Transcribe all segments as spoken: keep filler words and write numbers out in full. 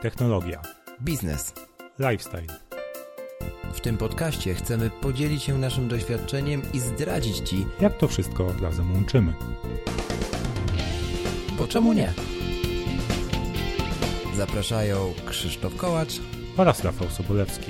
technologia, biznes, lifestyle. W tym podcaście chcemy podzielić się naszym doświadczeniem i zdradzić Ci, jak to wszystko razem łączymy. Bo czemu nie? Zapraszają Krzysztof Kołacz oraz Rafał Sobolewski.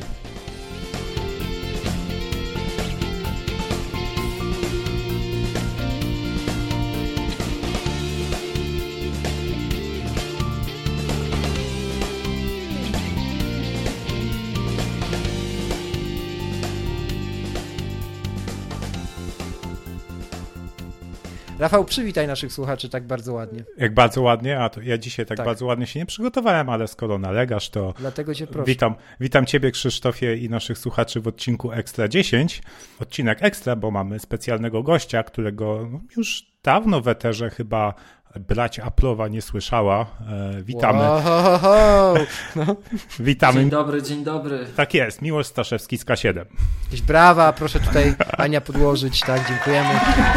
Rafał, przywitaj naszych słuchaczy tak bardzo ładnie. Jak bardzo ładnie, a to ja dzisiaj tak, Tak. bardzo ładnie się nie przygotowałem, ale skoro nalegasz, to Dlatego cię proszę. witam, witam Ciebie, Krzysztofie, i naszych słuchaczy w odcinku Ekstra dziesięć. Odcinek Ekstra, bo mamy specjalnego gościa, którego już dawno w eterze chyba brać Apple'owa nie słyszała. E, witamy. Wow. No. Witamy. Dzień dobry, dzień dobry. Tak jest, Miłosz Staszewski z K siedem. Jakieś brawa, proszę tutaj Ania podłożyć, tak, dziękujemy.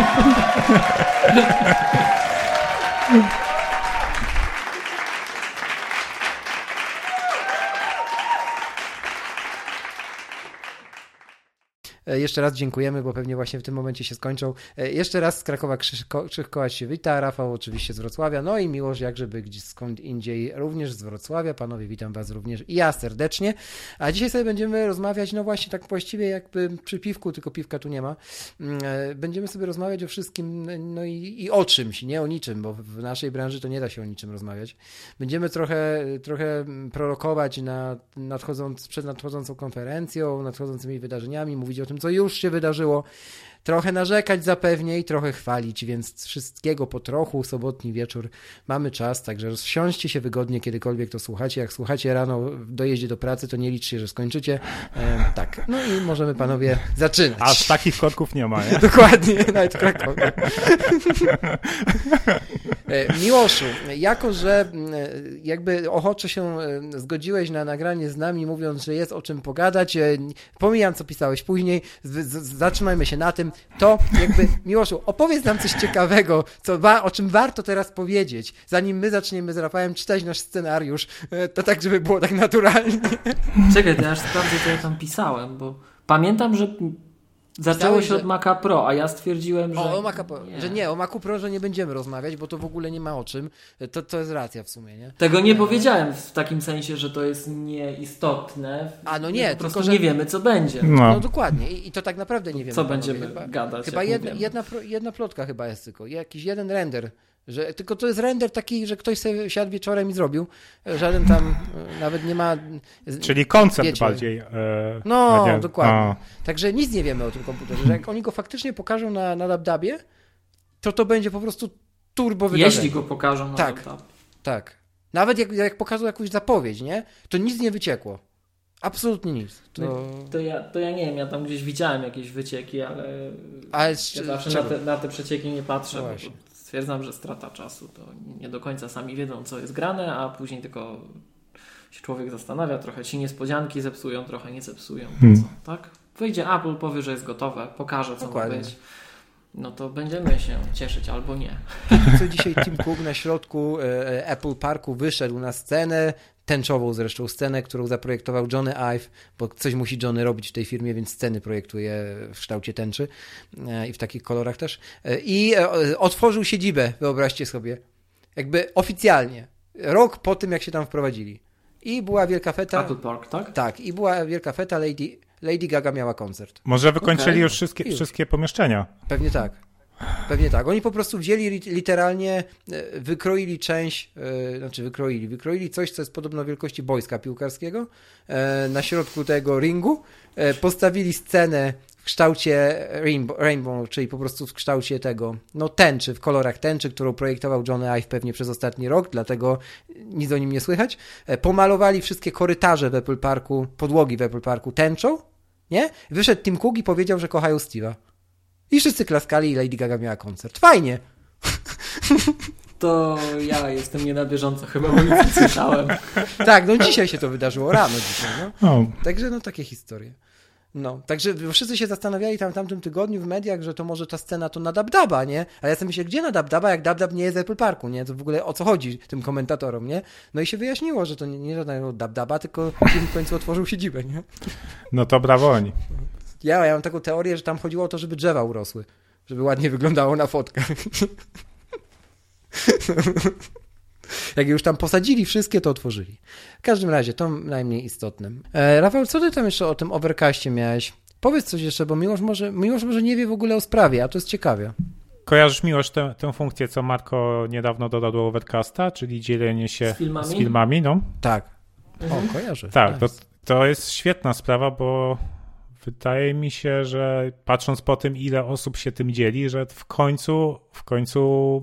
Jeszcze raz dziękujemy, bo pewnie właśnie w tym momencie się skończą. Jeszcze raz z Krakowa Krzyż, Krzyż Kołacz się wita, Rafał oczywiście z Wrocławia, no i Miłosz, jak żeby gdzieś skąd indziej, również z Wrocławia. Panowie, witam was również i ja serdecznie. A dzisiaj sobie będziemy rozmawiać, no właśnie tak właściwie jakby przy piwku, tylko piwka tu nie ma. Będziemy sobie rozmawiać o wszystkim, no i, i o czymś, nie o niczym, bo w naszej branży to nie da się o niczym rozmawiać. Będziemy trochę, trochę prorokować na nadchodząc, przed nadchodzącą konferencją, nadchodzącymi wydarzeniami, mówić o tym, co już się wydarzyło, trochę narzekać zapewnie i trochę chwalić, więc wszystkiego po trochu, sobotni wieczór mamy czas, także rozsiądźcie się wygodnie, kiedykolwiek to słuchacie. Jak słuchacie rano w dojeździe do pracy, to nie liczcie, że skończycie. E, tak, no i możemy, panowie, zaczynać. Aż takich korków nie ma, nie? Dokładnie, nawet w Krakowie. Miłoszu, jako że jakby ochoczo się zgodziłeś na nagranie z nami, mówiąc, że jest o czym pogadać, pomijam, co pisałeś później, z- z- zatrzymajmy się na tym, to jakby, Miłoszu, opowiedz nam coś ciekawego, co wa- o czym warto teraz powiedzieć, zanim my zaczniemy z Rafałem czytać nasz scenariusz, to tak, żeby było tak naturalnie. Czekaj, to ja aż sprawdzę, co ja tam pisałem, bo pamiętam, że zaczęło Pisałeś, się że- od Maca Pro, a ja stwierdziłem, że... O, o Maca Pro, nie. że nie, o Macu Pro, że nie będziemy rozmawiać, bo to w ogóle nie ma o czym, to, to jest racja w sumie, nie? Tego nie powiedziałem w takim sensie, że to jest nieistotne. A, no nie, po prostu tylko, że- nie wiemy, co będzie. No. No dokładnie I, i to tak naprawdę nie wiemy. Co panowie. będziemy chyba, gadać, Chyba jak jedna, mówimy. jedna, pro- jedna plotka chyba jest tylko, jakiś jeden render, że tylko to jest render taki, że ktoś sobie siadł wieczorem i zrobił, żaden tam e, nawet nie ma... Czyli koncept wiecie. bardziej. E, No, a nie- dokładnie. a. Także nic nie wiemy o tym komputerze, że jak oni go faktycznie pokażą na, na LabDabie, to to będzie po prostu turbo wydarzenie. Jeśli go pokażą na Tak. laptop. Tak. Nawet jak, jak pokażą jakąś zapowiedź, nie? To nic nie wyciekło. Absolutnie nic. To... To, ja, to ja nie wiem, ja tam gdzieś widziałem jakieś wycieki, ale Ale z, ja z zawsze na czego? te, na te przecieki nie patrzę, No bo właśnie. stwierdzam, że strata czasu, to nie do końca sami wiedzą, co jest grane, a później tylko się człowiek zastanawia, trochę ci niespodzianki zepsują, trochę nie zepsują, to Hmm. co, tak? Wyjdzie Apple, powie, że jest gotowe, pokaże, co Dokładnie. ma być, no to będziemy się cieszyć albo nie. Co dzisiaj Tim Cook na środku e, Apple Parku wyszedł na scenę, tęczową zresztą scenę, którą zaprojektował Johnny Ive, bo coś musi Johnny robić w tej firmie, więc sceny projektuje w kształcie tęczy e, i w takich kolorach też. E, I e, otworzył siedzibę, wyobraźcie sobie, jakby oficjalnie, rok po tym, jak się tam wprowadzili. I była wielka feta. Apple Park, tak? Tak, i była wielka feta, Lady, Lady Gaga miała koncert. Może wykończyli Okej. już wszystkie, Już. wszystkie pomieszczenia. Pewnie tak. Pewnie tak. Oni po prostu wzięli li- literalnie, e, wykroili część, e, znaczy wykroili, wykroili coś, co jest podobno wielkości boiska piłkarskiego e, na środku tego ringu, e, postawili scenę w kształcie rainbow, rainbow, czyli po prostu w kształcie tego, no tęczy, w kolorach tęczy, którą projektował Johnny Ive pewnie przez ostatni rok, dlatego nic o nim nie słychać. E, pomalowali wszystkie korytarze w Apple Parku, podłogi w Apple Parku tęczą, nie? Wyszedł Tim Cook i powiedział, że kochają Steve'a. I wszyscy klaskali i Lady Gaga miała koncert. Fajnie. To ja jestem nie na bieżąco, chyba bo nic nie słyszałem. Tak, no dzisiaj się to wydarzyło, rano dzisiaj, no. O, Także no takie historie. No, także wszyscy się zastanawiali tam w tamtym tygodniu w mediach, że to może ta scena to na Dabdaba, nie? A ja sobie myślę, gdzie na Dabdaba, jak Dabdab nie jest z Apple Parku, nie? To w ogóle o co chodzi tym komentatorom, nie? No i się wyjaśniło, że to nie, nie żadnego Dabdaba, tylko w końcu otworzył siedzibę, nie? No to brawo oni. Ja, ja mam taką teorię, że tam chodziło o to, żeby drzewa urosły, żeby ładnie wyglądało na fotkach. Jak już tam posadzili wszystkie, to otworzyli. W każdym razie, to najmniej istotne. E, Rafał, co ty tam jeszcze o tym Overcastie miałeś? Powiedz coś jeszcze, bo Miłosz może, Miłosz może nie wie w ogóle o sprawie, a to jest ciekawe. Kojarzysz, Miłosz, tę, tę funkcję, co Marko niedawno dodał do Overcasta, czyli dzielenie się z filmami, z filmami no? Tak. Mhm. O, kojarzę. Tak, to, to jest świetna sprawa, bo wydaje mi się, że patrząc po tym, ile osób się tym dzieli, że w końcu, w końcu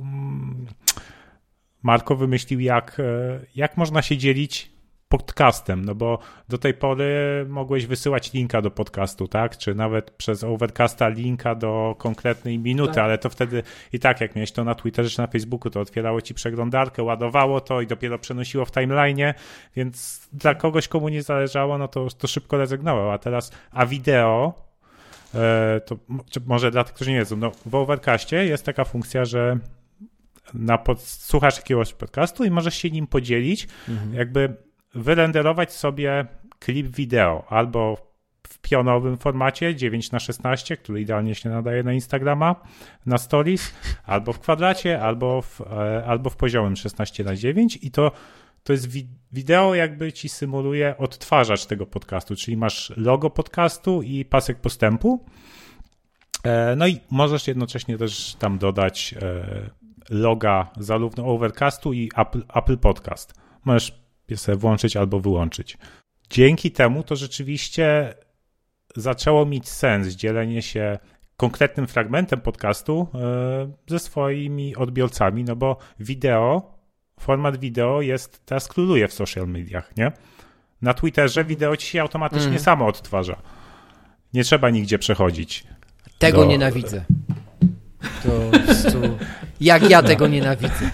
Marko wymyślił, jak, jak można się dzielić podcastem, no bo do tej pory mogłeś wysyłać linka do podcastu, tak? Czy nawet przez Overcasta linka do konkretnej minuty, tak. Ale to wtedy i tak, jak miałeś to na Twitterze czy na Facebooku, to otwierało ci przeglądarkę, ładowało to i dopiero przenosiło w timeline'ie, więc dla kogoś, komu nie zależało, no to, to szybko rezygnował, a teraz, a wideo, to może dla tych, którzy nie wiedzą, no w Overcastie jest taka funkcja, że na pod, słuchasz jakiegoś podcastu i możesz się nim podzielić, mhm. jakby wyrenderować sobie klip wideo albo w pionowym formacie dziewięć na szesnaście, który idealnie się nadaje na Instagrama, na Stories, albo w kwadracie, albo w, albo w poziomym szesnaście na dziewięć i to, to jest wi- wideo jakby ci symuluje odtwarzacz tego podcastu, czyli masz logo podcastu i pasek postępu, no i możesz jednocześnie też tam dodać loga zarówno Overcastu i Apple, Apple Podcast. Możesz je sobie włączyć albo wyłączyć. Dzięki temu to rzeczywiście zaczęło mieć sens dzielenie się konkretnym fragmentem podcastu ze swoimi odbiorcami, no bo wideo, format wideo jest, teraz króluje w social mediach, nie? Na Twitterze wideo ci się automatycznie mm. samo odtwarza. Nie trzeba nigdzie przechodzić. Tego do... nienawidzę. To po prostu... Jak ja tego nienawidzę.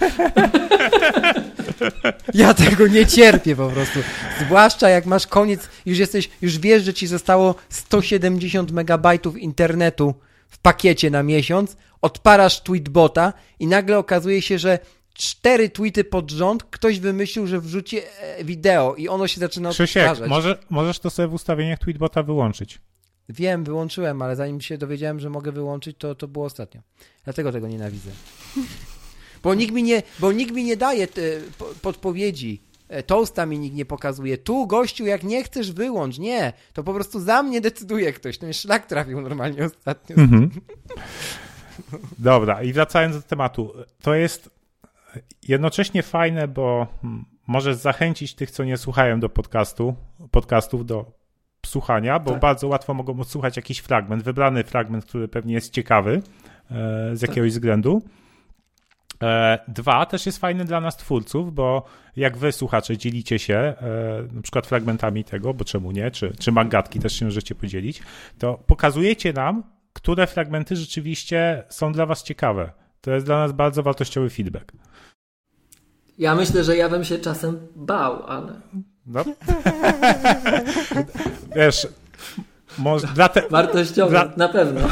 Ja tego nie cierpię po prostu. Zwłaszcza jak masz koniec, już jesteś, już wiesz, że ci zostało sto siedemdziesiąt megabajtów internetu w pakiecie na miesiąc, odparasz tweetbota i nagle okazuje się, że cztery tweety pod rząd ktoś wymyślił, że wrzuci wideo i ono się zaczyna Krzysiek, odtwarzać. Może, możesz to sobie w ustawieniach tweetbota wyłączyć. Wiem, wyłączyłem, ale zanim się dowiedziałem, że mogę wyłączyć, to, to było ostatnio. Dlatego tego nienawidzę. Bo nikt mi nie, bo nikt mi nie daje te podpowiedzi. Toasta mi nikt nie pokazuje. Tu, gościu, jak nie chcesz, wyłącz. Nie, to po prostu za mnie decyduje ktoś. To mnie szlak trafił normalnie ostatnio. Mhm. Dobra, i wracając do tematu. To jest jednocześnie fajne, bo możesz zachęcić tych, co nie słuchają do podcastu, podcastów do słuchania, bo tak. bardzo łatwo mogą odsłuchać jakiś fragment, wybrany fragment, który pewnie jest ciekawy e, z jakiegoś tak. względu. E, dwa, też jest fajny dla nas twórców, bo jak wy, słuchacze, dzielicie się e, na przykład fragmentami tego, bo czemu nie, czy, czy magatki też się możecie podzielić, to pokazujecie nam, które fragmenty rzeczywiście są dla was ciekawe. To jest dla nas bardzo wartościowy feedback. Ja myślę, że ja bym się czasem bał, ale... No. Wiesz, może dla te... wartościowy, dla... na pewno.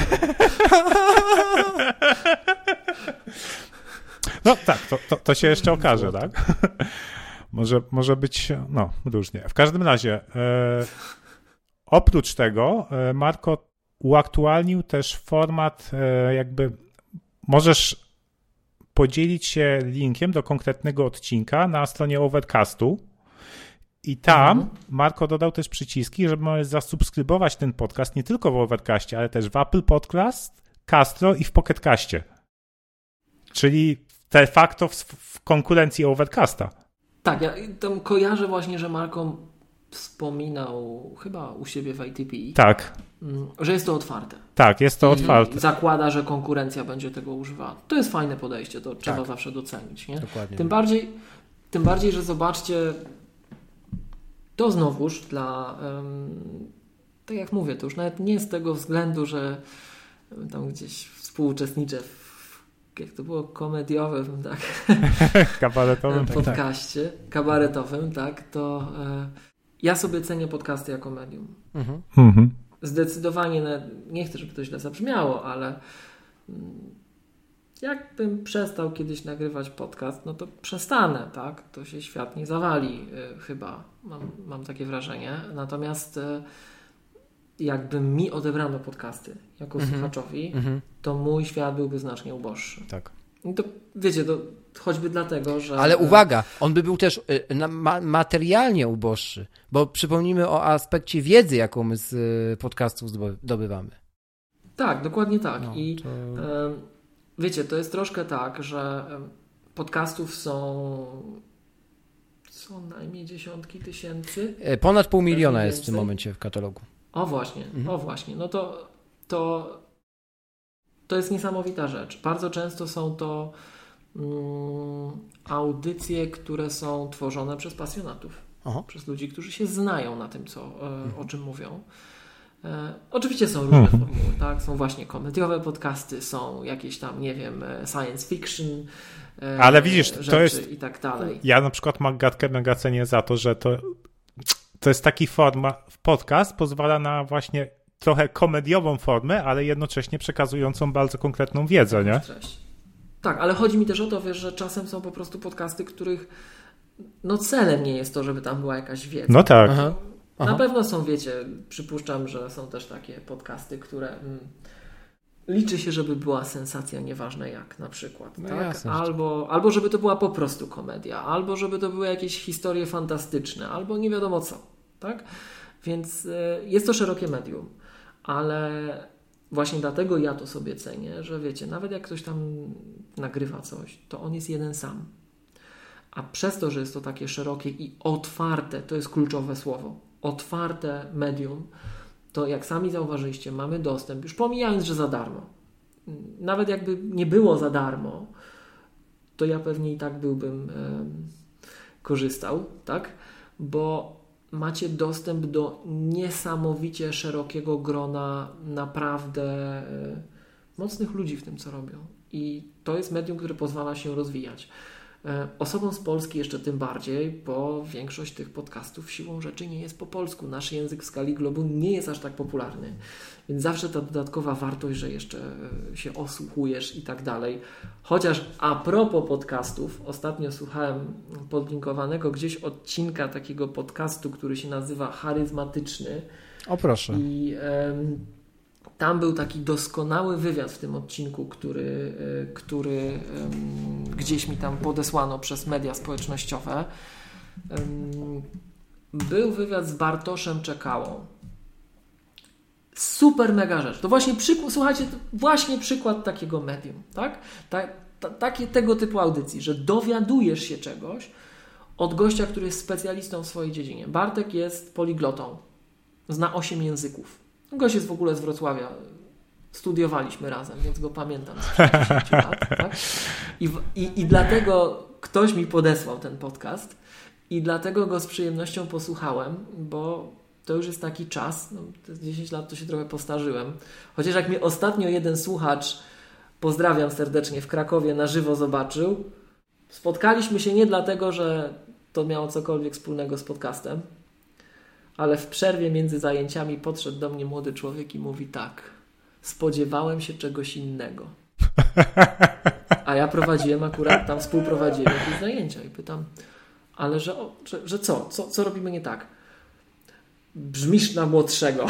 No tak, to, to, to się jeszcze okaże, tak? Może, może być, no, różnie. W każdym razie, e, oprócz tego e, Marko uaktualnił też format, e, jakby możesz podzielić się linkiem do konkretnego odcinka na stronie Overcastu. I tam mhm. Marko dodał też przyciski, żeby możesz zasubskrybować ten podcast nie tylko w Overcastie, ale też w Apple Podcast, Castro i w Pocket Castie. Czyli de facto w, w konkurencji Overcasta. Tak, ja tam kojarzę właśnie, że Marko wspominał chyba u siebie w I T P, tak. że jest to otwarte. Tak, jest to otwarte. I zakłada, że konkurencja będzie tego używała. To jest fajne podejście, to trzeba tak. zawsze docenić. Nie? Dokładnie. Tym bardziej, tym bardziej, że zobaczcie, to znowuż dla, um, tak jak mówię, to już nawet nie z tego względu, że tam gdzieś współuczestniczę w, jak to było, komediowym, tak? Kabaretowym podcaście, tak. kabaretowym, tak, to e, ja sobie cenię podcasty jako medium. Mhm. Mhm. zdecydowanie, nie chcę, żeby to źle zabrzmiało, ale jakbym przestał kiedyś nagrywać podcast, no to przestanę, tak? To się świat nie zawali y, chyba, mam, mam takie wrażenie. Natomiast y, jakby mi odebrano podcasty jako mm-hmm. słuchaczowi, mm-hmm. to mój świat byłby znacznie uboższy. Tak. I to wiecie, to choćby dlatego, że... Ale uwaga, on by był też y, na, ma, materialnie uboższy, bo przypomnijmy o aspekcie wiedzy, jaką my z y, podcastów zdobywamy. Tak, dokładnie tak. No, I to... y, wiecie, to jest troszkę tak, że podcastów są co najmniej dziesiątki tysięcy. Ponad pół miliona jest w tym momencie w katalogu. O właśnie, mhm. o właśnie. No to, to, to jest niesamowita rzecz. Bardzo często są to mm, audycje, które są tworzone przez pasjonatów. Aha. Przez ludzi, którzy się znają na tym, co, mhm. o czym mówią. E, oczywiście są różne hmm. formuły, tak? Są właśnie komediowe podcasty, są jakieś tam, nie wiem, science fiction, e, ale widzisz, rzeczy to jest, i tak dalej. Ja na przykład mam gadkę mega cenię za to, że to, to jest taki forma, podcast pozwala na właśnie trochę komediową formę, ale jednocześnie przekazującą bardzo konkretną wiedzę, nie? Tak, ale chodzi mi też o to, wiesz, że czasem są po prostu podcasty, których no celem nie jest to, żeby tam była jakaś wiedza. No tak. Aha. Aha. Na pewno są, wiecie, przypuszczam, że są też takie podcasty, które mm, liczy się, żeby była sensacja, nieważne jak na przykład. No tak? jasne, albo, albo żeby to była po prostu komedia, albo żeby to były jakieś historie fantastyczne, albo nie wiadomo co. Tak? Więc y, jest to szerokie medium, ale właśnie dlatego ja to sobie cenię, że wiecie, nawet jak ktoś tam nagrywa coś, to on jest jeden sam. A przez to, że jest to takie szerokie i otwarte, to jest kluczowe słowo, otwarte medium, to jak sami zauważyliście, mamy dostęp, już pomijając, że za darmo. Nawet jakby nie było za darmo, to ja pewnie i tak byłbym e, korzystał, tak? Bo macie dostęp do niesamowicie szerokiego grona naprawdę e, mocnych ludzi w tym, co robią. I to jest medium, które pozwala się rozwijać. Osobom z Polski jeszcze tym bardziej, bo większość tych podcastów siłą rzeczy nie jest po polsku. Nasz język w skali globu nie jest aż tak popularny. Więc zawsze ta dodatkowa wartość, że jeszcze się osłuchujesz i tak dalej. Chociaż a propos podcastów, ostatnio słuchałem podlinkowanego gdzieś odcinka takiego podcastu, który się nazywa Charyzmatyczny. O proszę. I em, tam był taki doskonały wywiad w tym odcinku, który, który um, gdzieś mi tam podesłano przez media społecznościowe. Um, był wywiad z Bartoszem Czekałą. Super mega rzecz. To właśnie przykład, słuchajcie, właśnie przykład takiego medium, tak? Ta, ta, takie tego typu audycji, że dowiadujesz się czegoś od gościa, który jest specjalistą w swojej dziedzinie. Bartek jest poliglotą. Zna osiem języków. Gość jest w ogóle z Wrocławia. Studiowaliśmy razem, więc go pamiętam z dziesięć lat. Tak? I, w, i, I dlatego ktoś mi podesłał ten podcast i dlatego go z przyjemnością posłuchałem, bo to już jest taki czas, no, to jest dziesięć lat, to się trochę postarzyłem. Chociaż jak mnie ostatnio jeden słuchacz, pozdrawiam serdecznie, w Krakowie na żywo zobaczył, spotkaliśmy się nie dlatego, że to miało cokolwiek wspólnego z podcastem, ale w przerwie między zajęciami podszedł do mnie młody człowiek i mówi tak, spodziewałem się czegoś innego. A ja prowadziłem akurat, tam współprowadziłem jakieś zajęcia i pytam, ale że, o, że, że co? co? Co robimy nie tak? Brzmisz na młodszego.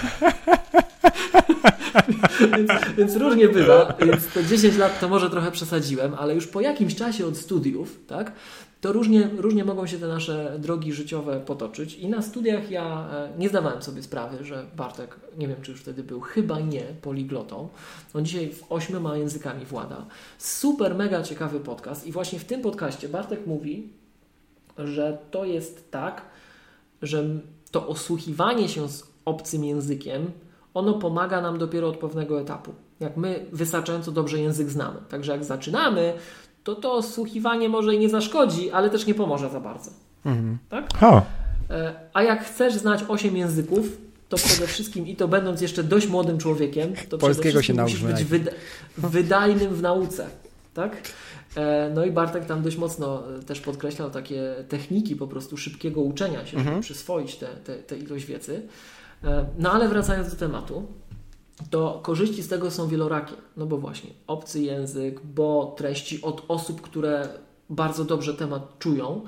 więc, więc różnie bywa, więc te dziesięć lat to może trochę przesadziłem, ale już po jakimś czasie od studiów, tak, to różnie, różnie mogą się te nasze drogi życiowe potoczyć i na studiach ja nie zdawałem sobie sprawy, że Bartek, nie wiem czy już wtedy był, chyba nie, poliglotą. On dzisiaj w ośmioma językami włada. Super, mega ciekawy podcast i właśnie w tym podcaście Bartek mówi, że to jest tak, że to osłuchiwanie się z obcym językiem, ono pomaga nam dopiero od pewnego etapu. Jak my wystarczająco dobrze język znamy. Także jak zaczynamy, to to osłuchiwanie może i nie zaszkodzi, ale też nie pomoże za bardzo. Mhm. Tak? O. A jak chcesz znać osiem języków, to przede wszystkim, i to będąc jeszcze dość młodym człowiekiem, to polskiego się musisz być wyda- wydajnym w nauce. Tak? No i Bartek tam dość mocno też podkreślał takie techniki po prostu szybkiego uczenia się, mhm. żeby przyswoić tę te, te, te ilość wiedzy. No ale wracając do tematu, to korzyści z tego są wielorakie. No bo właśnie obcy język, bo treści od osób, które bardzo dobrze temat czują.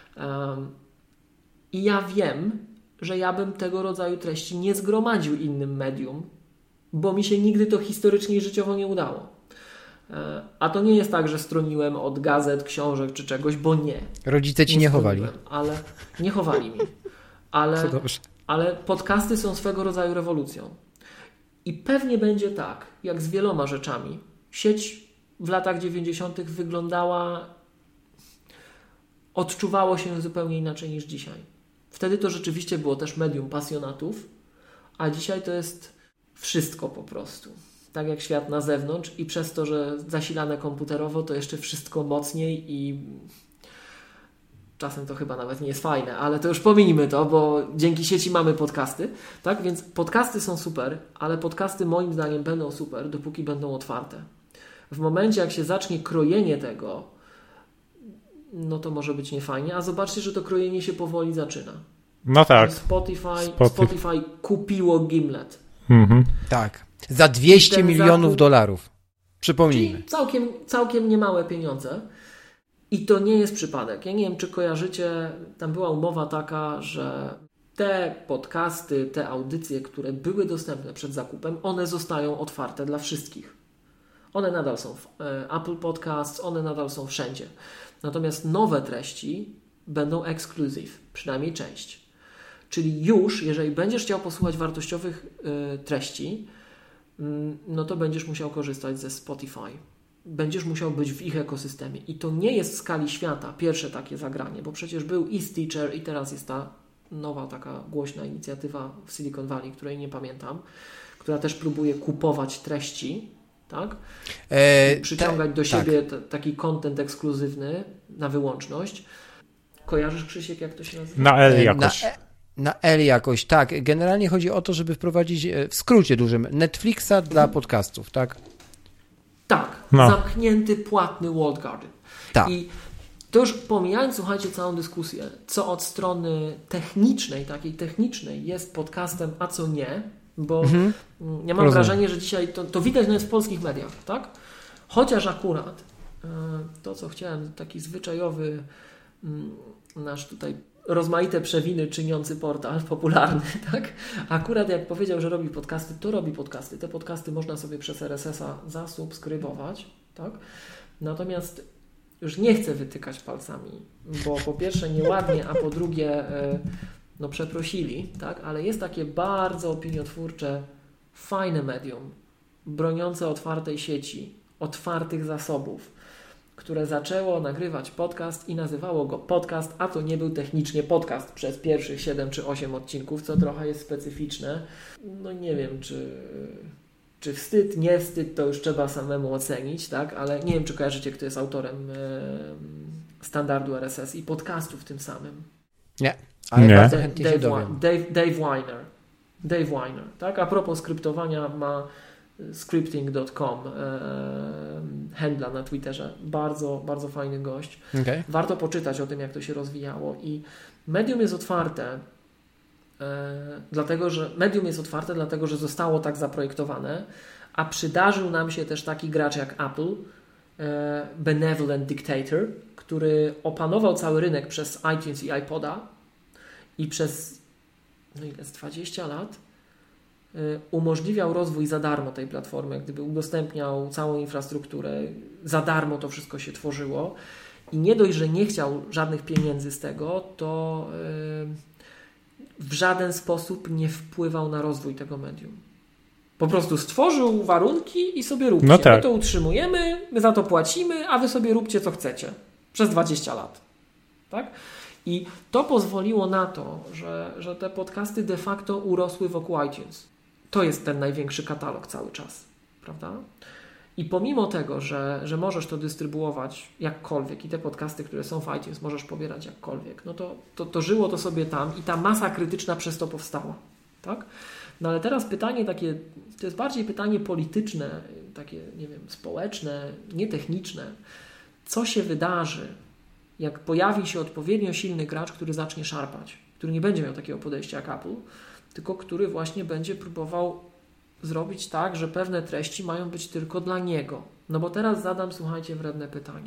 I ja wiem, że ja bym tego rodzaju treści nie zgromadził innym medium, bo mi się nigdy to historycznie i życiowo nie udało. A to nie jest tak, że stroniłem od gazet, książek czy czegoś, bo nie. Rodzice ci nie, nie chowali. Ale nie chowali mi. Ale, ale podcasty są swego rodzaju rewolucją. I pewnie będzie tak, jak z wieloma rzeczami. Sieć w latach dziewięćdziesiątych wyglądała, odczuwało się zupełnie inaczej niż dzisiaj. Wtedy to rzeczywiście było też medium pasjonatów, a dzisiaj to jest wszystko po prostu. Tak jak świat na zewnątrz i przez to, że zasilane komputerowo, to jeszcze wszystko mocniej i czasem to chyba nawet nie jest fajne, ale to już pominijmy to, bo dzięki sieci mamy podcasty, tak? Więc podcasty są super, ale podcasty moim zdaniem będą super, dopóki będą otwarte. W momencie, jak się zacznie krojenie tego, no to może być niefajnie, a zobaczcie, że to krojenie się powoli zaczyna. No tak. Spotify, Spotify. Spotify kupiło Gimlet. Mhm. Tak. Za dwieście milionów zakup... dolarów. Przypomnijmy. Czyli całkiem, całkiem niemałe pieniądze. I to nie jest przypadek. Ja nie wiem, czy kojarzycie, tam była umowa taka, że te podcasty, te audycje, które były dostępne przed zakupem, one zostają otwarte dla wszystkich. One nadal są w Apple Podcasts, one nadal są wszędzie. Natomiast nowe treści będą exclusive, przynajmniej część. Czyli już, jeżeli będziesz chciał posłuchać wartościowych y, treści, y, no to będziesz musiał korzystać ze Spotify. Będziesz musiał być w ich ekosystemie. I to nie jest w skali świata pierwsze takie zagranie, bo przecież był EastTeacher i teraz jest ta nowa taka głośna inicjatywa w Silicon Valley, której nie pamiętam, która też próbuje kupować treści, tak? E, przyciągać te, do siebie tak. t- taki content ekskluzywny na wyłączność. Kojarzysz, Krzysiek, jak to się nazywa? Na L jakoś. Na, na L jakoś, tak. Generalnie chodzi o to, żeby wprowadzić w skrócie dużym Netflixa dla podcastów, tak? Tak, no. Zamknięty, płatny walled garden. Tak. I to już pomijając, słuchajcie, całą dyskusję, co od strony technicznej, takiej technicznej jest podcastem, a co nie, bo mhm. ja mam Rozumiem. wrażenie, że dzisiaj to, to widać nawet w polskich mediach, tak? Chociaż akurat to, co chciałem, taki zwyczajowy nasz tutaj rozmaite przewiny czyniący portal popularny, tak? Akurat jak powiedział, że robi podcasty, to robi podcasty. Te podcasty można sobie przez R S S-a zasubskrybować, tak? Natomiast już nie chcę wytykać palcami, bo po pierwsze nieładnie, a po drugie no przeprosili, tak? Ale jest takie bardzo opiniotwórcze, fajne medium, broniące otwartej sieci, otwartych zasobów, które zaczęło nagrywać podcast i nazywało go podcast, a to nie był technicznie podcast przez pierwszych siedem czy osiem odcinków, co trochę jest specyficzne. No nie wiem, czy, czy wstyd, nie wstyd, to już trzeba samemu ocenić, tak? Ale nie wiem, czy kojarzycie, kto jest autorem e, standardu R S S i podcastów tym samym. Nie, ale nie. bardzo chętnie się dowiem. Dave, Dave Weiner. Dave Weiner, tak? A propos skryptowania, ma scripting kropka com e, handla na Twitterze. Bardzo, bardzo fajny gość. Okay. Warto poczytać o tym, jak to się rozwijało. I medium jest otwarte, e, dlatego, że medium jest otwarte, dlatego, że zostało tak zaprojektowane, a przydarzył nam się też taki gracz jak Apple, e, Benevolent Dictator, który opanował cały rynek przez iTunes i iPoda i przez no ile, z dwadzieścia lat umożliwiał rozwój za darmo tej platformy, gdyby udostępniał całą infrastrukturę, za darmo to wszystko się tworzyło i nie dość, że nie chciał żadnych pieniędzy z tego, to w żaden sposób nie wpływał na rozwój tego medium. Po prostu stworzył warunki i sobie róbcie. No tak. My to utrzymujemy, my za to płacimy, a wy sobie róbcie co chcecie. Przez dwadzieścia lat. Tak? I to pozwoliło na to, że, że te podcasty de facto urosły wokół iTunes. To jest ten największy katalog cały czas, prawda? I pomimo tego, że, że możesz to dystrybuować jakkolwiek i te podcasty, które są w iTunes, możesz pobierać jakkolwiek, no to, to, to żyło to sobie tam i ta masa krytyczna przez to powstała, tak? No ale teraz pytanie takie, to jest bardziej pytanie polityczne, takie, nie wiem, społeczne, nietechniczne. Co się wydarzy, jak pojawi się odpowiednio silny gracz, który zacznie szarpać, który nie będzie miał takiego podejścia jak Apple, tylko który właśnie będzie próbował zrobić tak, że pewne treści mają być tylko dla niego. No bo teraz zadam, słuchajcie, wredne pytanie.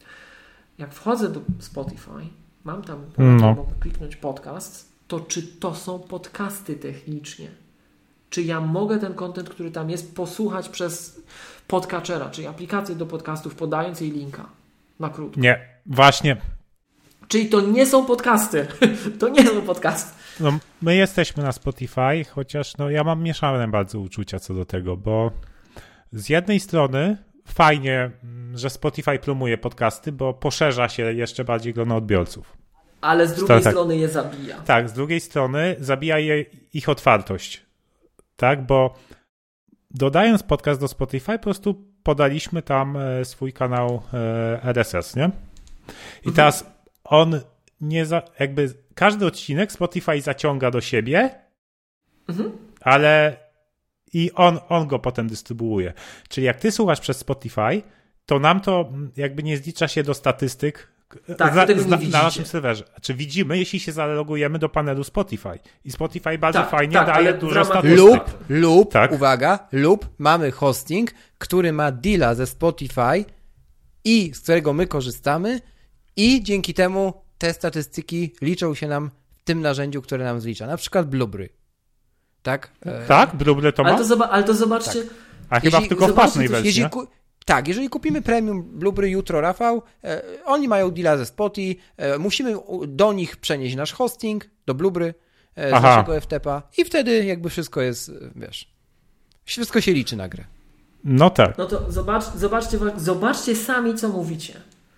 Jak wchodzę do Spotify, mam tam, no. mogę kliknąć podcast, to czy to są podcasty technicznie? Czy ja mogę ten content, który tam jest, posłuchać przez podcatchera, czyli aplikację do podcastów, podając jej linka na krótko? Nie, właśnie. Czyli to nie są podcasty. To nie są podcasty. No, my jesteśmy na Spotify, chociaż no, ja mam mieszane bardzo uczucia co do tego, bo z jednej strony fajnie, że Spotify promuje podcasty, bo poszerza się jeszcze bardziej grono odbiorców. Ale z drugiej tak, strony je zabija. Tak, z drugiej strony zabija je ich otwartość. Tak, bo dodając podcast do Spotify po prostu podaliśmy tam swój kanał R S S, nie? I mhm. teraz on nie za, jakby każdy odcinek Spotify zaciąga do siebie, mhm. ale i on, on go potem dystrybuuje. Czyli jak ty słuchasz przez Spotify, to nam to jakby nie zlicza się do statystyk tak, za, tego nie na, widzicie. na naszym serwerze. Czy widzimy, jeśli się zalogujemy do panelu Spotify. I Spotify bardzo tak, fajnie tak, daje dużo statystyk. Lub, lub tak? uwaga, lub mamy hosting, który ma deala ze Spotify i z którego my korzystamy i dzięki temu te statystyki liczą się nam w tym narzędziu, które nam zlicza. Na przykład Blueberry. Tak? Tak? Blueberry to ma? Ale to, zoba- ale to zobaczcie... Tak. A chyba jeśli, tylko w płatnej wersji, jeśli ku- Tak, jeżeli kupimy premium Blueberry jutro, Rafał, e, oni mają deala ze Spotify, e, musimy do nich przenieść nasz hosting, do Blueberry, e, z Aha. naszego F T P a i wtedy jakby wszystko jest, wiesz, wszystko się liczy na grę. No tak. No to zobacz, zobaczcie, zobaczcie sami, co mówicie.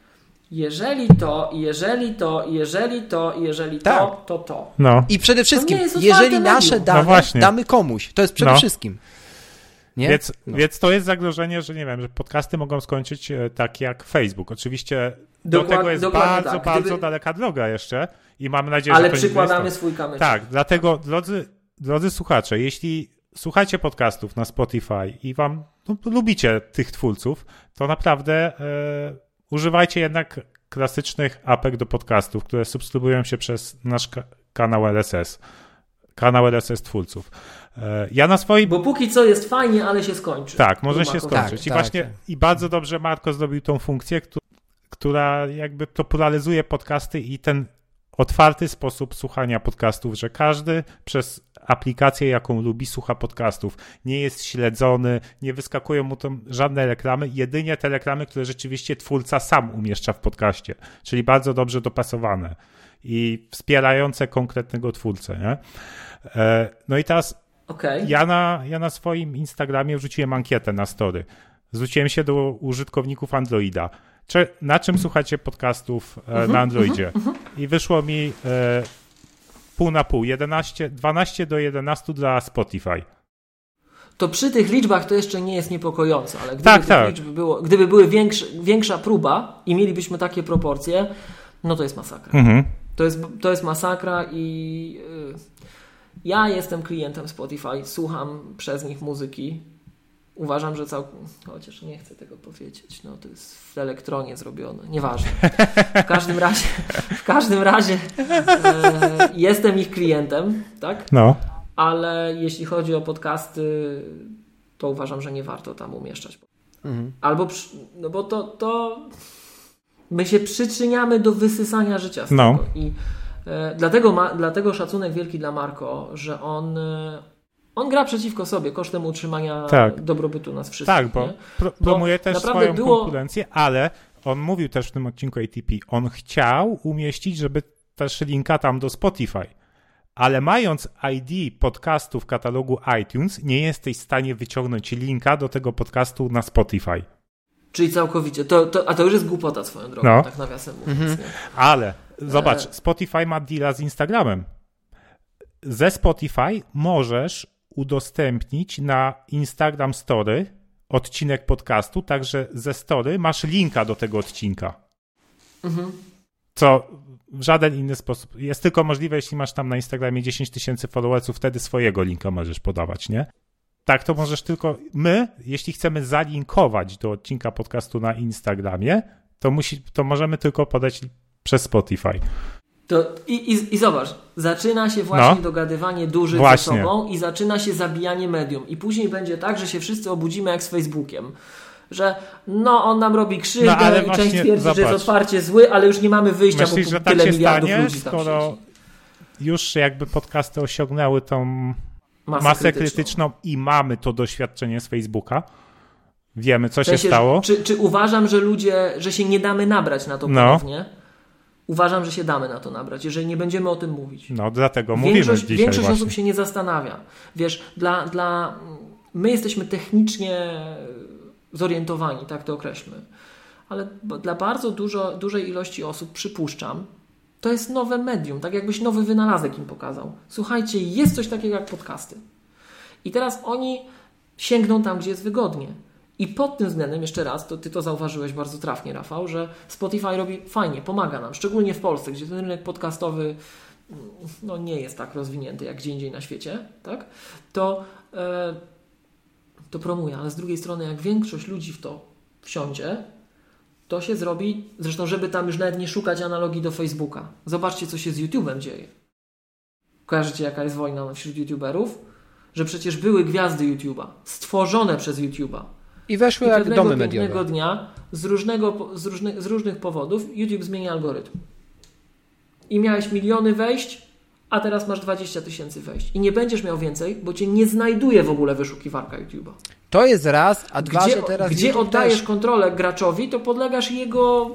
Jeżeli to, jeżeli to, jeżeli to, jeżeli tak. to, to to. No. I przede wszystkim, jeżeli nasze dane no damy komuś, to jest przede no. wszystkim. Nie? Więc, no. więc to jest zagrożenie, że nie wiem, że podcasty mogą skończyć tak jak Facebook. Oczywiście Dokład, do tego jest bardzo, tak. bardzo Gdyby... daleka droga jeszcze i mam nadzieję, Ale że to przykładamy nie jest swój kamyczek. Tak, dlatego drodzy, drodzy słuchacze, jeśli słuchacie podcastów na Spotify i wam no, lubicie tych twórców, to naprawdę e, używajcie jednak klasycznych apek do podcastów, które subskrybują się przez nasz ka- kanał R S S. Kanał R S S twórców. Ja na swoim... Bo póki co jest fajnie, ale się skończy. Tak, może się skończyć. Tak, I tak, właśnie tak. i bardzo dobrze Marko zrobił tą funkcję, która jakby popularyzuje podcasty i ten otwarty sposób słuchania podcastów, że każdy przez aplikację, jaką lubi, słucha podcastów. Nie jest śledzony, nie wyskakują mu tam żadne reklamy, jedynie te reklamy, które rzeczywiście twórca sam umieszcza w podcaście, czyli bardzo dobrze dopasowane i wspierające konkretnego twórcę. Nie? No i teraz okay. ja, na, ja na swoim Instagramie wrzuciłem ankietę na story. Zwróciłem się do użytkowników Androida. Czy, na czym słuchacie podcastów uh-huh, na Androidzie? Uh-huh, uh-huh. I wyszło mi e, pół na pół, jedenaście, dwanaście do jedenastu dla Spotify. To przy tych liczbach to jeszcze nie jest niepokojące, ale gdyby, tak, tych tak. liczb było, gdyby były większe, większa próba i mielibyśmy takie proporcje, no to jest masakra. Uh-huh. To jest, to jest masakra i yy, ja jestem klientem Spotify, słucham przez nich muzyki. Uważam, że całkiem... Chociaż nie chcę tego powiedzieć. No to jest w elektronie zrobione. Nieważne. W każdym razie w każdym razie e, jestem ich klientem, tak? No. Ale jeśli chodzi o podcasty, to uważam, że nie warto tam umieszczać. Mhm. Albo... No bo to, to... My się przyczyniamy do wysysania życia z no. tego. I e, dlatego, ma, dlatego szacunek wielki dla Marco, że on... E, On gra przeciwko sobie kosztem utrzymania tak. dobrobytu nas wszystkich. Tak, bo pro, promuje też swoją było... konkurencję, ale on mówił też w tym odcinku A T P, on chciał umieścić, żeby też linka tam do Spotify, ale mając I D podcastu w katalogu iTunes, nie jesteś w stanie wyciągnąć linka do tego podcastu na Spotify. Czyli całkowicie. To, to, a to już jest głupota swoją drogą, no. tak nawiasem mówiąc. Mhm. Ale zobacz, Spotify ma deala z Instagramem. Ze Spotify możesz udostępnić na Instagram Story odcinek podcastu, także ze Story masz linka do tego odcinka. Mhm. Co w żaden inny sposób jest tylko możliwe, jeśli masz tam na Instagramie dziesięć tysięcy followersów, wtedy swojego linka możesz podawać, nie? Tak, to możesz tylko... My, jeśli chcemy zalinkować do odcinka podcastu na Instagramie, to, musi, to możemy tylko podać przez Spotify. To i, i, i zobacz, zaczyna się właśnie no. dogadywanie dużych właśnie. ze sobą i zaczyna się zabijanie medium. I później będzie tak, że się wszyscy obudzimy jak z Facebookiem. Że no on nam robi krzywdę no, i część twierdzi, zobacz. że jest otwarcie zły, ale już nie mamy wyjścia, Myślisz, bo że tak tyle się miliardów stanie, ludzi tam skoro siedzi. już jakby podcasty osiągnęły tą masę, masę krytyczną. krytyczną i mamy to doświadczenie z Facebooka. Wiemy, co w sensie, się stało. Czy, czy uważam, że ludzie, że się nie damy nabrać na to no. ponownie? Uważam, że się damy na to nabrać, jeżeli nie będziemy o tym mówić. No, dlatego większość, mówimy dzisiaj Większość właśnie. osób się nie zastanawia. Wiesz, dla, dla... my jesteśmy technicznie zorientowani, tak to określmy. Ale dla bardzo dużo, dużej ilości osób, przypuszczam, to jest nowe medium, tak jakbyś nowy wynalazek im pokazał. Słuchajcie, jest coś takiego jak podcasty. I teraz oni sięgną tam, gdzie jest wygodnie. I pod tym względem, jeszcze raz, to ty to zauważyłeś bardzo trafnie, Rafał, że Spotify robi fajnie, pomaga nam, szczególnie w Polsce, gdzie ten rynek podcastowy no, nie jest tak rozwinięty jak gdzie indziej na świecie, tak? To, e, to promuje, ale z drugiej strony, jak większość ludzi w to wsiądzie, to się zrobi, zresztą żeby tam już nawet nie szukać analogii do Facebooka. Zobaczcie, co się z YouTube'em dzieje. Kojarzycie, jaka jest wojna wśród YouTuberów? Że przecież były gwiazdy YouTube'a, stworzone przez YouTube'a. I weszły I jak domy mediowe. Pewnego dnia z, różnego, z, różnych, z różnych powodów YouTube zmienia algorytm. I miałeś miliony wejść, a teraz masz dwadzieścia tysięcy wejść. I nie będziesz miał więcej, bo cię nie znajduje w ogóle wyszukiwarka YouTube'a. To jest raz, a dwa, gdzie, że teraz Gdzie YouTube oddajesz też... kontrolę graczowi, to podlegasz jego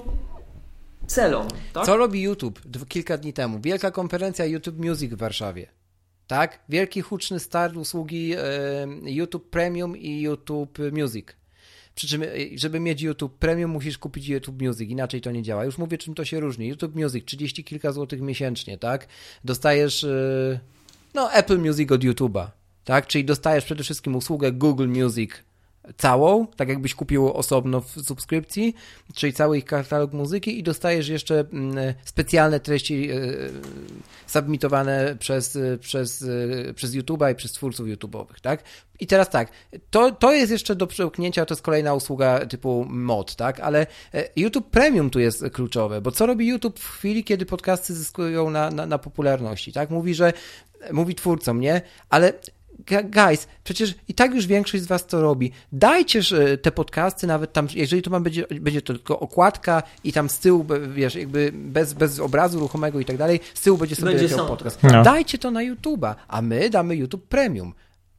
celom. Tak? Co robi YouTube kilka dni temu? Wielka konferencja YouTube Music w Warszawie. Tak? Wielki, huczny start usługi e, YouTube Premium i YouTube Music. Przy czym, żeby mieć YouTube Premium, musisz kupić YouTube Music, inaczej to nie działa. Już mówię, czym to się różni. YouTube Music, trzydzieści kilka złotych miesięcznie, tak? Dostajesz, e, no, Apple Music od YouTube'a, tak? Czyli dostajesz przede wszystkim usługę Google Music całą, tak jakbyś kupił osobno w subskrypcji, czyli cały ich katalog muzyki i dostajesz jeszcze mm, specjalne treści y, submitowane przez, y, przez, y, przez YouTube'a i przez twórców YouTube'owych, tak? I teraz tak, to, to jest jeszcze do przełknięcia, to jest kolejna usługa typu mod, tak? Ale y, YouTube Premium tu jest kluczowe, bo co robi YouTube w chwili, kiedy podcasty zyskują na, na, na popularności, tak? Mówi, że, mówi twórcom, nie? Ale guys, przecież i tak już większość z was to robi. Dajcie te podcasty, nawet tam, jeżeli to ma będzie, będzie to tylko okładka i tam z tyłu, wiesz, jakby bez, bez obrazu ruchomego i tak dalej, z tyłu będzie sobie leciał podcast. No. Dajcie to na YouTube'a, a my damy YouTube Premium.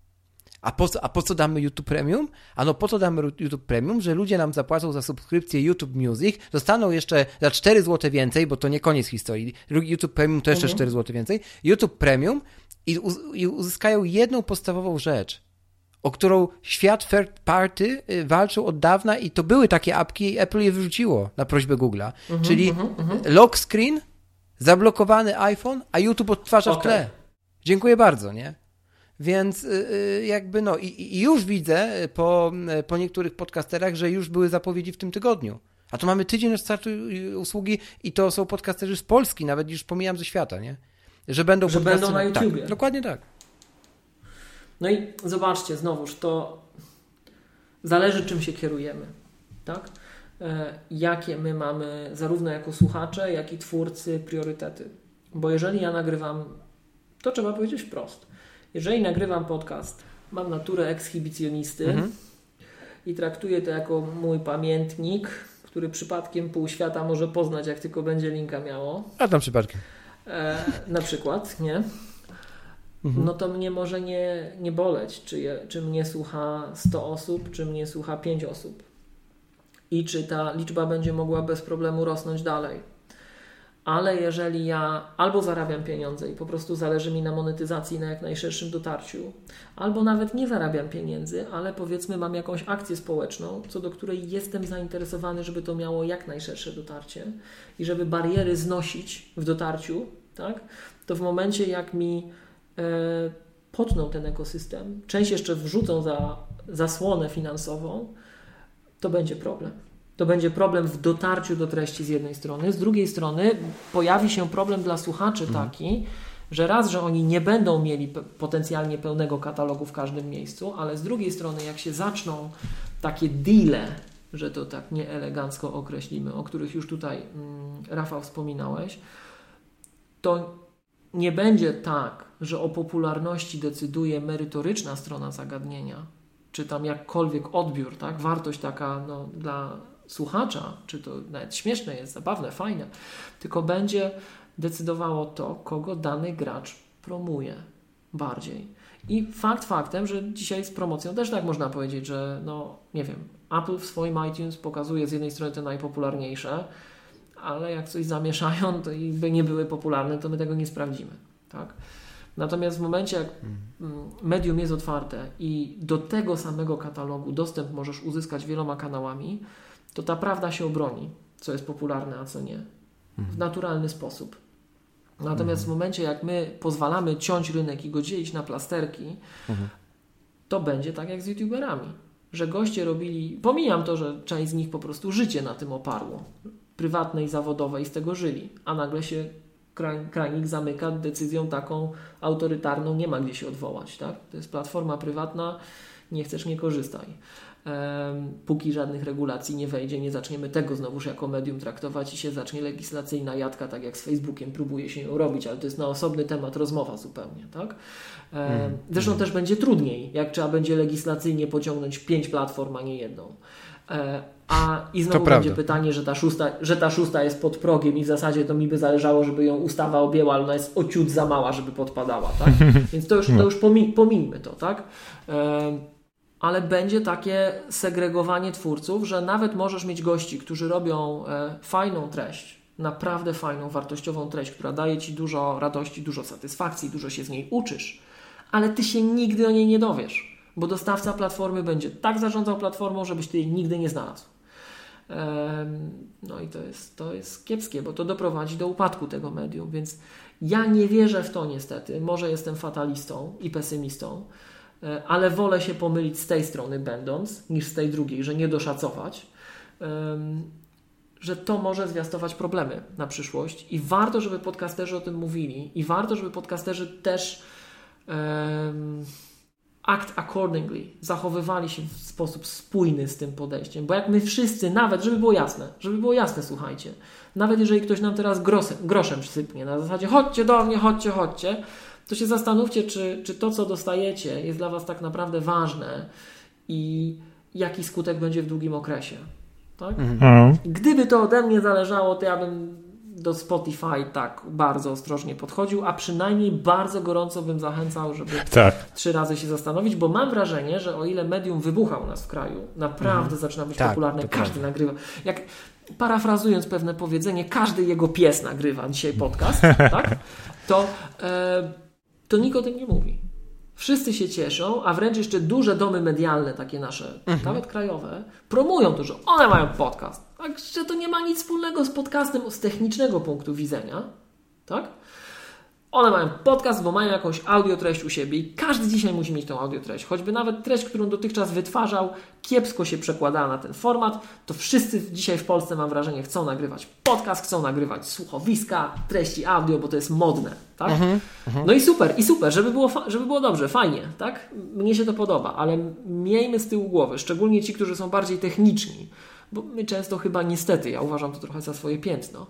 A po, co, a po co damy YouTube Premium? Ano po to damy YouTube Premium, że ludzie nam zapłacą za subskrypcję YouTube Music, dostaną jeszcze za cztery złote więcej, bo to nie koniec historii. YouTube Premium to jeszcze mhm. cztery złote więcej. YouTube Premium i, uz, i uzyskają jedną podstawową rzecz, o którą świat third party walczył od dawna i to były takie apki i Apple je wyrzuciło na prośbę Google'a. Mhm, Czyli mhm. lock screen, zablokowany iPhone, a YouTube odtwarza okay. w tle. Dziękuję bardzo, nie? Więc yy, jakby no i, i już widzę po, po niektórych podcasterach, że już były zapowiedzi w tym tygodniu. A to mamy tydzień od startu usługi i to są podcasterzy z Polski, nawet już pomijam ze świata, nie? Że będą że podcasty będą na YouTubie. Tak, dokładnie tak. No i zobaczcie, znowuż to zależy czym się kierujemy, tak? E, jakie my mamy zarówno jako słuchacze, jak i twórcy priorytety. Bo jeżeli ja nagrywam, to trzeba powiedzieć wprost. Jeżeli nagrywam podcast, mam naturę ekshibicjonisty mhm. i traktuję to jako mój pamiętnik, który przypadkiem pół świata może poznać, jak tylko będzie linka miało. A tam przypadkiem. E, na przykład, nie? Mhm. No to mnie może nie, nie boleć, czy, je, czy mnie słucha sto osób, czy mnie słucha pięć osób. I czy ta liczba będzie mogła bez problemu rosnąć dalej. Ale jeżeli ja albo zarabiam pieniądze i po prostu zależy mi na monetyzacji, na jak najszerszym dotarciu, albo nawet nie zarabiam pieniędzy, ale powiedzmy mam jakąś akcję społeczną, co do której jestem zainteresowany, żeby to miało jak najszersze dotarcie i żeby bariery znosić w dotarciu, tak, to w momencie jak mi e, potną ten ekosystem, część jeszcze wrzucą za zasłonę finansową, to będzie problem. To będzie problem w dotarciu do treści z jednej strony, z drugiej strony pojawi się problem dla słuchaczy taki, że raz, że oni nie będą mieli p- potencjalnie pełnego katalogu w każdym miejscu, ale z drugiej strony jak się zaczną takie deale, że to tak nieelegancko określimy, o których już tutaj mm, Rafał wspominałeś, to nie będzie tak, że o popularności decyduje merytoryczna strona zagadnienia, czy tam jakkolwiek odbiór, tak? Wartość taka no, dla słuchacza, czy to nawet śmieszne jest, zabawne, fajne, tylko będzie decydowało to, kogo dany gracz promuje bardziej. I fakt faktem, że dzisiaj z promocją też tak można powiedzieć, że no nie wiem, Apple w swoim iTunes pokazuje z jednej strony te najpopularniejsze, ale jak coś zamieszają to i by nie były popularne, to my tego nie sprawdzimy. Tak? Natomiast w momencie, jak medium jest otwarte i do tego samego katalogu dostęp możesz uzyskać wieloma kanałami, to ta prawda się obroni, co jest popularne, a co nie. W naturalny sposób. Natomiast w momencie, jak my pozwalamy ciąć rynek i go dzielić na plasterki, mhm. to będzie tak jak z youtuberami. Że goście robili, pomijam to, że część z nich po prostu życie na tym oparło, prywatne i zawodowe i z tego żyli, a nagle się kraj, krajnik zamyka decyzją taką autorytarną, nie ma gdzie się odwołać. Tak? To jest platforma prywatna, nie chcesz, nie korzystaj. Um, póki żadnych regulacji nie wejdzie, nie zaczniemy tego znowuż jako medium traktować i się zacznie legislacyjna jadka, tak jak z Facebookiem próbuje się ją robić, ale to jest na osobny temat, rozmowa zupełnie. Tak? Um, mm. Zresztą mm. też będzie trudniej, jak trzeba będzie legislacyjnie pociągnąć pięć platform, a nie jedną. E, a i znowu to będzie prawda. Pytanie, że ta, szósta, że ta szósta jest pod progiem i w zasadzie to mi by zależało, żeby ją ustawa objęła, ale ona jest o ciut za mała, żeby podpadała. Tak? Więc to już, to już pomi- pomińmy to. Tak? E, ale będzie takie segregowanie twórców, że nawet możesz mieć gości, którzy robią e, fajną treść, naprawdę fajną, wartościową treść, która daje Ci dużo radości, dużo satysfakcji, dużo się z niej uczysz, ale Ty się nigdy o niej nie dowiesz, bo dostawca platformy będzie tak zarządzał platformą, żebyś Ty jej nigdy nie znalazł. E, no i to jest, to jest kiepskie, bo to doprowadzi do upadku tego medium, więc ja nie wierzę w to niestety. Może jestem fatalistą i pesymistą, ale wolę się pomylić z tej strony będąc, niż z tej drugiej, że nie doszacować, um, że to może zwiastować problemy na przyszłość i warto, żeby podcasterzy o tym mówili i warto, żeby podcasterzy też um, act accordingly, zachowywali się w sposób spójny z tym podejściem, bo jak my wszyscy, nawet, żeby było jasne, żeby było jasne, słuchajcie, nawet jeżeli ktoś nam teraz groszem, groszem sypnie na zasadzie chodźcie do mnie, chodźcie, chodźcie, to się zastanówcie, czy, czy to, co dostajecie, jest dla Was tak naprawdę ważne i jaki skutek będzie w długim okresie. Tak? Mhm. Gdyby to ode mnie zależało, to ja bym do Spotify tak bardzo ostrożnie podchodził, a przynajmniej bardzo gorąco bym zachęcał, żeby tak. trzy razy się zastanowić, bo mam wrażenie, że o ile medium wybucha u nas w kraju, naprawdę mhm. zaczyna być tak, popularne, każdy prawda. nagrywa. Jak parafrazując pewne powiedzenie, każdy jego pies nagrywa dzisiaj podcast, tak? to... E, to nikt o tym nie mówi. Wszyscy się cieszą, a wręcz jeszcze duże domy medialne, takie nasze, mhm. nawet krajowe, promują to, że one mają podcast. Także to nie ma nic wspólnego z podcastem z technicznego punktu widzenia. Tak? One mają podcast, bo mają jakąś audiotreść u siebie i każdy dzisiaj musi mieć tą audiotreść. Choćby nawet treść, którą dotychczas wytwarzał, kiepsko się przekładała na ten format, to wszyscy dzisiaj w Polsce, mam wrażenie, chcą nagrywać podcast, chcą nagrywać słuchowiska, treści audio, bo to jest modne. Tak? Uh-huh, uh-huh. No i super, i super, żeby było, fa- żeby było dobrze, fajnie. Tak? Mnie się to podoba, ale miejmy z tyłu głowy, szczególnie ci, którzy są bardziej techniczni, bo my często chyba niestety, ja uważam to trochę za swoje piętno,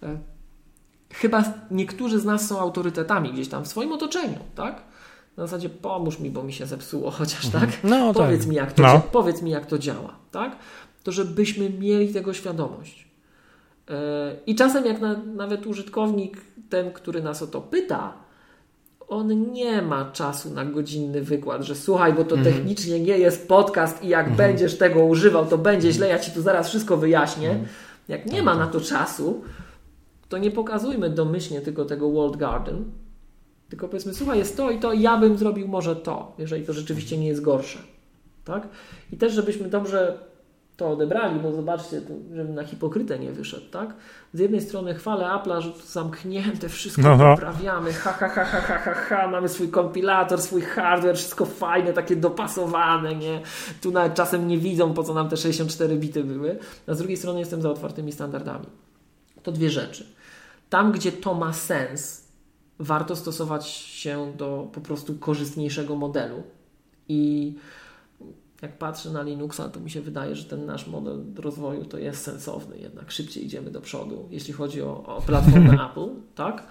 chyba niektórzy z nas są autorytetami gdzieś tam w swoim otoczeniu, tak? Na zasadzie pomóż mi, bo mi się zepsuło chociaż, tak? No, powiedz, tak. Mi, jak to, no. powiedz mi, jak to działa, tak? To żebyśmy mieli tego świadomość. Yy, I czasem jak na, nawet użytkownik, ten, który nas o to pyta, on nie ma czasu na godzinny wykład, że słuchaj, bo to mm. technicznie nie jest podcast i jak mm. będziesz tego używał, to będzie źle, ja Ci tu zaraz wszystko wyjaśnię. Mm. Jak nie ma na to czasu, to nie pokazujmy domyślnie tylko tego walled garden, tylko powiedzmy, słuchaj, jest to i to, ja bym zrobił może to, jeżeli to rzeczywiście nie jest gorsze. Tak? I też, żebyśmy dobrze to odebrali, bo zobaczcie, żebym na hipokrytę nie wyszedł. Tak? Z jednej strony chwalę Apple'a, że to zamknięte, wszystko no. poprawiamy, ha, ha, ha, ha, ha, ha, ha, mamy swój kompilator, swój hardware, wszystko fajne, takie dopasowane, nie? Tu nawet czasem nie widzą, po co nam te sześćdziesiąt cztery bity były. A z drugiej strony jestem za otwartymi standardami. To dwie rzeczy. Tam, gdzie to ma sens, warto stosować się do po prostu korzystniejszego modelu. I jak patrzę na Linuxa, to mi się wydaje, że ten nasz model rozwoju to jest sensowny, jednak szybciej idziemy do przodu, jeśli chodzi o, o platformę Apple, tak?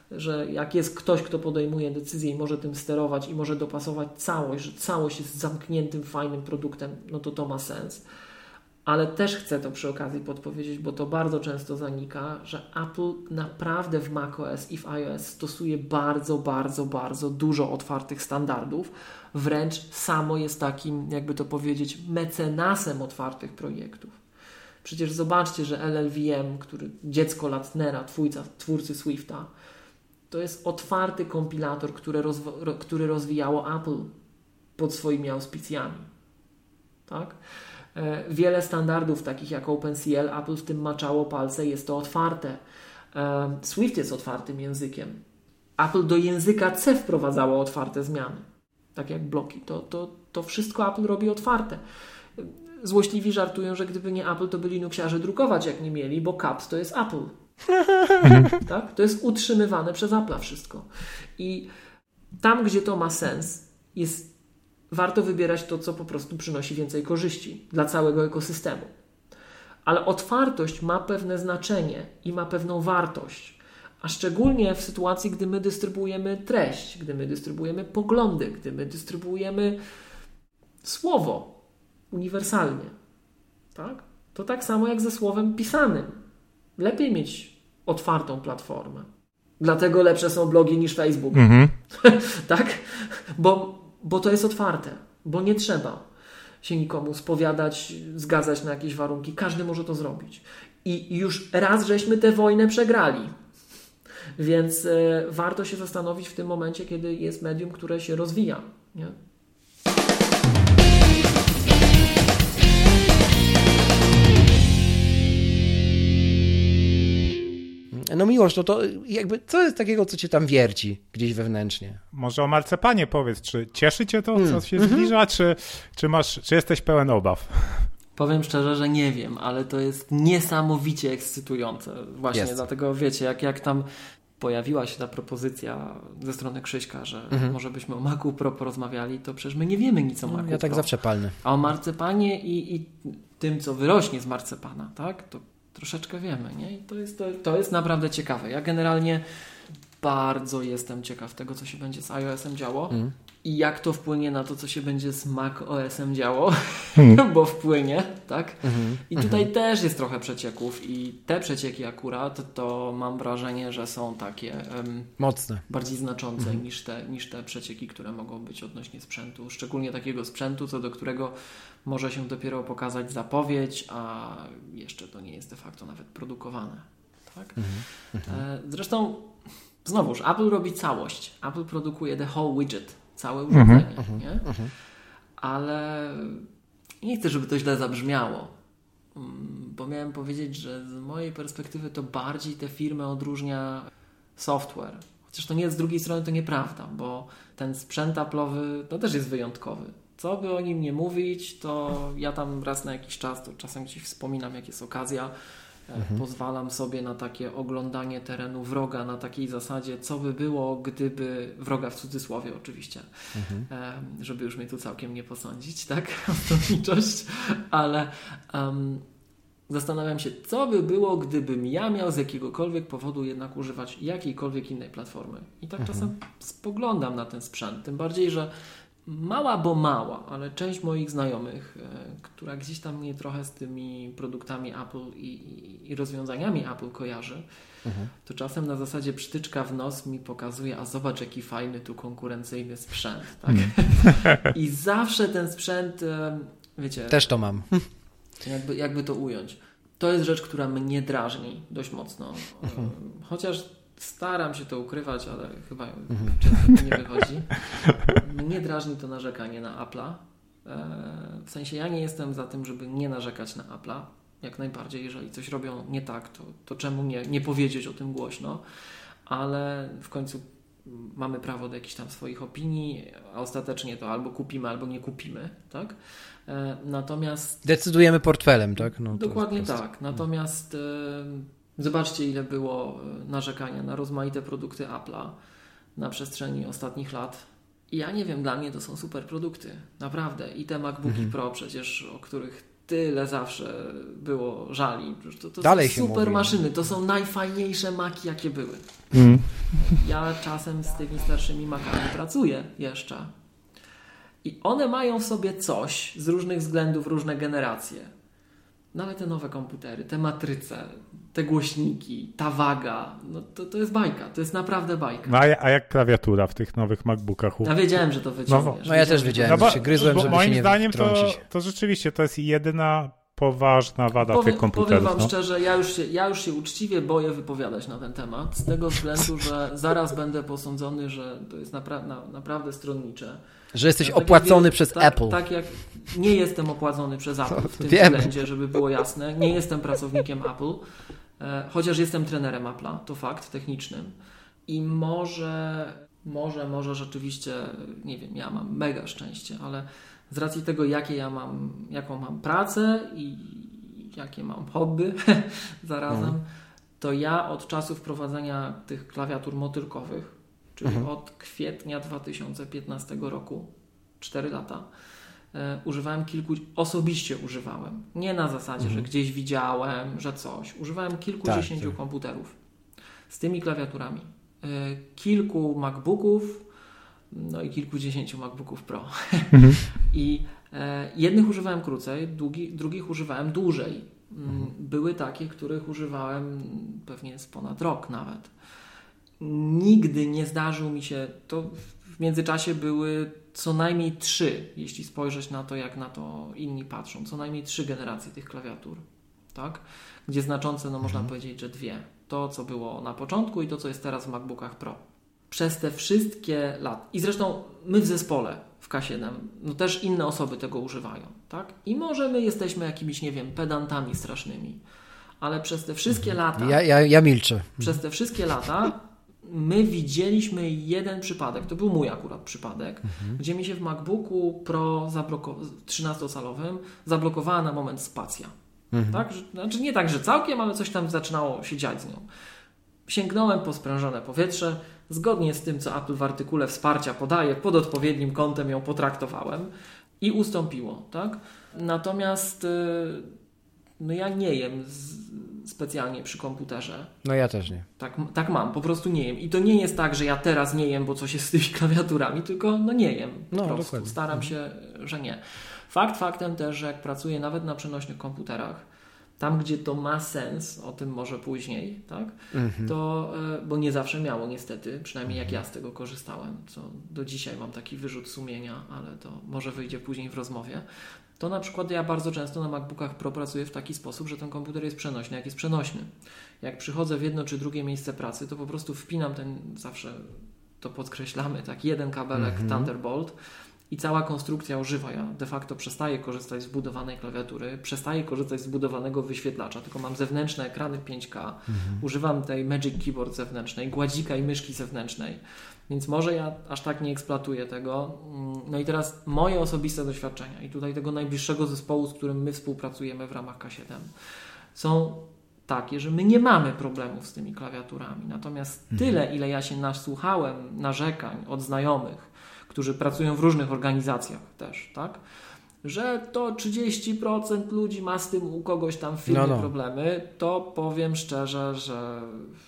że jak jest ktoś, kto podejmuje decyzję i może tym sterować i może dopasować całość, że całość jest zamkniętym, fajnym produktem, no to to ma sens. Ale też chcę to przy okazji podpowiedzieć, bo to bardzo często zanika, że Apple naprawdę w macOS i w iOS stosuje bardzo, bardzo, bardzo dużo otwartych standardów. Wręcz samo jest takim, jakby to powiedzieć, mecenasem otwartych projektów. Przecież zobaczcie, że L L V M, który dziecko Latnera, twórca, twórcy Swifta, to jest otwarty kompilator, który, rozw- który rozwijało Apple pod swoimi auspicjami. Tak? Wiele standardów, takich jak OpenCL, Apple w tym maczało palce, jest to otwarte. Swift jest otwartym językiem. Apple do języka C wprowadzało otwarte zmiany, tak jak bloki. To, to, to wszystko Apple robi otwarte. Złośliwi żartują, że gdyby nie Apple, to by Linuxiarze drukować jak nie mieli, bo caps to jest Apple. Tak? To jest utrzymywane przez Apple'a wszystko. I tam, gdzie to ma sens, jest warto wybierać to, co po prostu przynosi więcej korzyści dla całego ekosystemu. Ale otwartość ma pewne znaczenie i ma pewną wartość. A szczególnie w sytuacji, gdy my dystrybuujemy treść, gdy my dystrybuujemy poglądy, gdy my dystrybuujemy słowo uniwersalnie. Tak? To tak samo jak ze słowem pisanym. Lepiej mieć otwartą platformę. Dlatego lepsze są blogi niż Facebook. Mhm. Tak? Bo Bo to jest otwarte, bo nie trzeba się nikomu spowiadać, zgadzać na jakieś warunki. Każdy może to zrobić. I już raz żeśmy tę wojnę przegrali. Więc y, warto się zastanowić w tym momencie, kiedy jest medium, które się rozwija. Nie? No Miłosz, no to jakby co jest takiego, co cię tam wierci gdzieś wewnętrznie? Może o marcepanie powiedz, czy cieszy cię to, Hmm. co się zbliża, czy, czy, masz, czy jesteś pełen obaw? Powiem szczerze, że nie wiem, ale to jest niesamowicie ekscytujące. Właśnie jest. Dlatego wiecie, jak, jak tam pojawiła się ta propozycja ze strony Krzyśka, że mhm. może byśmy o Macu Pro porozmawiali, to przecież my nie wiemy nic o Macu no, Ja tak Pro. zawsze palny. A o marcepanie i, i tym, co wyrośnie z marcepana, tak? To troszeczkę wiemy, nie? I to jest, to, to jest naprawdę ciekawe. Ja generalnie bardzo jestem ciekaw tego, co się będzie z iOS-em działo mm. i jak to wpłynie na to, co się będzie z macOS-em działo, mm. bo wpłynie, tak? Mm-hmm. I tutaj mm-hmm. też jest trochę przecieków i te przecieki akurat, to mam wrażenie, że są takie um, mocne, bardziej znaczące mm-hmm. niż, te, niż te przecieki, które mogą być odnośnie sprzętu, szczególnie takiego sprzętu, co do którego może się dopiero pokazać zapowiedź, a jeszcze to nie jest de facto nawet produkowane. Tak? Mm-hmm. Zresztą znowuż, Apple robi całość. Apple produkuje the whole widget, całe urządzenie. Mm-hmm. Nie? Mm-hmm. Ale nie chcę, żeby to źle zabrzmiało, bo miałem powiedzieć, że z mojej perspektywy to bardziej te firmy odróżnia software. Chociaż to nie z drugiej strony to nieprawda, bo ten sprzęt Apple'owy to też jest wyjątkowy. Co by o nim nie mówić, to ja tam raz na jakiś czas, to czasem gdzieś wspominam, jak jest okazja, mhm. pozwalam sobie na takie oglądanie terenu wroga na takiej zasadzie, co by było, gdyby, wroga w cudzysłowie oczywiście, mhm. żeby już mnie tu całkiem nie posądzić, tak, osobniczość, ale um, zastanawiam się, co by było, gdybym ja miał z jakiegokolwiek powodu jednak używać jakiejkolwiek innej platformy. I tak mhm. czasem spoglądam na ten sprzęt, tym bardziej, że mała, bo mała, ale część moich znajomych, e, która gdzieś tam mnie trochę z tymi produktami Apple i, i, i rozwiązaniami Apple kojarzy, mhm. to czasem na zasadzie przytyczka w nos mi pokazuje, a zobacz jaki fajny tu konkurencyjny sprzęt. Tak? Mhm. I zawsze ten sprzęt, e, wiecie... Też to mam. Jakby, jakby to ująć. To jest rzecz, która mnie drażni dość mocno. Mhm. Chociaż staram się to ukrywać, ale chyba mhm. często to nie wychodzi. Mnie drażni to narzekanie na Apple'a. W sensie ja nie jestem za tym, żeby nie narzekać na Apple'a. Jak najbardziej, jeżeli coś robią nie tak, to, to czemu nie, nie powiedzieć o tym głośno. Ale w końcu mamy prawo do jakichś tam swoich opinii, a ostatecznie to albo kupimy, albo nie kupimy. Tak? Natomiast... Decydujemy portfelem, tak? No, dokładnie tak. Natomiast... Hmm. Zobaczcie, ile było narzekania na rozmaite produkty Apple'a na przestrzeni ostatnich lat. I ja nie wiem, dla mnie to są super produkty. Naprawdę. I te MacBooki mhm. Pro przecież, o których tyle zawsze było żali. To, to Dalej są się super mówi. maszyny, to są najfajniejsze Maki, jakie były. Mm. Ja czasem z tymi starszymi Macami pracuję jeszcze. I one mają w sobie coś z różnych względów, różne generacje. No ale te nowe komputery, te matryce, te głośniki, ta waga, no to, to jest bajka, to jest naprawdę bajka. No, a, a jak klawiatura w tych nowych MacBookach? Ja wiedziałem, że to wyciągniesz. No ja też wiedziałem, że się gryzłem, bo żeby moim się nie zdaniem to, wtrącić. to rzeczywiście to jest jedyna poważna wada powiem, tych komputerów. Powiem wam no. szczerze, ja już, się, ja już się uczciwie boję wypowiadać na ten temat, z tego względu, że zaraz będę posądzony, że to jest napra- na, naprawdę stronnicze. Że jesteś Tak opłacony jak, przez tak, Apple. Tak jak nie jestem opłacony przez Apple w tym Wiem. względzie, żeby było jasne. Nie jestem pracownikiem Apple, e, chociaż jestem trenerem Apple'a, to fakt technicznym. I może, może, może rzeczywiście, nie wiem, ja mam mega szczęście, ale z racji tego, jakie ja mam, jaką mam pracę i jakie mam hobby zarazem, Mhm. to ja od czasu wprowadzenia tych klawiatur motylkowych, czyli Mhm. od kwietnia dwa tysiące piętnastego roku, cztery lata, e, używałem kilku, osobiście używałem. Nie na zasadzie, Mhm. że gdzieś widziałem, że coś. Używałem kilkudziesięciu Tak, tak. komputerów z tymi klawiaturami. E, kilku MacBooków, no i kilkudziesięciu MacBooków Pro. Mhm. I e, jednych używałem krócej, długi, drugich używałem dłużej. Mm, Były takie, których używałem pewnie z ponad rok nawet. Nigdy nie zdarzył mi się, to w międzyczasie były co najmniej trzy, jeśli spojrzeć na to, jak na to inni patrzą, co najmniej trzy generacje tych klawiatur, tak? Gdzie znaczące, no można powiedzieć, że dwie. To, co było na początku i to, co jest teraz w MacBookach Pro. Przez te wszystkie lata, i zresztą my w zespole w K siedem, no też inne osoby tego używają, tak? I może my jesteśmy jakimiś, nie wiem, pedantami strasznymi, ale przez te wszystkie lata... Ja, ja, ja milczę. Przez te wszystkie lata my widzieliśmy jeden przypadek, to był mój akurat przypadek, Mhm. gdzie mi się w MacBooku Pro zabloko- trzynastocalowym zablokowała na moment spacja. Mhm. Tak? Że- Znaczy nie tak, że całkiem, ale coś tam zaczynało się dziać z nią. Sięgnąłem po sprężone powietrze, zgodnie z tym, co Apple w artykule wsparcia podaje, pod odpowiednim kątem ją potraktowałem i ustąpiło. Tak? Natomiast yy, no ja nie jem z, specjalnie przy komputerze. No ja też nie. Tak, tak mam, po prostu nie jem. I to nie jest tak, że ja teraz nie jem, bo coś jest z tymi klawiaturami, tylko no nie jem. Po No, prostu. dokładnie. Staram się, że nie. Fakt faktem też, że jak pracuję nawet na przenośnych komputerach, tam gdzie to ma sens, o tym może później, tak? Mhm. To, e, bo nie zawsze miało niestety, przynajmniej jak ja z tego korzystałem, co do dzisiaj mam taki wyrzut sumienia, ale to może wyjdzie później w rozmowie. To na przykład ja bardzo często na MacBookach Pro pracuję w taki sposób, że ten komputer jest przenośny, jak jest przenośny. Jak przychodzę w jedno czy drugie miejsce pracy, to po prostu wpinam ten, zawsze to podkreślamy, tak, jeden kabelek Mhm. Thunderbolt i cała konstrukcja ożywa. Ja de facto przestaję korzystać z wbudowanej klawiatury, przestaję korzystać z wbudowanego wyświetlacza, tylko mam zewnętrzne ekrany pięć K, Mhm. używam tej Magic Keyboard zewnętrznej, gładzika i myszki zewnętrznej. Więc może ja aż tak nie eksploatuję tego. No i teraz moje osobiste doświadczenia i tutaj tego najbliższego zespołu, z którym my współpracujemy w ramach K siedem, są takie, że my nie mamy problemów z tymi klawiaturami. Natomiast Mhm. tyle, ile ja się nasłuchałem narzekań od znajomych, którzy pracują w różnych organizacjach też, tak? Że to trzydzieści procent ludzi ma z tym u kogoś tam w firmie No, no. problemy, to powiem szczerze, że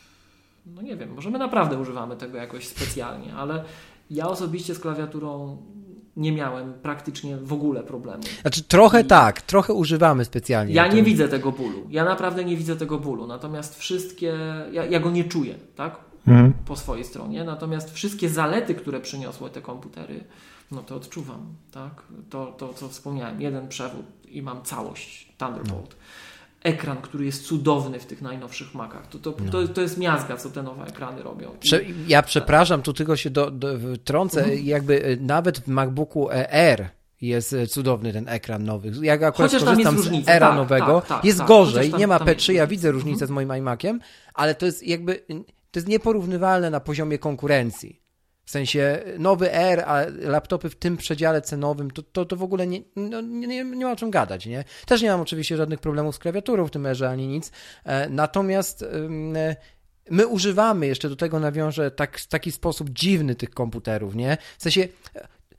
no nie wiem, może my naprawdę używamy tego jakoś specjalnie, ale ja osobiście z klawiaturą nie miałem praktycznie w ogóle problemu. Znaczy trochę I- tak, trochę używamy specjalnie. Ja To- nie widzę tego bólu. Ja naprawdę nie widzę tego bólu. Natomiast wszystkie, ja, ja go nie czuję, tak? Mhm. Po swojej stronie. Natomiast wszystkie zalety, które przyniosły te komputery, no to odczuwam, tak? To, to co wspomniałem, jeden przewód i mam całość Thunderbolt. Ekran, który jest cudowny w tych najnowszych Macach. To, to, to, to jest miazga, co te nowe ekrany robią. I Prze- ja przepraszam, tu tylko się do, do, trącę, Mhm. jakby e, nawet w MacBooku Air jest e, cudowny ten ekran nowy. Jak akurat Chociaż tam korzystam jest z różnica, Era tak, nowego, tak, tak, jest tak. gorzej, Chociaż tam- nie ma tam P jest trzy, ja różnica. widzę różnicę z moim iMaciem, ale to jest jakby, to jest nieporównywalne na poziomie konkurencji. W sensie nowy Air, a laptopy w tym przedziale cenowym, to, to, to w ogóle nie, no, nie, nie, nie ma o czym gadać, nie? Też nie mam oczywiście żadnych problemów z klawiaturą w tym Airze ani nic, e, natomiast ym, e, my używamy, jeszcze do tego nawiążę, tak, w taki sposób dziwny tych komputerów, nie? W sensie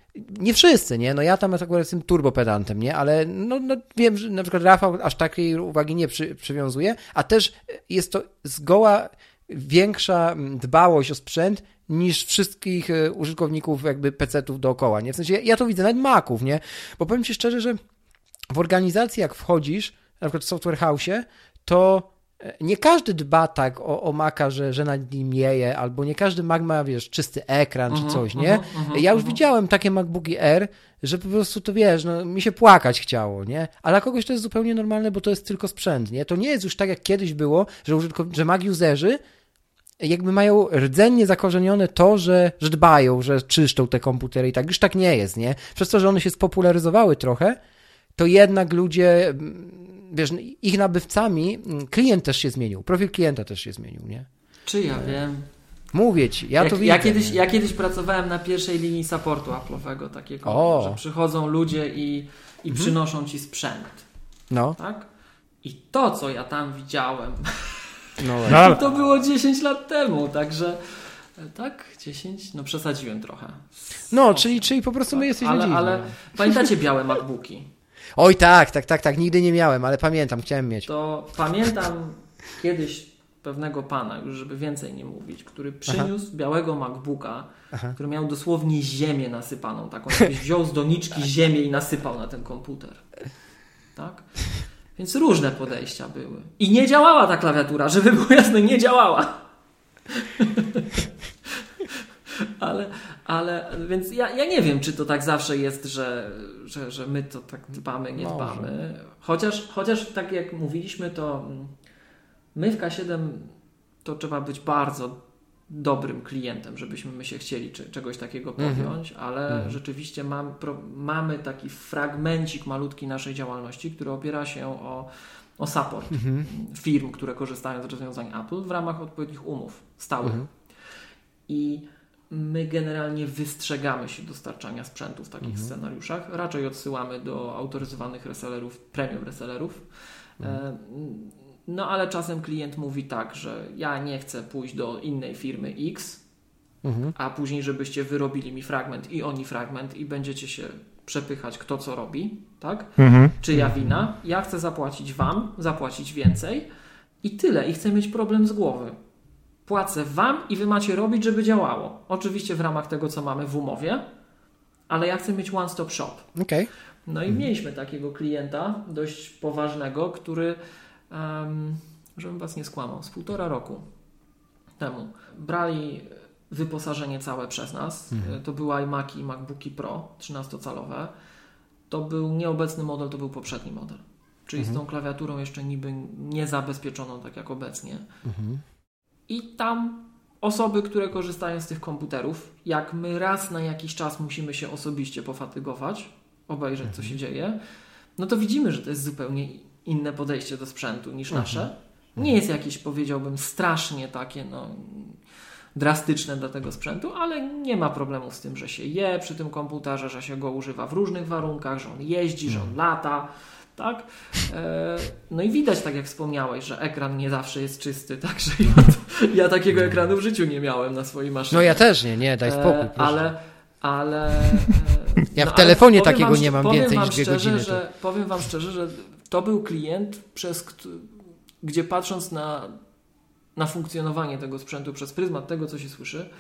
nie wszyscy, nie? No ja tam akurat jestem turbopedantem, nie? Ale no, no wiem, że na przykład Rafał aż takiej uwagi nie przy, przywiązuje, a też jest to zgoła większa dbałość o sprzęt niż wszystkich użytkowników jakby pecetów dookoła, nie? W sensie ja to widzę, nawet Maców, nie? Bo powiem ci szczerze, że w organizacji jak wchodzisz, na przykład w Software House'ie, to nie każdy dba tak o, o Maca, że, że nad nim jeje, albo nie każdy Mac ma, wiesz, czysty ekran czy coś, nie? Uh-huh, uh-huh, ja już uh-huh. widziałem takie MacBooki Air, że po prostu to, wiesz, no mi się płakać chciało, nie? Ale dla kogoś to jest zupełnie normalne, bo to jest tylko sprzęt, nie? To nie jest już tak, jak kiedyś było, że, użytkow- że Mac-userzy jakby mają rdzennie zakorzenione to, że, że dbają, że czyszczą te komputery i tak. Już tak nie jest, nie? Przez to, że one się spopularyzowały trochę, to jednak ludzie, wiesz, ich nabywcami, klient też się zmienił, profil klienta też się zmienił, nie? Czy ja wiem? Mówię ci, ja jak, to widzę. Ja kiedyś, ja kiedyś pracowałem na pierwszej linii supportu Apple'owego, takiego, o. że przychodzą ludzie i, i mhm. przynoszą ci sprzęt. No. Tak? I to, co ja tam widziałem, no, no. to było dziesięć lat temu, także tak, dziesięć, no przesadziłem trochę. No, o, czyli, czyli po prostu my jesteśmy ale, dziwni. Ale pamiętacie białe MacBooki? Oj tak, tak, tak, tak, nigdy nie miałem, ale pamiętam, chciałem mieć. To pamiętam kiedyś pewnego pana, już żeby więcej nie mówić, który przyniósł Aha. białego MacBooka, Aha. który miał dosłownie ziemię nasypaną, taką jakbyś wziął z doniczki ziemię i nasypał na ten komputer. Tak? Więc różne podejścia były. I nie działała ta klawiatura, żeby było jasne, nie działała. ale, ale, więc ja, ja nie wiem, czy to tak zawsze jest, że, że, że my to tak dbamy, nie Może. dbamy. Chociaż, chociaż tak jak mówiliśmy, to my w K siedem to trzeba być bardzo dobrym klientem, żebyśmy my się chcieli czy, czegoś takiego podjąć, mm-hmm. ale mm-hmm. rzeczywiście mam, pro, mamy taki fragmencik malutki naszej działalności, który opiera się o, o support mm-hmm. firm, które korzystają z rozwiązań Apple w ramach odpowiednich umów stałych. Mm-hmm. I my generalnie wystrzegamy się dostarczania sprzętu w takich mm-hmm. scenariuszach. Raczej odsyłamy do autoryzowanych resellerów, premium resellerów. Mm-hmm. E, No ale czasem klient mówi tak, że ja nie chcę pójść do innej firmy X, mhm. a później żebyście wyrobili mi fragment i oni fragment i będziecie się przepychać kto co robi, tak? Mhm. Czyja wina? Ja chcę zapłacić wam, zapłacić więcej i tyle. I chcę mieć problem z głowy. Płacę wam i wy macie robić, żeby działało. Oczywiście w ramach tego, co mamy w umowie, ale ja chcę mieć one-stop shop. Okay. No i mhm. mieliśmy takiego klienta dość poważnego, który Um, żebym was nie skłamał, z półtora roku temu brali wyposażenie całe przez nas. Mhm. To były iMaki i MacBooki Pro trzynastocalowe. To był nieobecny model, to był poprzedni model. Czyli mhm. z tą klawiaturą jeszcze niby nie zabezpieczoną tak jak obecnie. Mhm. I tam osoby, które korzystają z tych komputerów, jak my raz na jakiś czas musimy się osobiście pofatygować, obejrzeć mhm. co się dzieje, no to widzimy, że to jest zupełnie inne podejście do sprzętu niż nasze. Mhm. Nie jest jakieś, powiedziałbym, strasznie takie no, drastyczne dla tego sprzętu, ale nie ma problemu z tym, że się je przy tym komputerze, że się go używa w różnych warunkach, że on jeździ, mhm. że on lata. Tak? E, no i widać, tak jak wspomniałeś, że ekran nie zawsze jest czysty, także ja, ja takiego ekranu w życiu nie miałem na swojej maszynie. No ja też nie, nie, daj spokój. E, ale ale ja no, w telefonie takiego wam, nie mam więcej niż dwie szczerze, godziny. Że, powiem wam szczerze, że to był klient, przez gdzie patrząc na, na funkcjonowanie tego sprzętu przez pryzmat tego, co się słyszy,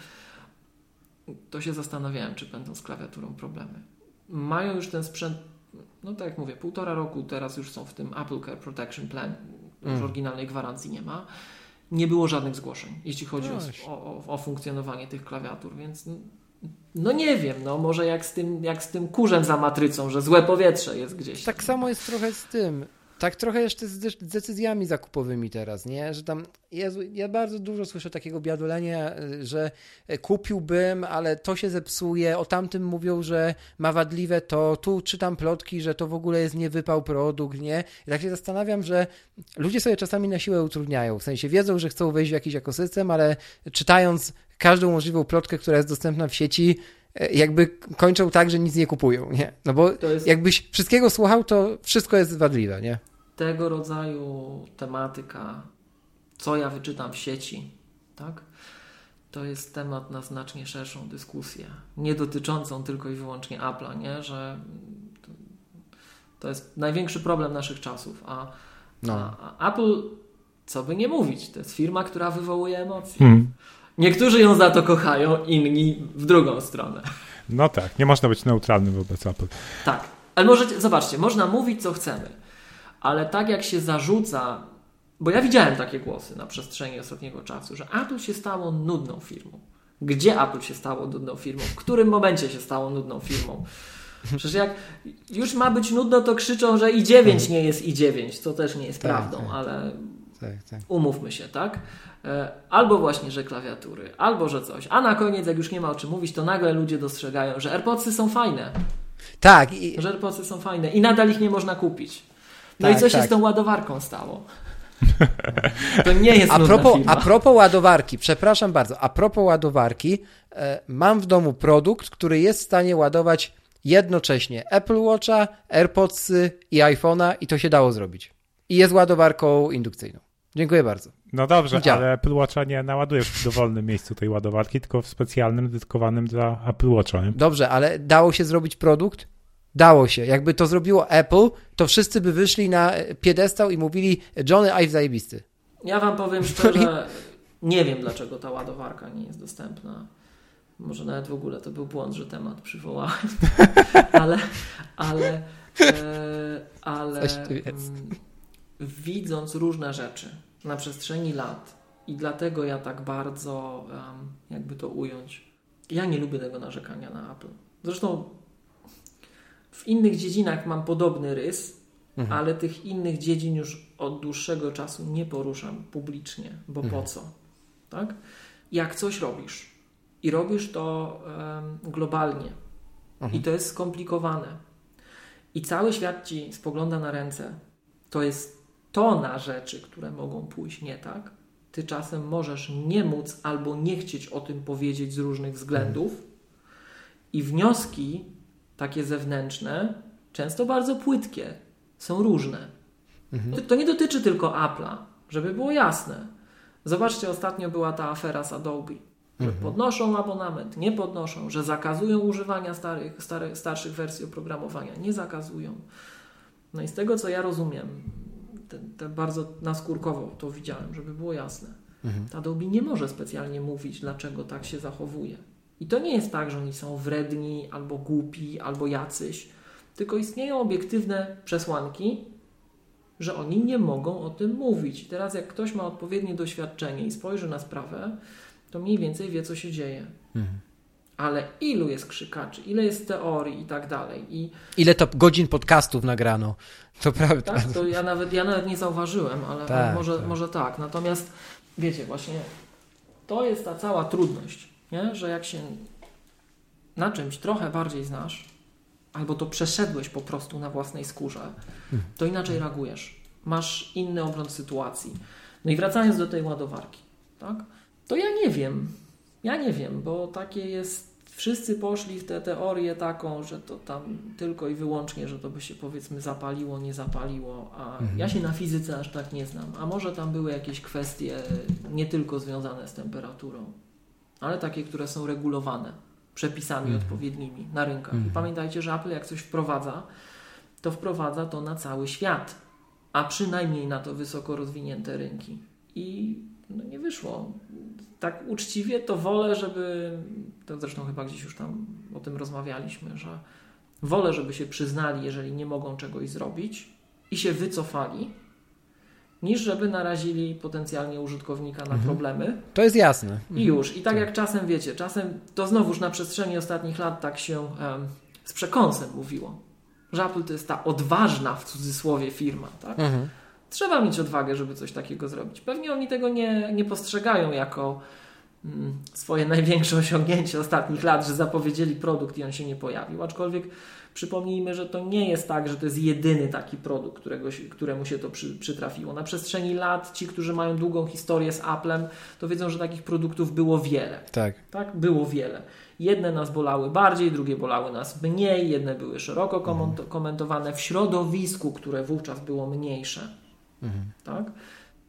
to się zastanawiałem, czy będą z klawiaturą problemy. Mają już ten sprzęt, no tak jak mówię, półtora roku, teraz już są w tym Apple Care Protection Plan, już mm. oryginalnej gwarancji nie ma. Nie było żadnych zgłoszeń, jeśli chodzi o, o, o funkcjonowanie tych klawiatur, więc no nie wiem, no może jak z tym, jak z tym kurzem za matrycą, że złe powietrze jest gdzieś. Tak samo jest trochę z tym. Tak trochę jeszcze z decyzjami zakupowymi teraz, nie? Że tam, Jezu, ja bardzo dużo słyszę takiego biadolenia, że kupiłbym, ale to się zepsuje, o tamtym mówią, że ma wadliwe to, tu czytam plotki, że to w ogóle jest niewypał produkt, nie? I tak się zastanawiam, że ludzie sobie czasami na siłę utrudniają, w sensie wiedzą, że chcą wejść w jakiś ekosystem, ale czytając każdą możliwą plotkę, która jest dostępna w sieci, jakby kończą tak, że nic nie kupują, nie? No bo jest... jakbyś wszystkiego słuchał, to wszystko jest wadliwe, nie? Tego rodzaju tematyka, co ja wyczytam w sieci, tak? to jest temat na znacznie szerszą dyskusję, nie dotyczącą tylko i wyłącznie Apple'a, nie? Że to, to jest największy problem naszych czasów, a, no. a, a Apple, co by nie mówić, to jest firma, która wywołuje emocje. Hmm. Niektórzy ją za to kochają, inni w drugą stronę. No tak, nie można być neutralnym wobec Apple. Tak, ale możecie, zobaczcie, można mówić co chcemy, ale tak jak się zarzuca, bo ja widziałem takie głosy na przestrzeni ostatniego czasu, że Apple się stało nudną firmą. Gdzie Apple się stało nudną firmą? W którym momencie się stało nudną firmą? Przecież jak już ma być nudno, to krzyczą, że i dziewięć nie jest i dziewięć, co też nie jest tak, prawdą, tak, ale tak, tak. umówmy się, tak? Albo właśnie, że klawiatury, albo że coś. A na koniec, jak już nie ma o czym mówić, to nagle ludzie dostrzegają, że AirPodsy są fajne. Tak. I... Że AirPodsy są fajne i nadal ich nie można kupić. No tak, i co się tak. z tą ładowarką stało? To nie jest a propos, firma. A propos ładowarki, przepraszam bardzo, a propos ładowarki, e, mam w domu produkt, który jest w stanie ładować jednocześnie Apple Watcha, AirPodsy i iPhone'a i to się dało zrobić. I jest ładowarką indukcyjną. Dziękuję bardzo. No dobrze, Widziałem. ale Apple Watcha nie naładujesz w dowolnym miejscu tej ładowarki, tylko w specjalnym, dedykowanym dla Apple Watcha. Nie? Dobrze, ale dało się zrobić produkt? Dało się. Jakby to zrobiło Apple, to wszyscy by wyszli na piedestał i mówili Johnny Ive zajebisty. Ja wam powiem szczerze, nie wiem dlaczego ta ładowarka nie jest dostępna. Może nawet w ogóle to był błąd, że temat przywołałem. ale ale, e, ale m, widząc różne rzeczy na przestrzeni lat i dlatego ja tak bardzo, um, jakby to ująć, ja nie lubię tego narzekania na Apple. Zresztą w innych dziedzinach mam podobny rys, mhm. ale tych innych dziedzin już od dłuższego czasu nie poruszam publicznie, bo mhm. po co? Tak? Jak coś robisz i robisz to um, globalnie mhm. i to jest skomplikowane i cały świat ci spogląda na ręce, to jest tona rzeczy, które mogą pójść nie tak, ty czasem możesz nie móc albo nie chcieć o tym powiedzieć z różnych względów mhm. i wnioski takie zewnętrzne, często bardzo płytkie, są różne. Mhm. To, to nie dotyczy tylko Apple'a, żeby było jasne. Zobaczcie, ostatnio była ta afera z Adobe, że mhm. podnoszą abonament, nie podnoszą, że zakazują używania starych, stary, starszych wersji oprogramowania, nie zakazują. No i z tego, co ja rozumiem, te, te bardzo naskórkowo to widziałem, żeby było jasne. Mhm. Adobe nie może specjalnie mówić, dlaczego tak się zachowuje. I to nie jest tak, że oni są wredni, albo głupi, albo jacyś, tylko istnieją obiektywne przesłanki, że oni nie mogą o tym mówić. I teraz jak ktoś ma odpowiednie doświadczenie i spojrzy na sprawę, to mniej więcej wie, co się dzieje. Mhm. Ale ilu jest krzykaczy, ile jest teorii i tak dalej. I ile to godzin podcastów nagrano, to prawda. Tak, to ja nawet, ja nawet nie zauważyłem, ale, tak, ale może, tak. może tak. Natomiast wiecie, właśnie to jest ta cała trudność. Nie? Że jak się na czymś trochę bardziej znasz, albo to przeszedłeś po prostu na własnej skórze, to inaczej reagujesz. Masz inny ogląd sytuacji. No i wracając do tej ładowarki, tak? To ja nie wiem. Ja nie wiem, bo takie jest... Wszyscy poszli w tę teorię taką, że to tam tylko i wyłącznie, że to by się powiedzmy zapaliło, nie zapaliło, a mhm. ja się na fizyce aż tak nie znam. A może tam były jakieś kwestie nie tylko związane z temperaturą, ale takie, które są regulowane przepisami mm. odpowiednimi na rynkach. Mm. I pamiętajcie, że Apple jak coś wprowadza, to wprowadza to na cały świat, a przynajmniej na to wysoko rozwinięte rynki. I no nie wyszło. Tak uczciwie to wolę, żeby, to zresztą chyba gdzieś już tam o tym rozmawialiśmy, że wolę, żeby się przyznali, jeżeli nie mogą czegoś zrobić i się wycofali, niż żeby narazili potencjalnie użytkownika na mhm. problemy. To jest jasne. I już. I tak jak czasem wiecie, czasem to znowuż na przestrzeni ostatnich lat tak się um, z przekąsem mówiło, że Apple to jest ta odważna w cudzysłowie firma. Tak? Mhm. Trzeba mieć odwagę, żeby coś takiego zrobić. Pewnie oni tego nie, nie postrzegają jako mm, swoje największe osiągnięcie ostatnich lat, że zapowiedzieli produkt i on się nie pojawił. Aczkolwiek przypomnijmy, że to nie jest tak, że to jest jedyny taki produkt, którego się, któremu się to przy, przytrafiło. Na przestrzeni lat ci, którzy mają długą historię z Applem, to wiedzą, że takich produktów było wiele. Tak. Tak, było wiele. Jedne nas bolały bardziej, drugie bolały nas mniej, jedne były szeroko koment- komentowane w środowisku, które wówczas było mniejsze. Mhm. Tak?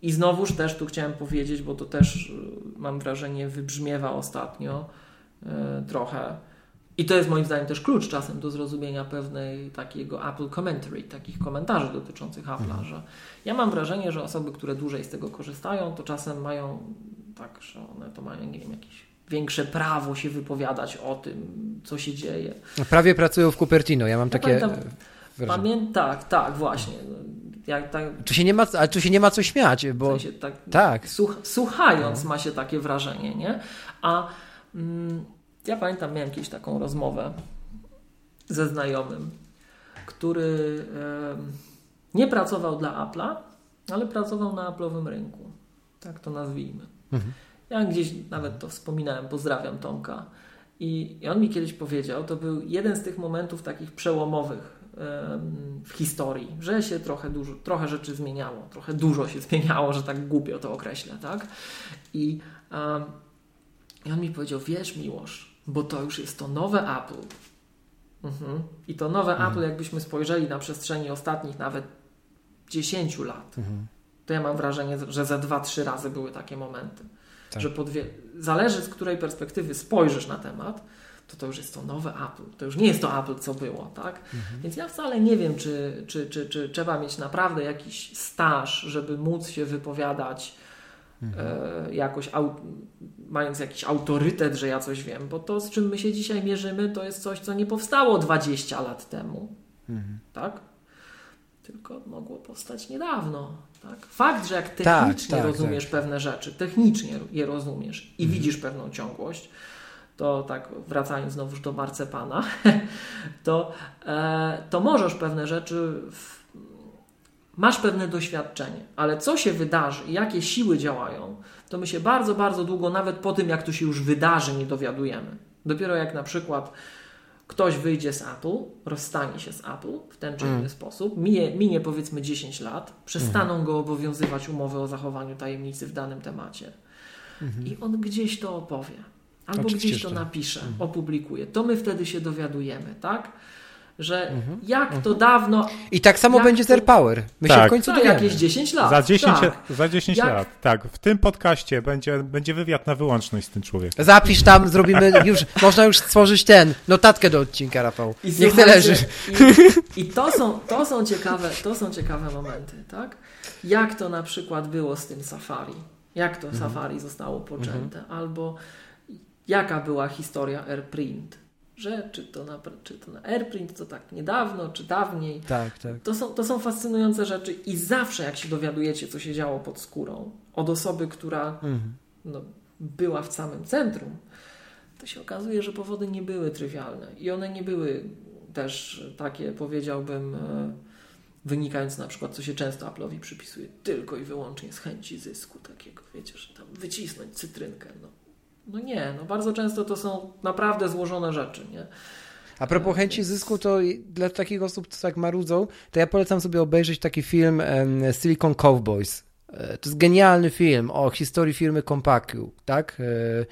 I znowuż też tu chciałem powiedzieć, bo to też mam wrażenie wybrzmiewa ostatnio yy, trochę. I to jest moim zdaniem też klucz czasem do zrozumienia pewnej takiego Apple commentary, takich komentarzy dotyczących Apple'a, mhm. że ja mam wrażenie, że osoby, które dłużej z tego korzystają, to czasem mają tak, że one to mają, nie wiem, jakieś większe prawo się wypowiadać o tym, co się dzieje. Prawie pracują w Cupertino, ja mam ja takie pamiętam, pamię- Tak, tak, właśnie. Jak tak, tu się nie ma, ale tu się nie ma co śmiać, bo... W sensie tak, tak. Słuch- słuchając no. ma się takie wrażenie, nie? A mm, ja pamiętam, miałem kiedyś taką rozmowę ze znajomym, który e, nie pracował dla Apple'a, ale pracował na Apple'owym rynku. Tak to nazwijmy. Mhm. Ja gdzieś nawet to wspominałem, pozdrawiam Tomka. I, I on mi kiedyś powiedział, to był jeden z tych momentów takich przełomowych w historii, że się trochę dużo, trochę rzeczy zmieniało, trochę dużo się zmieniało, że tak głupio to określę, tak? I, um, i on mi powiedział, wiesz Miłosz, bo to już jest to nowe Apple. Mhm. I to nowe mhm. Apple, jakbyśmy spojrzeli na przestrzeni ostatnich nawet dziesięciu lat, mhm. to ja mam wrażenie, że za dwa, trzy razy były takie momenty. Tak. Że po dwie, zależy z której perspektywy spojrzysz na temat, to to już jest to nowe Apple. To już nie jest to Apple, co było, tak? Mhm. Więc ja wcale nie wiem, czy, czy, czy, czy trzeba mieć naprawdę jakiś staż, żeby móc się wypowiadać mhm. e, jakoś, au, mając jakiś autorytet, że ja coś wiem, bo to, z czym my się dzisiaj mierzymy, to jest coś, co nie powstało dwadzieścia lat temu, mhm. tak? Tylko mogło powstać niedawno. Tak? Fakt, że jak technicznie tak, tak, rozumiesz tak. pewne rzeczy, technicznie je rozumiesz i mhm. widzisz pewną ciągłość, to tak wracając znowuż do marcepana, to, e, to możesz pewne rzeczy, w, masz pewne doświadczenie, ale co się wydarzy i jakie siły działają, to my się bardzo, bardzo długo, nawet po tym, jak to się już wydarzy, nie dowiadujemy. Dopiero jak na przykład ktoś wyjdzie z Apple, rozstanie się z Apple w ten czy inny mm. sposób, minie, minie powiedzmy dziesięć lat, przestaną mm. go obowiązywać umowy o zachowaniu tajemnicy w danym temacie mm-hmm. i on gdzieś to opowie. Albo Oczywiście gdzieś to jeszcze. napisze, mm. opublikuje. To my wtedy się dowiadujemy, tak? Że mm-hmm. jak mm-hmm. to dawno... I tak samo będzie z AirPower. My tak. się w końcu dowiemy. Jakieś dziesięć lat. Za dziesięć, tak. za dziesięć jak... lat, tak. W tym podcaście będzie, będzie wywiad na wyłączność z tym człowiekiem. Zapisz tam, zrobimy już, można już stworzyć ten, notatkę do odcinka, Rafał. I Niech tyle leży. I, i to, są, to, są ciekawe, to są ciekawe momenty, tak? Jak to na przykład było z tym Safari? Jak to mm-hmm. Safari zostało poczęte? Mm-hmm. Albo jaka była historia AirPrint? Że czy to na, czy to na AirPrint, to tak niedawno, czy dawniej. Tak, tak. To są, to są fascynujące rzeczy i zawsze jak się dowiadujecie, co się działo pod skórą od osoby, która mm. no, była w samym centrum, to się okazuje, że powody nie były trywialne i one nie były też takie, powiedziałbym, wynikając na przykład, co się często Apple'owi przypisuje, tylko i wyłącznie z chęci zysku takiego, wiecie, że tam wycisnąć cytrynkę, no. No nie, no bardzo często to są naprawdę złożone rzeczy, nie? A propos chęci zysku, to dla takich osób, co tak marudzą, to ja polecam sobie obejrzeć taki film um, Silicon Cowboys. To jest genialny film o historii firmy Compaq, tak?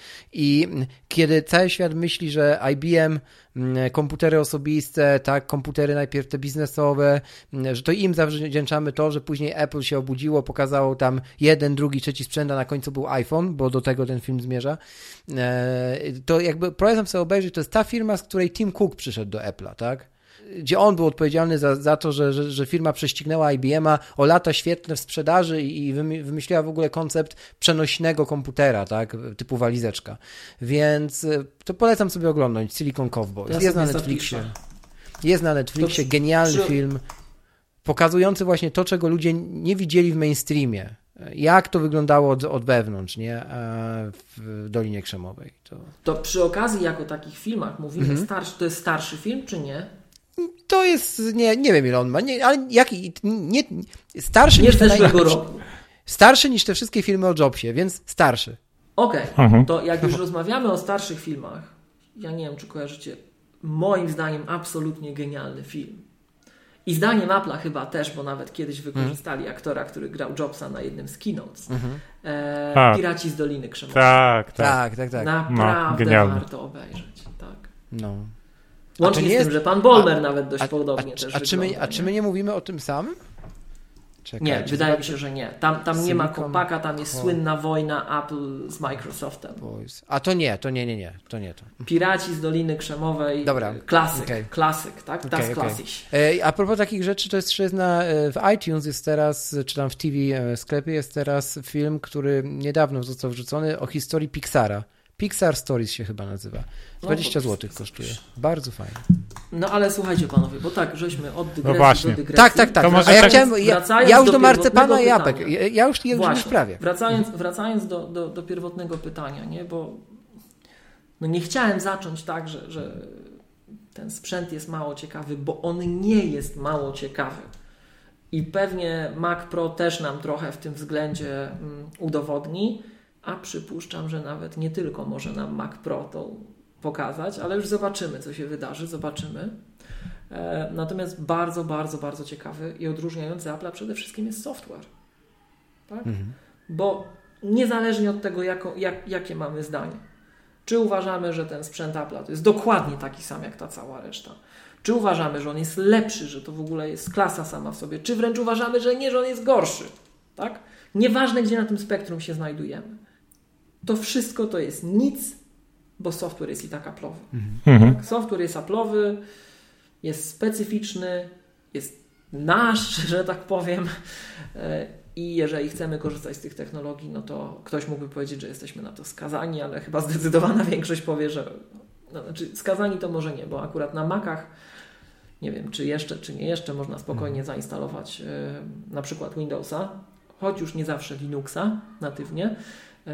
I kiedy cały świat myśli, że I B M, komputery osobiste, tak, komputery najpierw te biznesowe, że to im zawdzięczamy to, że później Apple się obudziło, pokazało tam jeden, drugi, trzeci sprzęt, a na końcu był iPhone, bo do tego ten film zmierza. To jakby polecam sobie obejrzeć, to jest ta firma, z której Tim Cook przyszedł do Apple'a, tak? Gdzie on był odpowiedzialny za, za to, że, że, że firma prześcignęła I B M-a o lata świetne w sprzedaży i wymyśliła w ogóle koncept przenośnego komputera, tak, typu walizeczka. Więc to polecam sobie oglądać Silicon Cowboys. Ja jest na Netflixie. Jest na Netflixie, to genialny przy... film, pokazujący właśnie to, czego ludzie nie widzieli w mainstreamie. Jak to wyglądało od, od wewnątrz, nie? W Dolinie Krzemowej. To... to przy okazji, jak o takich filmach mówimy, mhm. starszy, to jest starszy film, czy nie? To jest, nie, nie wiem ile on ma, nie, ale jaki, nie, starszy, nie niż te naj... starszy niż te wszystkie filmy o Jobsie, więc starszy. Okej, okay. mhm. To jak już rozmawiamy o starszych filmach, ja nie wiem, czy kojarzycie, moim zdaniem absolutnie genialny film. I zdaniem Apple'a chyba też, bo nawet kiedyś wykorzystali mhm. aktora, który grał Jobsa na jednym z keynotes. Mhm. E, tak. Piraci z Doliny Krzemowej. Tak, tak. tak, tak, tak. Naprawdę no, warto obejrzeć. Tak. No. Łącznie z tym, jest... że pan Bolmer a, nawet dość a, podobnie a, też a, czy my, a czy my nie mówimy o tym samym? Czekaj, nie, wydaje mi się, że nie. Tam, tam nie ma Silicon kopaka, tam jest Co- słynna wojna Apple z Microsoftem. Boys. A to nie, to nie, nie, nie, to nie to. Piraci z Doliny Krzemowej. Dobra, Klasyk, okej. klasyk, tak? Das Okej, okej. Klassik. E, A propos takich rzeczy, to jest jeszcze jest na, e, w iTunes jest teraz, czy tam w T V e, sklepie jest teraz film, który niedawno został wrzucony o historii Pixara. Pixar Stories się chyba nazywa. dwadzieścia złotych kosztuje. Bardzo fajnie. No ale słuchajcie panowie, bo tak, żeśmy od dygresji No właśnie. do dygresji. Tak, tak, tak. To może A ja tak- chciałem, ja, wracając ja już do do marcepana i pierwotnego jabłek. pytania. Ja, ja już, ja już Właśnie, prawie. wracając, wracając do, do, do pierwotnego pytania, nie? Bo no nie chciałem zacząć tak, że, że ten sprzęt jest mało ciekawy, bo on nie jest mało ciekawy. I pewnie Mac Pro też nam trochę w tym względzie mm, udowodni, a przypuszczam, że nawet nie tylko może nam Mac Pro to pokazać, ale już zobaczymy, co się wydarzy, zobaczymy. E, natomiast bardzo, bardzo, bardzo ciekawy i odróżniający Apple'a przede wszystkim jest software. Tak? Mhm. Bo niezależnie od tego, jako, jak, jakie mamy zdanie, czy uważamy, że ten sprzęt Apple'a to jest dokładnie taki sam jak ta cała reszta, czy uważamy, że on jest lepszy, że to w ogóle jest klasa sama w sobie, czy wręcz uważamy, że nie, że on jest gorszy, tak? Nieważne, gdzie na tym spektrum się znajdujemy. To wszystko to jest nic, bo software jest i tak Apple'owy. Mhm. Tak? Software jest Apple'owy, jest specyficzny, jest nasz, że tak powiem. I jeżeli chcemy korzystać z tych technologii, no to ktoś mógłby powiedzieć, że jesteśmy na to skazani, ale chyba zdecydowana większość powie, że no, znaczy skazani to może nie, bo akurat na Macach nie wiem, czy jeszcze, czy nie jeszcze można spokojnie zainstalować y, na przykład Windowsa, choć już nie zawsze Linuxa natywnie, y,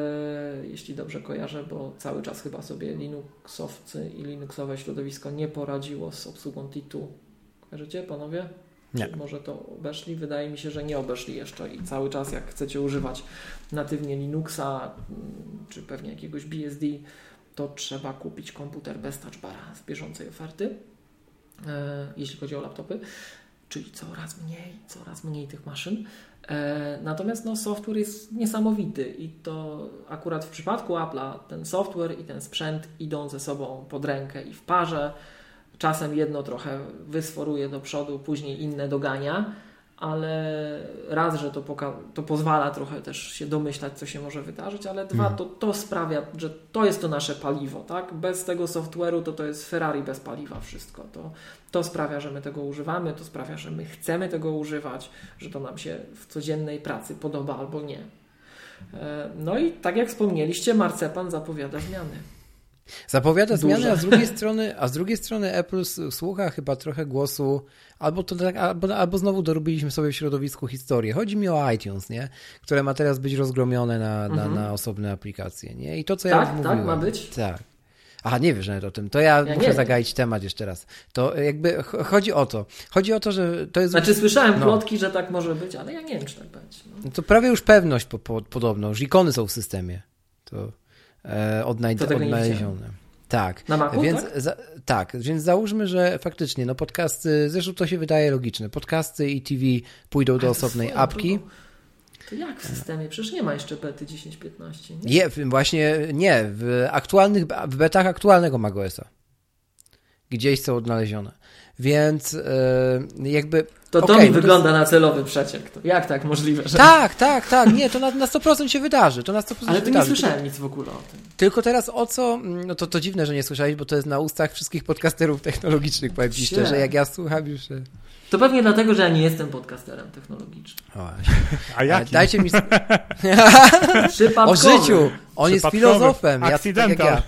jeśli dobrze kojarzę, bo cały czas chyba sobie Linuxowcy i Linuxowe środowisko nie poradziło z obsługą T dwa. Kojarzycie, panowie? Nie. Czy może to obeszli? Wydaje mi się, że nie obeszli jeszcze i cały czas jak chcecie używać natywnie Linuxa, czy pewnie jakiegoś B S D, to trzeba kupić komputer bez touch bara z bieżącej oferty, e, jeśli chodzi o laptopy, czyli coraz mniej, coraz mniej tych maszyn. E, natomiast no, software jest niesamowity i to akurat w przypadku Apple'a ten software i ten sprzęt idą ze sobą pod rękę i w parze. Czasem jedno trochę wysforuje do przodu, później inne dogania, ale raz, że to, poka- to pozwala trochę też się domyślać, co się może wydarzyć, ale dwa, Mhm. to, to sprawia, że to jest to nasze paliwo, tak? Bez tego software'u to to jest Ferrari bez paliwa wszystko. To, to sprawia, że my tego używamy, to sprawia, że my chcemy tego używać, że to nam się w codziennej pracy podoba albo nie. E, No i tak jak wspomnieliście, marcepan zapowiada zmiany. Zapowiada Duże. zmiany, a z drugiej strony, a z drugiej strony Apple s- słucha chyba trochę głosu, albo, to tak, albo, albo znowu dorobiliśmy sobie w środowisku historię. Chodzi mi o iTunes, nie? Które ma teraz być rozgromione na, na, Mhm. na osobne aplikacje. Nie? I to, co Tak, ja tak, mówiłem. ma być? Tak. Aha, nie wiesz nawet o tym. To ja, Ja muszę nie zagaić temat jeszcze raz. To jakby ch- chodzi o to. Chodzi o to, że to jest... Znaczy słyszałem No. plotki, że tak może być, ale ja nie wiem, czy tak będzie. No. To prawie już pewność po, po, podobno, że ikony są w systemie. To e, odnajd- To tego nie odnalezione. Tak. Na Macu, więc, tak? Za, tak, więc załóżmy, że faktycznie no podcasty, zresztą to się wydaje logiczne, podcasty i T V pójdą do Ale to osobnej swoją apki. drogą, To jak w systemie? Przecież nie ma jeszcze bety dziesięć piętnaście, nie? Je, w- właśnie nie, w aktualnych, w betach aktualnego macOSa. Gdzieś są odnalezione. Więc e, jakby... To to okej, mi no to- wygląda na celowy przeciek. To jak tak możliwe, że... Tak, tak, tak, nie, to na, na sto procent się wydarzy. To na sto procent Ale się tu nie wydarzy. słyszałem nic w ogóle o tym. Tylko teraz o co, no to, to dziwne, że nie słyszałeś, bo to jest na ustach wszystkich podcasterów technologicznych, powiem ci Cie. szczerze, jak ja słucham już... e, To pewnie dlatego, że ja nie jestem podcasterem technologicznym. O, właśnie. A jaki? Ale Dajcie mi... Przypadkowy. O życiu! On jest Przypadkowy. filozofem, ja, tak jak Accidental. ja.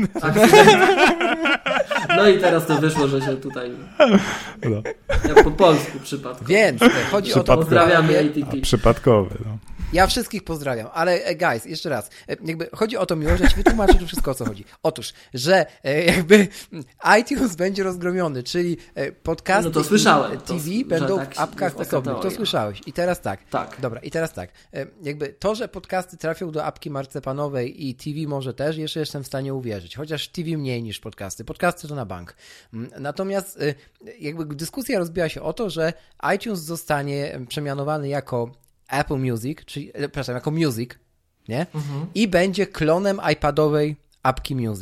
No i teraz to wyszło, że się tutaj... No. Ja po polsku przypadkowo. Więc e, chodzi o to... Przypadkowy. Pozdrawiamy Ja, A T A P. przypadkowy, no. ja wszystkich pozdrawiam, ale e, guys, jeszcze raz, e, jakby chodzi o to, miło, że ci wytłumaczę tu wszystko, o co chodzi. Otóż, że e, jakby iTunes będzie rozgromiony, czyli e, podcasty No to słyszałem, i to- T V że będą tak w apkach jest taka osobnych. To teoria. słyszałeś. I teraz tak. Tak. Dobra, i teraz tak. E, Jakby to, że podcasty trafią do apki marcepanowej i T V może też, jeszcze jestem w stanie uwierzyć. Chociaż T V mniej niż podcasty. Podcasty to na bank. Mm, Natomiast e, jakby dyskusja rozbiła się o to, że iTunes zostanie przemianowany jako Apple Music, czyli, e, przepraszam, jako Music, nie? Mhm. I będzie klonem iPadowej apki Music.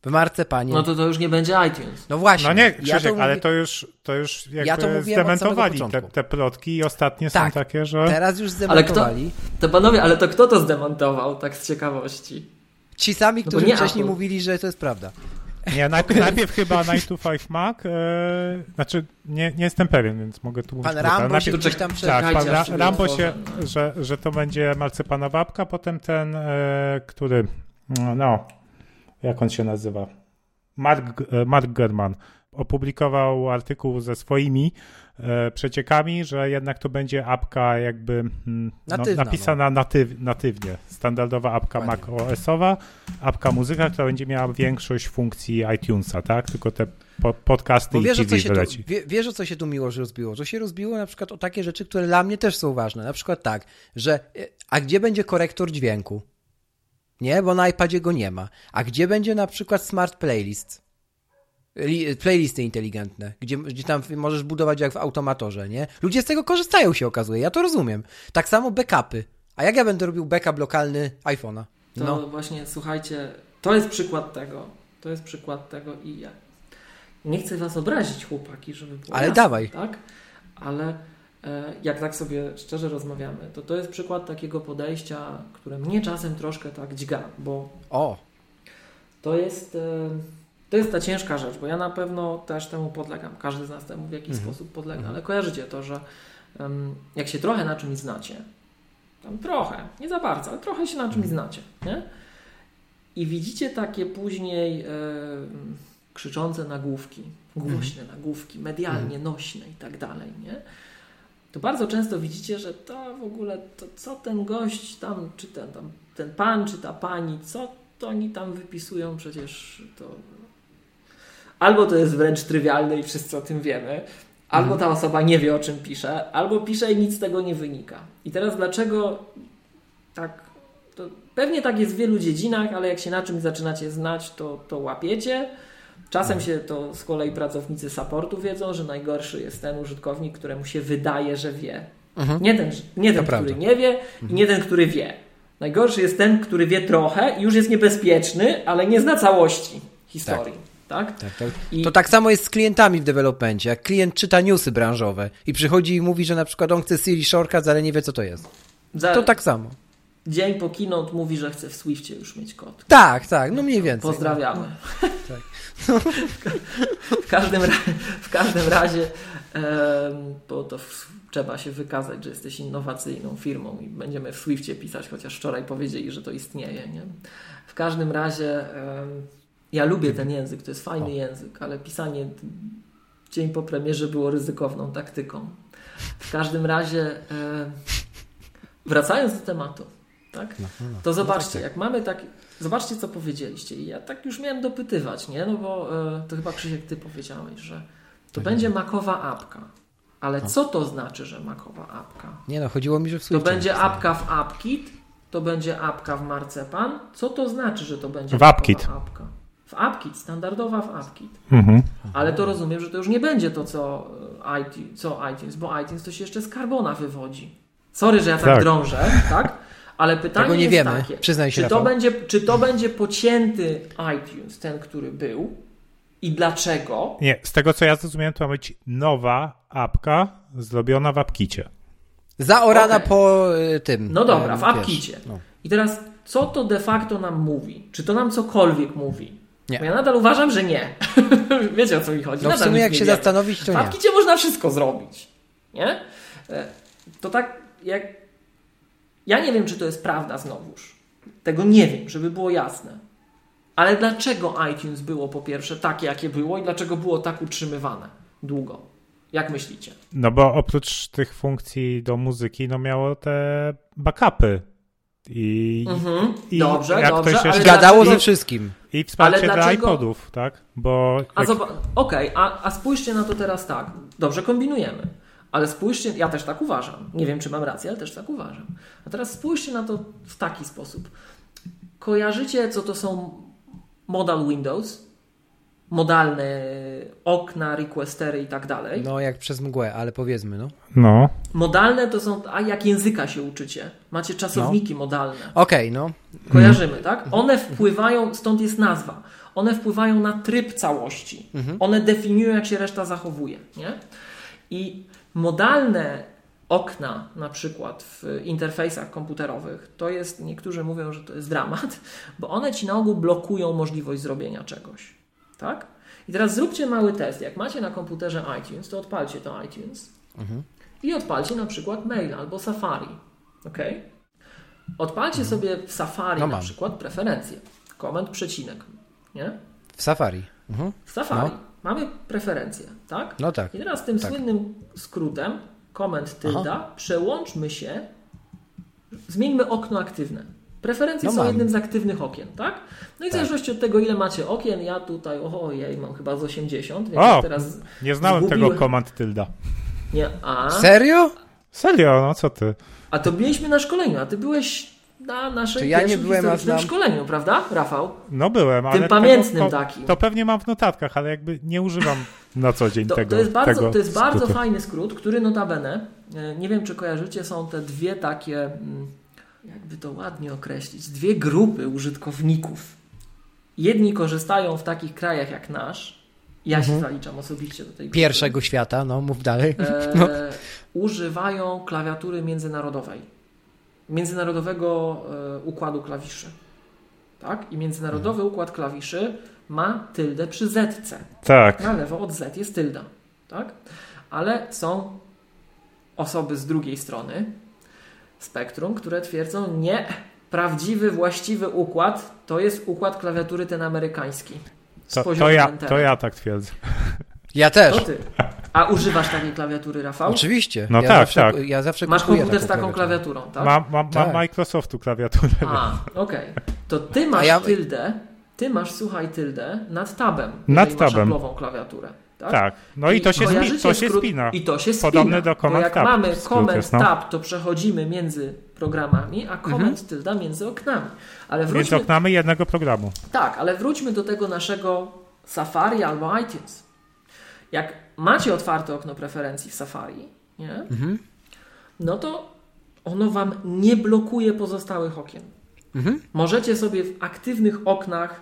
W marcepanie. No to to już nie będzie iTunes. No właśnie. No nie, Krzysiek, ja to mówię... ale to już, to już jakby ja to zdementowali te, te plotki i ostatnie tak, są takie, że... teraz już zdementowali. Ale kto, to panowie, ale to kto to zdemontował, tak z ciekawości? Ci sami, no którzy wcześniej Apple. mówili, że to jest prawda. Nie, najpierw, najpierw chyba nine to five Mac, e, znaczy nie, nie jestem pewien, więc mogę tu mówić. Pan Rambo najpierw, się gdzieś tam tak, pan Ra, Rambo otworzę, się, no. że, że to będzie marcepanowa apka, potem ten, e, który, no, jak on się nazywa? Mark, Mark Gurman opublikował artykuł ze swoimi e, przeciekami, że jednak to będzie apka jakby no, Natywna, napisana no. natyw, natywnie. Standardowa apka macOS-owa, apka muzyka, która będzie miała większość funkcji iTunesa, tak? Tylko te po, podcasty wiesz, i T V wyleci. Tu, wie, wiesz, o co się tu Miłosz rozbiło? To się rozbiło na przykład o takie rzeczy, które dla mnie też są ważne. Na przykład tak, że a gdzie będzie korektor dźwięku? Nie, bo na iPadzie go nie ma. A gdzie będzie na przykład smart playlist? Playlisty inteligentne, gdzie, gdzie tam możesz budować jak w automatorze, nie? Ludzie z tego korzystają, się okazuje, ja to rozumiem. Tak samo backupy. A jak ja będę robił backup lokalny iPhone'a? To no. właśnie, słuchajcie, to jest przykład tego. To jest przykład tego i ja nie chcę was obrazić, chłopaki, żeby było Ale jasne, dawaj. Tak? Ale e, jak tak sobie szczerze rozmawiamy, to to jest przykład takiego podejścia, które mnie czasem troszkę tak dźga, bo o. to jest... E, To jest ta ciężka rzecz, bo ja na pewno też temu podlegam. Każdy z nas temu w jakiś mm. sposób podlega, mm. ale kojarzycie to, że um, jak się trochę na czymś znacie, tam trochę, nie za bardzo, ale trochę się na czymś mm. znacie, nie? I widzicie takie później e, krzyczące nagłówki, głośne mm. nagłówki, medialnie mm. nośne i tak dalej, nie? To bardzo często widzicie, że to w ogóle, to co ten gość tam, czy ten, tam, ten pan, czy ta pani, co to oni tam wypisują, przecież to... Albo to jest wręcz trywialne i wszyscy o tym wiemy, albo ta osoba nie wie, o czym pisze, albo pisze i nic z tego nie wynika. I teraz dlaczego tak... To pewnie tak jest w wielu dziedzinach, ale jak się na czymś zaczynacie znać, to, to łapiecie. Czasem się to z kolei pracownicy supportu wiedzą, że najgorszy jest ten użytkownik, któremu się wydaje, że wie. Mhm. Nie ten, nie ten który nie wie mhm. i nie ten, który wie. Najgorszy jest ten, który wie trochę i już jest niebezpieczny, ale nie zna całości historii. Tak. Tak? Tak, tak. I... To tak samo jest z klientami w developmencie. Jak klient czyta newsy branżowe i przychodzi i mówi, że na przykład on chce Siri Shortcuts, ale nie wie, co to jest. Za... To tak samo. Dzień po keynote mówi, że chce w Swiftie już mieć kod. Tak, tak, no mniej więcej. Pozdrawiamy. No. Tak. No. W, każdym ra... w każdym razie um, bo to w... trzeba się wykazać, że jesteś innowacyjną firmą i będziemy w Swiftie pisać, chociaż wczoraj powiedzieli, że to istnieje. Nie? W każdym razie um, ja lubię ten język, to jest fajny o. język, ale pisanie dzień po premierze było ryzykowną taktyką. W każdym razie um, wracając do tematu, tak? No, no, to zobaczcie, no, jak mamy tak, zobaczcie, co powiedzieliście. I ja tak już miałem dopytywać, nie? No bo e, to chyba Krzysiek, ty powiedziałeś, że to tak będzie macowa apka. Ale co to znaczy, że macowa apka? Nie no, chodziło mi, że w Swiftie. To będzie apka w AppKit, to będzie apka w Marcepan. Co to znaczy, że to będzie w AppKit. apka? W AppKit, standardowa w AppKit. Mhm. Ale to rozumiem, że to już nie będzie to, co iTunes, co iTunes, bo iTunes to się jeszcze z Carbona wywodzi. Sorry, że ja tak, tak drążę, tak? Ale pytanie Tego nie jest wiemy. takie, Przyznaj się, czy to, będzie, czy to będzie pocięty iTunes, ten, który był, i dlaczego? Nie, z tego co ja zrozumiałem, to ma być nowa apka zrobiona w AppKicie. Zaorana okay. po y, tym. No dobra, w AppKicie. No. I teraz co to de facto nam mówi? Czy to nam cokolwiek mówi? Nie. Bo ja nadal uważam, że nie. Wiecie, o co mi chodzi? No w nadal sumie jak się wiemy. zastanowić, to w nie. W AppKicie można wszystko zrobić. Nie? To tak jak... Ja nie wiem, czy to jest prawda znowuż. Tego nie wiem, żeby było jasne. Ale dlaczego iTunes było po pierwsze takie, jakie było i dlaczego było tak utrzymywane długo? Jak myślicie? No bo oprócz tych funkcji do muzyki, no miało te backupy. I, mhm. i dobrze, jak dobrze. Się ale gadało ze wszystkim. I wsparcie dla dlaczego... iPodów, tak? Bo jak... Okej, okay, a, a spójrzcie na to teraz tak. Dobrze kombinujemy. Ale spójrzcie, ja też tak uważam. Nie wiem, czy mam rację, ale też tak uważam. A teraz spójrzcie na to w taki sposób. Kojarzycie, co to są modal Windows? modalne okna, requestery i tak dalej. No jak przez mgłę, ale powiedzmy, no. No. Modalne to są, a jak języka się uczycie? Macie czasowniki no. modalne. Okej, okay, no. Kojarzymy, hmm. tak? One wpływają, stąd jest nazwa, one wpływają na tryb całości. Mhm. One definiują, jak się reszta zachowuje, nie? I modalne okna na przykład w interfejsach komputerowych, to jest, niektórzy mówią, że to jest dramat, bo one ci na ogół blokują możliwość zrobienia czegoś. Tak? I teraz zróbcie mały test. Jak macie na komputerze iTunes, to odpalcie to iTunes mhm. i odpalcie na przykład Mail albo Safari. Okay? Odpalcie mhm. sobie w Safari no na przykład preferencje. Komend, przecinek. Nie? W Safari. Mhm. W Safari. No. Mamy preferencje. Tak? No tak. I teraz tym tak. słynnym skrótem komend tylda Aha. przełączmy się, zmieńmy okno aktywne. Preferencje no są mam. jednym z aktywnych okien, tak? No i w tak. zależności od tego, ile macie okien, ja tutaj, ojej, mam chyba z osiemdziesiąt, więc o, teraz nie znałem zgubiłem. tego komand tylda. Nie, a? Serio? Serio, no co ty? A to byliśmy na szkoleniu, a ty byłeś na naszej ja nie byłem na znam... szkoleniu, prawda, Rafał? No byłem, ale tym pamiętnym tego, to, takim. To pewnie mam w notatkach, ale jakby nie używam na co dzień to, tego. To jest, bardzo, tego to jest bardzo fajny skrót, który notabene, nie wiem czy kojarzycie, są te dwie takie... jakby to ładnie określić, dwie grupy użytkowników. Jedni korzystają w takich krajach jak nasz. Ja mhm. się zaliczam osobiście do tej grupy. Pierwszego świata, no mów dalej. E, no. Używają klawiatury międzynarodowej. Międzynarodowego e, układu klawiszy. Tak? I międzynarodowy mhm. układ klawiszy ma tyldę przy zetce. Tak. Na lewo od Z jest tylda. Tak? Ale są osoby z drugiej strony spektrum, które twierdzą, nie, prawdziwy, właściwy układ to jest układ klawiatury ten amerykański. To, to, ja, to ja tak twierdzę. Ja też. To ty. A używasz takiej klawiatury, Rafał? Oczywiście. No ja tak, zawsze, tak. Ja zawsze Masz komputer z taką klawiaturę. klawiaturą, tak? Mam, mam, tak. mam Microsoftu klawiaturę. A, okej. Okay. To ty masz ja... tyldę, ty masz, słuchaj, tyldę nad tabem. Nad tabem. Masz Apple'ową klawiaturę. Tak? tak, no i, I to, się, spi- to się skrót, spina. I to się spina. Podobne do Command Bo jak tab, mamy Command no. Tab, to przechodzimy między programami, a Command mhm. tylda między oknami. Ale wróćmy... Między oknami jednego programu. Tak, ale wróćmy do tego naszego Safari albo iTunes. Jak macie otwarte okno preferencji w Safari, nie? Mhm. no to ono wam nie blokuje pozostałych okien. Mhm. Możecie sobie w aktywnych oknach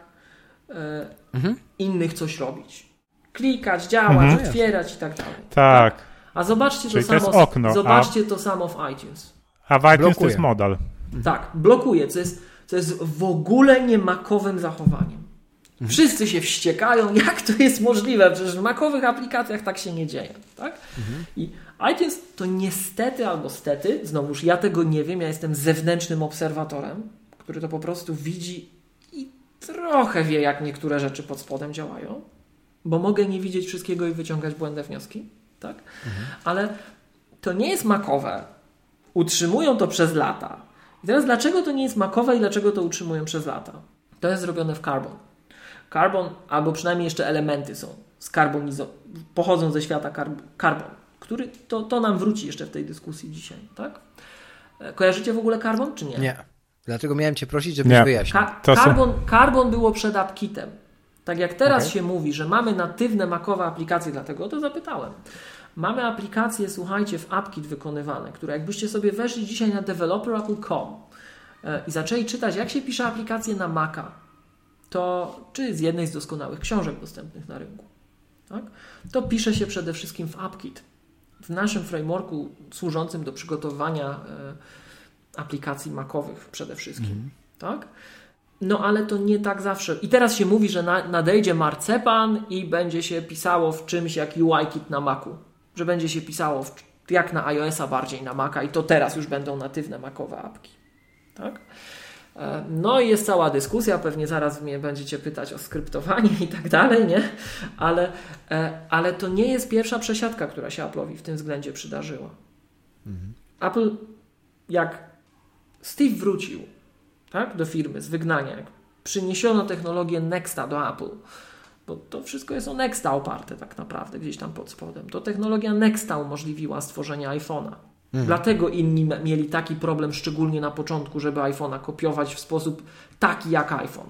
e, mhm. innych coś robić. Klikać, działać, mhm. otwierać i tak dalej. Tak. tak? A zobaczcie Czyli to samo, to jest okno, zobaczcie a... to samo w iTunes. A w iTunes blokuje. To jest modal. Mhm. Tak, blokuje, co jest, co jest w ogóle nie makowym zachowaniem. Mhm. Wszyscy się wściekają, jak to jest możliwe, przecież w makowych aplikacjach tak się nie dzieje. Tak? Mhm. I iTunes to niestety albo stety, znowuż ja tego nie wiem, ja jestem zewnętrznym obserwatorem, który to po prostu widzi i trochę wie, jak niektóre rzeczy pod spodem działają, bo mogę nie widzieć wszystkiego i wyciągać błędne wnioski, tak? Mhm. Ale to nie jest makowe. Utrzymują to przez lata. I teraz dlaczego to nie jest makowe i dlaczego to utrzymują przez lata? To jest zrobione w Carbon. Carbon, albo przynajmniej jeszcze elementy są skarbonizo- pochodzą ze świata karb- Carbon, który to, to nam wróci jeszcze w tej dyskusji dzisiaj, tak? Kojarzycie w ogóle Carbon, czy nie? Nie. Dlatego miałem cię prosić, żebyś wyjaśnił. Ka- Carbon, Carbon było przed AppKitem. Tak jak teraz okay. się mówi, że mamy natywne makowe aplikacje, dlatego o to zapytałem. Mamy aplikacje, słuchajcie, w AppKit wykonywane, które jakbyście sobie weszli dzisiaj na developer apple kropka com i zaczęli czytać, jak się pisze aplikacje na Maca, to czy z jednej z doskonałych książek dostępnych na rynku, tak? To pisze się przede wszystkim w AppKit. W naszym frameworku służącym do przygotowania e, aplikacji macowych przede wszystkim. Mm. Tak? No ale to nie tak zawsze. I teraz się mówi, że na, nadejdzie marcepan i będzie się pisało w czymś jak U I Kit na Macu. Że będzie się pisało w, jak na iOS-a bardziej na Maca i to teraz już będą natywne macowe apki. Tak? No i jest cała dyskusja, pewnie zaraz mnie będziecie pytać o skryptowanie i tak dalej, nie? Ale, ale to nie jest pierwsza przesiadka, która się Apple'owi w tym względzie przydarzyła. Mhm. Apple, jak Steve wrócił, tak, do firmy z wygnania, jak przyniesiono technologię Nexta do Apple, bo to wszystko jest o Nexta oparte tak naprawdę, gdzieś tam pod spodem, to technologia Nexta umożliwiła stworzenie iPhone'a. Mhm. Dlatego inni mieli taki problem, szczególnie na początku, żeby iPhone'a kopiować w sposób taki jak iPhone.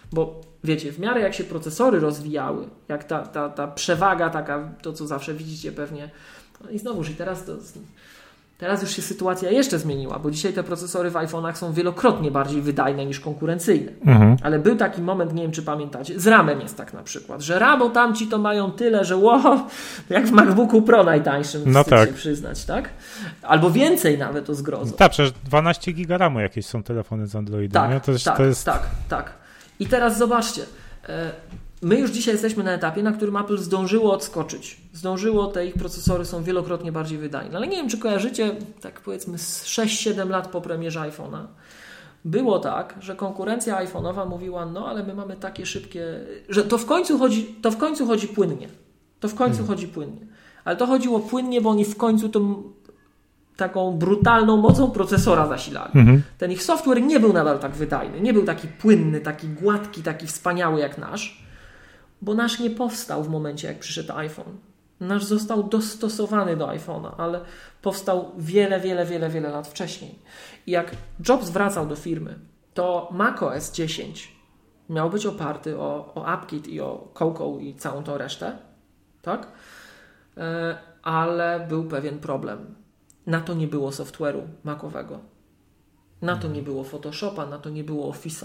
Bo wiecie, w miarę jak się procesory rozwijały, jak ta, ta, ta przewaga taka, to co zawsze widzicie pewnie, no i znowuż i teraz to... Teraz już się sytuacja jeszcze zmieniła, bo dzisiaj te procesory w iPhone'ach są wielokrotnie bardziej wydajne niż konkurencyjne. Mhm. Ale był taki moment, nie wiem czy pamiętacie, z ramem jest tak na przykład, że ramo tamci to mają tyle, że wow, jak w MacBooku Pro najtańszym, no wstyd tak. się przyznać, tak? Albo więcej nawet o zgrozo. Tak, przecież dwanaście giga ramu jakieś są telefony z Androidem. Tak, nie? To jest, tak, to jest... tak, tak. I teraz zobaczcie, my już dzisiaj jesteśmy na etapie, na którym Apple zdążyło odskoczyć. Zdążyło, te ich procesory są wielokrotnie bardziej wydajne. Ale nie wiem, czy kojarzycie, tak powiedzmy sześć siedem lat po premierze iPhone'a, było tak, że konkurencja iPhone'owa mówiła, no ale my mamy takie szybkie, że to w końcu chodzi, to w końcu chodzi płynnie. To w końcu hmm. chodzi płynnie. Ale to chodziło płynnie, bo oni w końcu tą taką brutalną mocą procesora zasilali. Mhm. Ten ich software nie był nadal tak wydajny, nie był taki płynny, taki gładki, taki wspaniały jak nasz, bo nasz nie powstał w momencie, jak przyszedł iPhone. Nasz został dostosowany do iPhone'a, ale powstał wiele, wiele, wiele, wiele lat wcześniej. I jak Jobs wracał do firmy, to macOS dziesięć miał być oparty o, o AppKit i o Cocoa i całą tą resztę, tak? E, ale był pewien problem. Na to nie było software'u macowego. Na to nie było Photoshopa, na to nie było Office'a.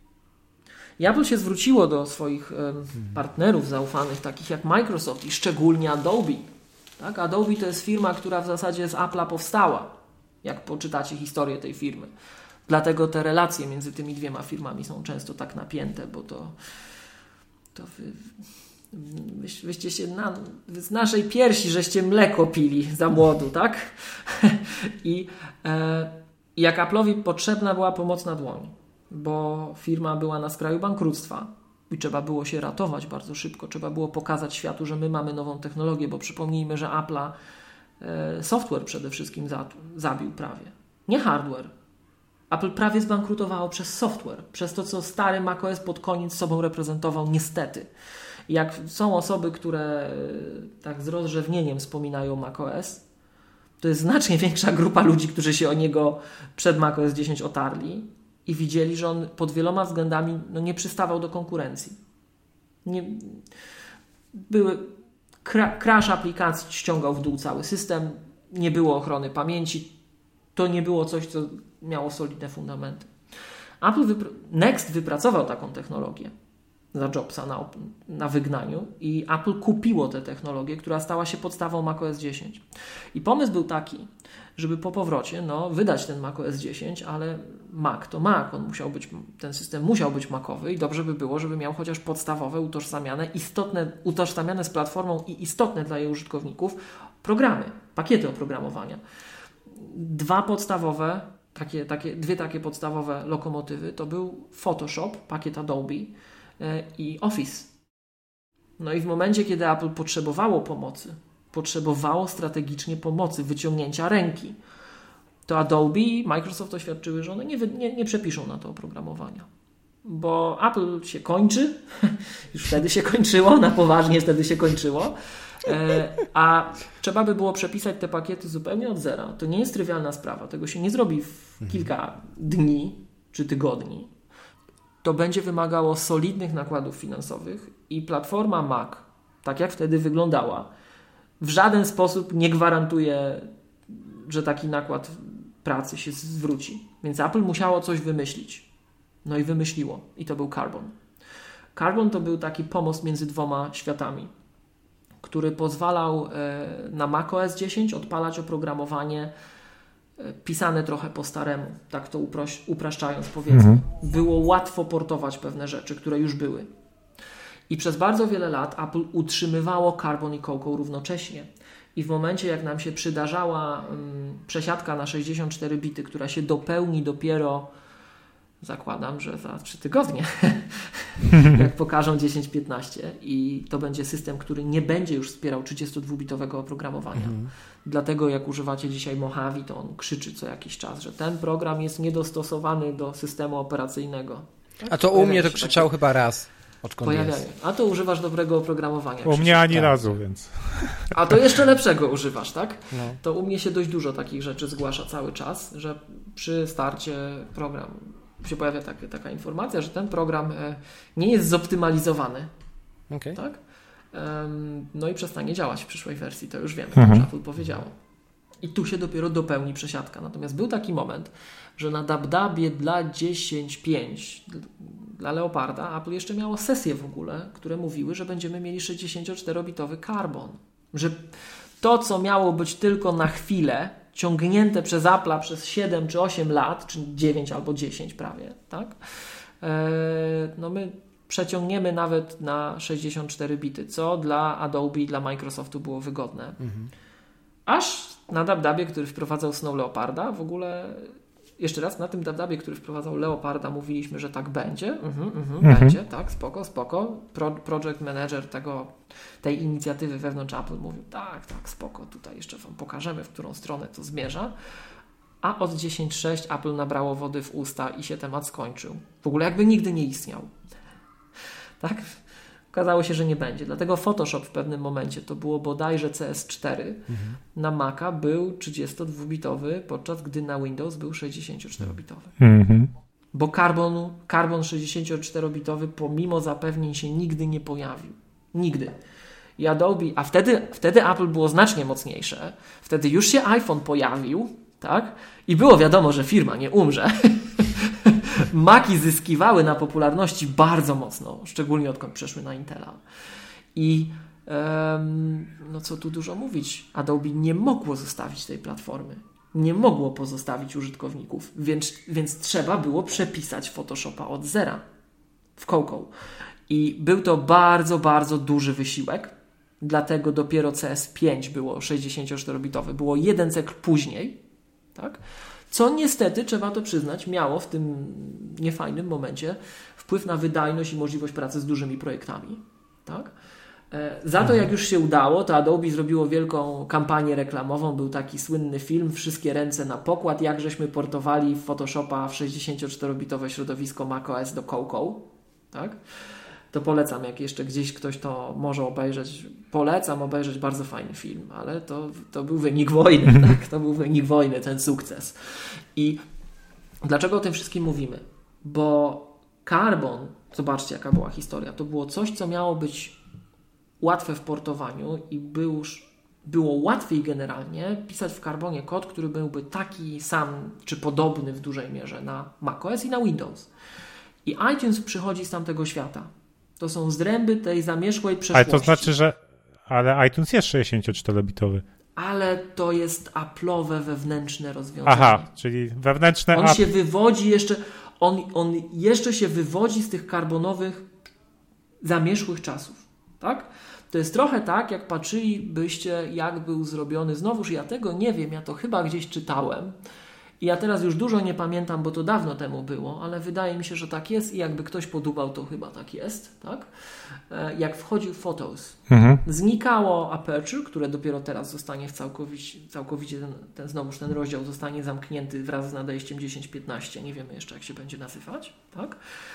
Apple się zwróciło do swoich um, partnerów zaufanych, takich jak Microsoft i szczególnie Adobe. Tak? Adobe to jest firma, która w zasadzie z Apple'a powstała, jak poczytacie historię tej firmy. Dlatego te relacje między tymi dwiema firmami są często tak napięte, bo to, to wy, wy, wyście się na, z naszej piersi żeście mleko pili za młodu, tak? I e, jak Apple'owi potrzebna była pomocna dłoń, bo firma była na skraju bankructwa i trzeba było się ratować bardzo szybko. Trzeba było pokazać światu, że my mamy nową technologię, bo przypomnijmy, że Apple'a e, software przede wszystkim za, zabił prawie. Nie hardware. Apple prawie zbankrutowało przez software, przez to, co stary macOS pod koniec sobą reprezentował, niestety. Jak są osoby, które tak z rozrzewnieniem wspominają macOS, to jest znacznie większa grupa ludzi, którzy się o niego przed macOS dziesięć otarli i widzieli, że on pod wieloma względami no, nie przystawał do konkurencji. Nie, były kra, crash aplikacji ściągał w dół cały system, nie było ochrony pamięci, to nie było coś, co miało solidne fundamenty. Apple wypr- Next wypracował taką technologię za Jobsa na, na wygnaniu i Apple kupiło tę technologię, która stała się podstawą macOS dziesięć. I pomysł był taki, żeby po powrocie no, wydać ten macOS dziesięć, ale Mac to Mac, on musiał być, ten system musiał być macowy i dobrze by było, żeby miał chociaż podstawowe, utożsamiane, istotne, utożsamiane z platformą i istotne dla jej użytkowników programy, pakiety oprogramowania. Dwa podstawowe, takie, takie, dwie takie podstawowe lokomotywy to był Photoshop, pakiet Adobe yy, i Office. No i w momencie, kiedy Apple potrzebowało pomocy, potrzebowało strategicznie pomocy, wyciągnięcia ręki, to Adobe i Microsoft oświadczyły, że one nie, nie, nie przepiszą na to oprogramowania. Bo Apple się kończy, już wtedy się kończyło, na poważnie wtedy się kończyło, a trzeba by było przepisać te pakiety zupełnie od zera. To nie jest trywialna sprawa. Tego się nie zrobi w kilka dni czy tygodni. To będzie wymagało solidnych nakładów finansowych i platforma Mac, tak jak wtedy wyglądała, w żaden sposób nie gwarantuje, że taki nakład pracy się zwróci. Więc Apple musiało coś wymyślić. No i wymyśliło. I to był Carbon. Carbon to był taki pomost między dwoma światami, który pozwalał na macOS dziesięć odpalać oprogramowanie pisane trochę po staremu, tak to uproś, upraszczając powiedzmy. Mhm. Było łatwo portować pewne rzeczy, które już były. I przez bardzo wiele lat Apple utrzymywało Carbon i Cocoa równocześnie. I w momencie, jak nam się przydarzała um, przesiadka na sześćdziesiąt cztery bity, która się dopełni dopiero, zakładam, że za trzy tygodnie, jak pokażą dziesięć piętnaście i to będzie system, który nie będzie już wspierał trzydziestodwubitowego oprogramowania. Mhm. Dlatego jak używacie dzisiaj Mojave, to on krzyczy co jakiś czas, że ten program jest niedostosowany do systemu operacyjnego. Tak? A to u mnie to krzyczał takie... chyba raz. Pojawiają. A to używasz dobrego oprogramowania. U mnie ani tak. razu, więc... A to jeszcze lepszego używasz, tak? No. To u mnie się dość dużo takich rzeczy zgłasza cały czas, że przy starcie program się pojawia tak, taka informacja, że ten program nie jest zoptymalizowany. Okay. Tak? No i przestanie działać w przyszłej wersji, to już wiemy, mhm. to już Apple powiedziało. I tu się dopiero dopełni przesiadka. Natomiast był taki moment, że na DubDubie dla dziesięć pięć, dla Leoparda, Apple jeszcze miało sesje w ogóle, które mówiły, że będziemy mieli sześćdziesięcioczterobitowy Carbon. Że to, co miało być tylko na chwilę, ciągnięte przez Apple'a przez siedem czy osiem lat, czy dziewięć albo dziesięć prawie, tak? Eee, no my przeciągniemy nawet na sześćdziesiąt cztery bity, co dla Adobe i dla Microsoftu było wygodne. Mhm. Aż na DubDubie, który wprowadzał Snow Leoparda, w ogóle jeszcze raz, na tym DubDubie, który wprowadzał Leoparda, mówiliśmy, że tak będzie. Mhm, mhm, mhm. Będzie, tak, spoko, spoko. Pro, project manager tego, tej inicjatywy wewnątrz Apple mówił, tak, tak, spoko, tutaj jeszcze wam pokażemy, w którą stronę to zmierza. A od dziesięć sześć Apple nabrało wody w usta i się temat skończył. W ogóle jakby nigdy nie istniał. Tak? Okazało się, że nie będzie. Dlatego Photoshop w pewnym momencie, to było bodajże C S cztery, mhm. na Maca był trzydziestodwubitowy, podczas gdy na Windows był sześćdziesięcioczterobitowy. Mhm. Bo Carbon, Carbon sześćdziesięcioczterobitowy pomimo zapewnień się nigdy nie pojawił. Nigdy. I Adobe, a wtedy, wtedy Apple było znacznie mocniejsze. Wtedy już się iPhone pojawił, tak? I było wiadomo, że firma nie umrze. Maki zyskiwały na popularności bardzo mocno, szczególnie odkąd przeszły na Intela. I um, no co tu dużo mówić, Adobe nie mogło zostawić tej platformy. Nie mogło pozostawić użytkowników, więc, więc trzeba było przepisać Photoshopa od zera w Cocoa. I był to bardzo, bardzo duży wysiłek, dlatego dopiero C S pięć było sześćdziesięcioczterobitowe, było jeden cykl później, tak? Co niestety, trzeba to przyznać, miało w tym niefajnym momencie wpływ na wydajność i możliwość pracy z dużymi projektami. Tak? Za to, jak już się udało, to Adobe zrobiło wielką kampanię reklamową. Był taki słynny film, wszystkie ręce na pokład, jak żeśmy portowali Photoshopa w sześćdziesięcioczterobitowe środowisko macOS do Cocoa. Tak? To polecam, jak jeszcze gdzieś ktoś to może obejrzeć. Polecam obejrzeć, bardzo fajny film, ale to, to był wynik wojny, tak? To był wynik wojny, ten sukces. I dlaczego o tym wszystkim mówimy? Bo Carbon, zobaczcie jaka była historia, to było coś, co miało być łatwe w portowaniu i był, było łatwiej generalnie pisać w Carbonie kod, który byłby taki sam, czy podobny w dużej mierze na macOS i na Windows. I iTunes przychodzi z tamtego świata. To są zręby tej zamierzchłej przeszłości. Ale to znaczy, że ale iTunes jest sześćdziesięcioczterobitowy. Ale to jest Apple'owe wewnętrzne rozwiązanie. Aha, czyli wewnętrzne... On app... się wywodzi jeszcze, on, on jeszcze się wywodzi z tych karbonowych zamierzchłych czasów. Tak? To jest trochę tak, jak patrzylibyście, jak był zrobiony. Znowuż ja tego nie wiem, ja to chyba gdzieś czytałem. I ja teraz już dużo nie pamiętam, bo to dawno temu było, ale wydaje mi się, że tak jest i jakby ktoś podubał, to chyba tak jest, tak? Jak wchodził Photos, mhm. znikało Aperture, które dopiero teraz zostanie w całkowicie, całkowicie ten, ten znowuż ten rozdział zostanie zamknięty wraz z nadejściem dziesięć piętnaście, nie wiemy jeszcze jak się będzie nazywać, tak?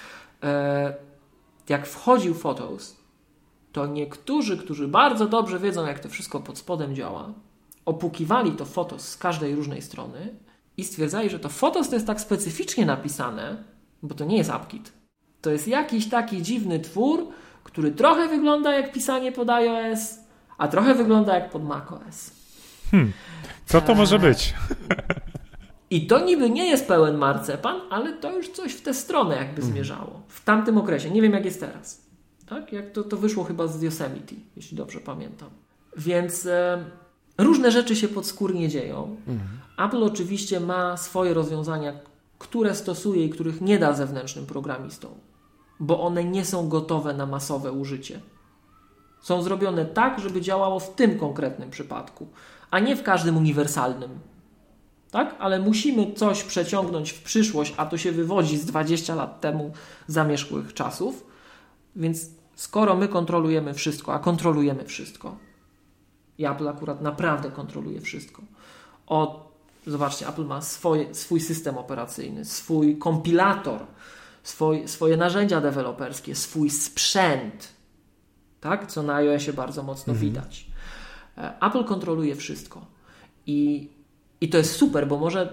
Jak wchodził Photos, to niektórzy, którzy bardzo dobrze wiedzą, jak to wszystko pod spodem działa, opukiwali to Photos z każdej różnej strony i stwierdzali, że to Photos to jest tak specyficznie napisane, bo to nie jest AppKit. To jest jakiś taki dziwny twór, który trochę wygląda jak pisanie pod iOS, a trochę wygląda jak pod macOS. Hmm. Co to może być? I to niby nie jest pełen marcepan, ale to już coś w tę stronę jakby zmierzało. W tamtym okresie. Nie wiem jak jest teraz. Tak? Jak to, to wyszło chyba z Yosemite, jeśli dobrze pamiętam. Więc e, różne rzeczy się podskórnie dzieją. Mhm. Apple oczywiście ma swoje rozwiązania, które stosuje i których nie da zewnętrznym programistom, bo one nie są gotowe na masowe użycie. Są zrobione tak, żeby działało w tym konkretnym przypadku, a nie w każdym uniwersalnym. Tak? Ale musimy coś przeciągnąć w przyszłość, a to się wywodzi z dwudziestu lat temu zamierzchłych czasów. Więc skoro my kontrolujemy wszystko, a kontrolujemy wszystko, i Apple akurat naprawdę kontroluje wszystko. O, zobaczcie, Apple ma swoje, swój system operacyjny, swój kompilator, swój, swoje narzędzia deweloperskie, swój sprzęt, tak? Co na iOSie bardzo mocno mhm. widać. Apple kontroluje wszystko. I, I to jest super, bo może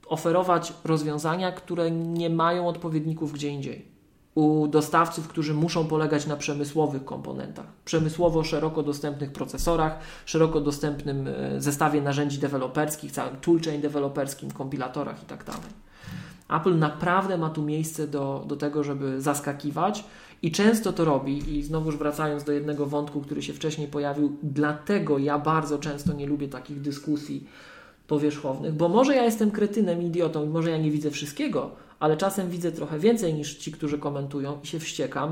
oferować rozwiązania, które nie mają odpowiedników gdzie indziej. U dostawców, którzy muszą polegać na przemysłowych komponentach, przemysłowo szeroko dostępnych procesorach, szeroko dostępnym zestawie narzędzi deweloperskich, całym toolchain deweloperskim, kompilatorach i tak dalej. Apple naprawdę ma tu miejsce do, do tego, żeby zaskakiwać i często to robi. I znowuż wracając do jednego wątku, który się wcześniej pojawił, dlatego ja bardzo często nie lubię takich dyskusji powierzchownych, bo może ja jestem kretynem, idiotą i może ja nie widzę wszystkiego, ale czasem widzę trochę więcej niż ci, którzy komentują i się wściekam,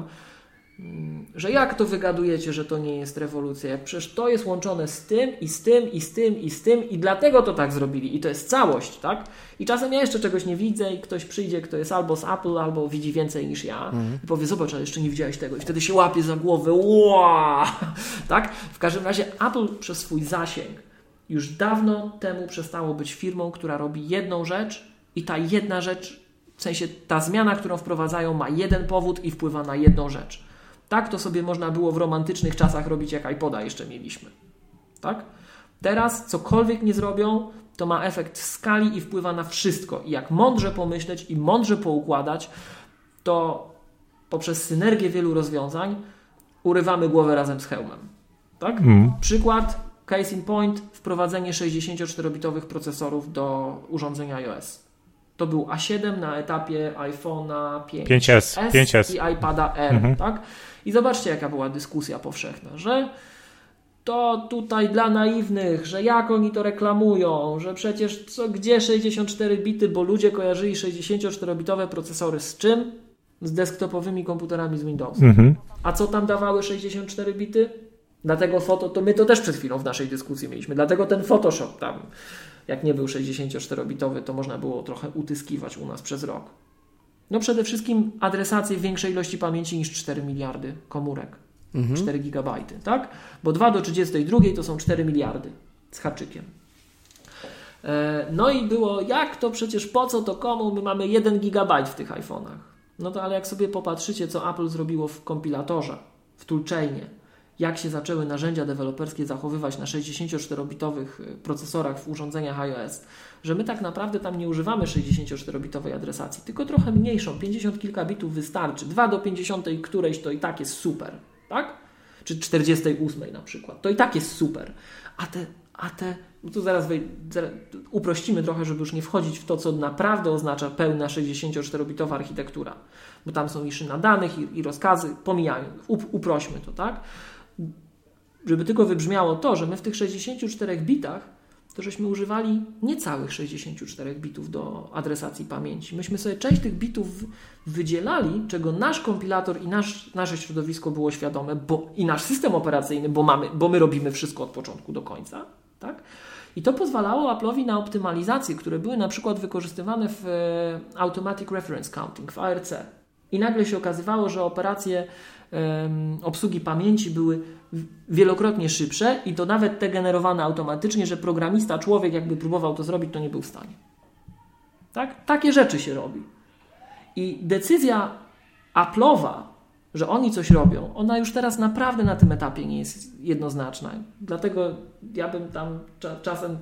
że jak to wygadujecie, że to nie jest rewolucja, jak przecież to jest łączone z tym i z tym i z tym i z tym i dlatego to tak zrobili i to jest całość, tak? I czasem ja jeszcze czegoś nie widzę i ktoś przyjdzie, kto jest albo z Apple, albo widzi więcej niż ja mhm. i powie, zobacz, ale jeszcze nie widziałeś tego i wtedy się łapie za głowę, wow! Tak? W każdym razie Apple przez swój zasięg już dawno temu przestało być firmą, która robi jedną rzecz i ta jedna rzecz, w sensie ta zmiana, którą wprowadzają, ma jeden powód i wpływa na jedną rzecz. Tak to sobie można było w romantycznych czasach robić, jak iPoda jeszcze mieliśmy. Tak? Teraz cokolwiek nie zrobią, to ma efekt skali i wpływa na wszystko. I jak mądrze pomyśleć i mądrze poukładać, to poprzez synergię wielu rozwiązań urywamy głowę razem z hełmem. Tak? Hmm. Przykład, case in point, wprowadzenie sześćdziesięcioczterobitowych procesorów do urządzeń iOS. To był A siedem na etapie iPhone'a pięć S, pięć S i iPada R. Mhm. Tak? I zobaczcie, jaka była dyskusja powszechna, że to tutaj dla naiwnych, że jak oni to reklamują, że przecież co, gdzie sześćdziesiąt cztery bity, bo ludzie kojarzyli sześćdziesięcioczterobitowe procesory z czym? Z desktopowymi komputerami z Windowsem. Mhm. A co tam dawały sześćdziesiąt cztery bity? Dlatego foto, to my to też przed chwilą w naszej dyskusji mieliśmy, dlatego ten Photoshop tam, jak nie był sześćdziesięcioczterobitowy, to można było trochę utyskiwać u nas przez rok. No przede wszystkim adresację w większej ilości pamięci niż cztery miliardy komórek. Mhm. cztery gigabajty, tak? Bo dwa do trzydziestej drugiej to są cztery miliardy z haczykiem. No i było, jak to przecież, po co to komu? My mamy jeden gigabajt w tych iPhone'ach. No to ale jak sobie popatrzycie, co Apple zrobiło w kompilatorze, w toolchainie, jak się zaczęły narzędzia deweloperskie zachowywać na sześćdziesięcioczterobitowych procesorach w urządzeniach iOS, że my tak naprawdę tam nie używamy sześćdziesięcioczterobitowej adresacji, tylko trochę mniejszą, pięćdziesiąt kilka bitów wystarczy, dwa do pięćdziesiątej którejś to i tak jest super, tak? Czy czterdziestej ósmej na przykład, to i tak jest super, a te, a te no to zaraz, wej, zaraz uprościmy trochę, żeby już nie wchodzić w to, co naprawdę oznacza pełna sześćdziesięcioczterobitowa architektura, bo tam są i szyna danych i, i rozkazy, pomijając, up, uprośmy to, tak? Żeby tylko wybrzmiało to, że my w tych sześćdziesięciu czterech bitach to żeśmy używali niecałych sześćdziesięciu czterech bitów do adresacji pamięci. Myśmy sobie część tych bitów wydzielali, czego nasz kompilator i nasz, nasze środowisko było świadome, bo, i nasz system operacyjny, bo, mamy, bo my robimy wszystko od początku do końca. Tak? I to pozwalało Apple'owi na optymalizacje, które były na przykład wykorzystywane w Automatic Reference Counting, w A R C. I nagle się okazywało, że operacje um, obsługi pamięci były wielokrotnie szybsze i to nawet te generowane automatycznie, że programista, człowiek jakby próbował to zrobić, to nie był w stanie. Tak? Takie rzeczy się robi. I decyzja Apple'owa, że oni coś robią, ona już teraz naprawdę na tym etapie nie jest jednoznaczna. Dlatego ja bym tam cza- czasem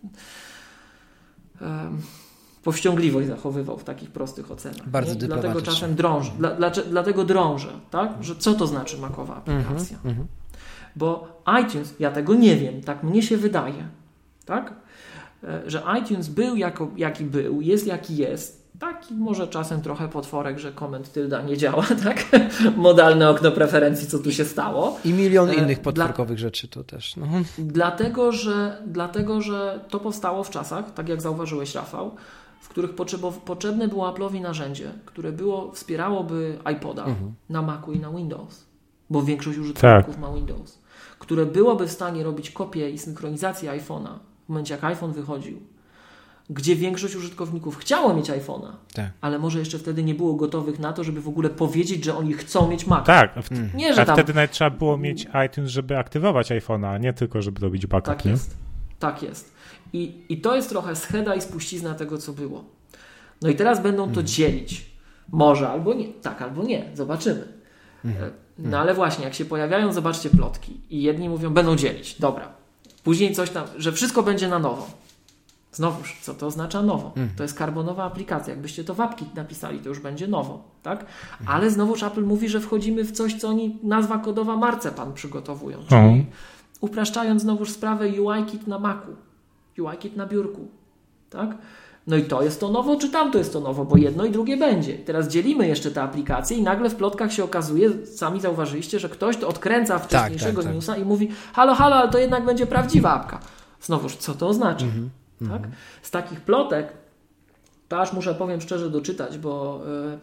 um, powściągliwość zachowywał w takich prostych ocenach. Bardzo nie? Dlatego czasem drążę. Dla, dla, dlatego drążę, tak? Że co to znaczy makowa aplikacja? Mm-hmm. Bo iTunes, ja tego nie wiem, tak mnie się wydaje, tak? Że iTunes był jako, jaki był, jest jaki jest, taki może czasem trochę potworek, że comment tylda nie działa, tak? Modalne okno preferencji, co tu się stało. I milion innych potworkowych Dla... rzeczy to też. No. Dlatego, że, dlatego, że to powstało w czasach, tak jak zauważyłeś, Rafał, w których potrzeb- potrzebne było Apple'owi narzędzie, które było, wspierałoby iPoda mhm. na Macu i na Windows, bo większość użytkowników tak. ma Windows, które byłoby w stanie robić kopię i synchronizację iPhone'a w momencie, jak iPhone wychodził, gdzie większość użytkowników chciało mieć iPhone'a, tak. ale może jeszcze wtedy nie było gotowych na to, żeby w ogóle powiedzieć, że oni chcą mieć Maca. Tak, a, w- nie, że a tam... wtedy nawet trzeba było mieć iTunes, żeby aktywować iPhone'a, a nie tylko, żeby robić backup. Tak nie? jest, tak jest. I, I to jest trochę scheda i spuścizna tego, co było. No i teraz będą to hmm. dzielić. Może albo nie. Tak albo nie. Zobaczymy. Hmm. No ale właśnie, jak się pojawiają, zobaczcie plotki. I jedni mówią, będą dzielić. Dobra. Później coś tam, że wszystko będzie na nowo. Znowuż, co to oznacza nowo? Mhm. To jest karbonowa aplikacja. Jakbyście to w apki napisali, to już będzie nowo, tak? Mhm. Ale znowuż Apple mówi, że wchodzimy w coś, co oni, nazwa kodowa marcepan przygotowują. Czyli mhm. upraszczając znowuż sprawę U I Kit na Macu, U I Kit na biurku, tak? No i to jest to nowo, czy tamto jest to nowo, bo jedno i drugie będzie. Teraz dzielimy jeszcze te aplikacje i nagle w plotkach się okazuje, sami zauważyliście, że ktoś to odkręca wcześniejszego tak, tak, newsa tak. i mówi halo, halo, ale to jednak będzie prawdziwa apka. Znowuż, co to oznacza? Mhm. Tak? Z takich plotek to aż muszę, powiem szczerze, doczytać, bo yy,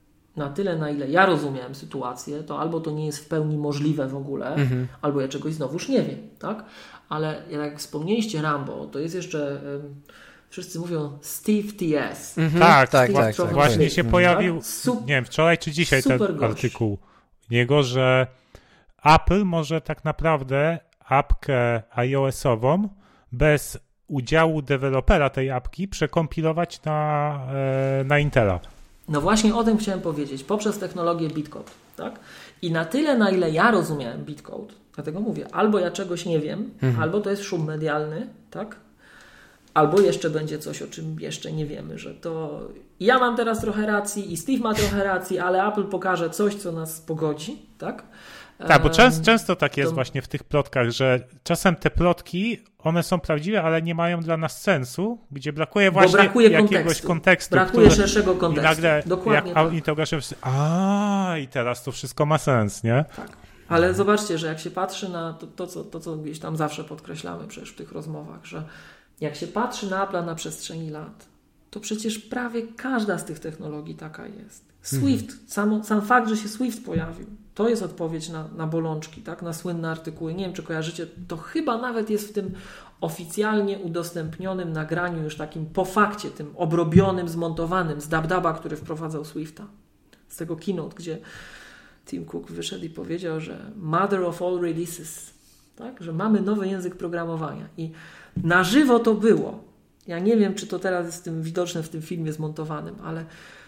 na tyle, na ile ja rozumiałem sytuację, to albo to nie jest w pełni możliwe w ogóle, mhm. albo ja czegoś znowuż nie wiem, tak? Ale jak wspomnieliście Rambo, to jest jeszcze yy, wszyscy mówią Steve T S. Mhm. Tak, tak, tak, tak. Właśnie się pojawił, tak? Sup- nie wiem, wczoraj czy dzisiaj ten gość. Artykuł niego, że Apple może tak naprawdę apkę iOS-ową bez udziału dewelopera tej apki przekompilować na, na Intela. No właśnie o tym chciałem powiedzieć. Poprzez technologię Bitcode. Tak? I na tyle, na ile ja rozumiałem Bitcode, dlatego mówię, albo ja czegoś nie wiem, mhm. albo to jest szum medialny, tak? Albo jeszcze będzie coś, o czym jeszcze nie wiemy, że to ja mam teraz trochę racji i Steve ma trochę racji, ale Apple pokaże coś, co nas pogodzi, tak? Tak, bo często, często tak jest to... właśnie w tych plotkach, że czasem te plotki, one są prawdziwe, ale nie mają dla nas sensu, gdzie brakuje właśnie brakuje jakiegoś kontekstu. kontekstu brakuje który... szerszego kontekstu. I nagle Dokładnie jak tak. integracja wszyscy, a i teraz to wszystko ma sens, nie? Tak. Ale zobaczcie, że jak się patrzy na to, to, co, to, co gdzieś tam zawsze podkreślamy przecież w tych rozmowach, że jak się patrzy na Apple'a na przestrzeni lat, to przecież prawie każda z tych technologii taka jest. Swift, mhm. sam, sam fakt, że się Swift pojawił, to jest odpowiedź na, na bolączki, tak? Na słynne artykuły. Nie wiem, czy kojarzycie, to chyba nawet jest w tym oficjalnie udostępnionym nagraniu już takim po fakcie, tym obrobionym, zmontowanym z Dabdaba, który wprowadzał Swifta. Z tego keynote, gdzie Tim Cook wyszedł i powiedział, że mother of all releases, tak? Że mamy nowy język programowania i na żywo to było. Ja nie wiem, czy to teraz jest tym widoczne w tym filmie zmontowanym, ale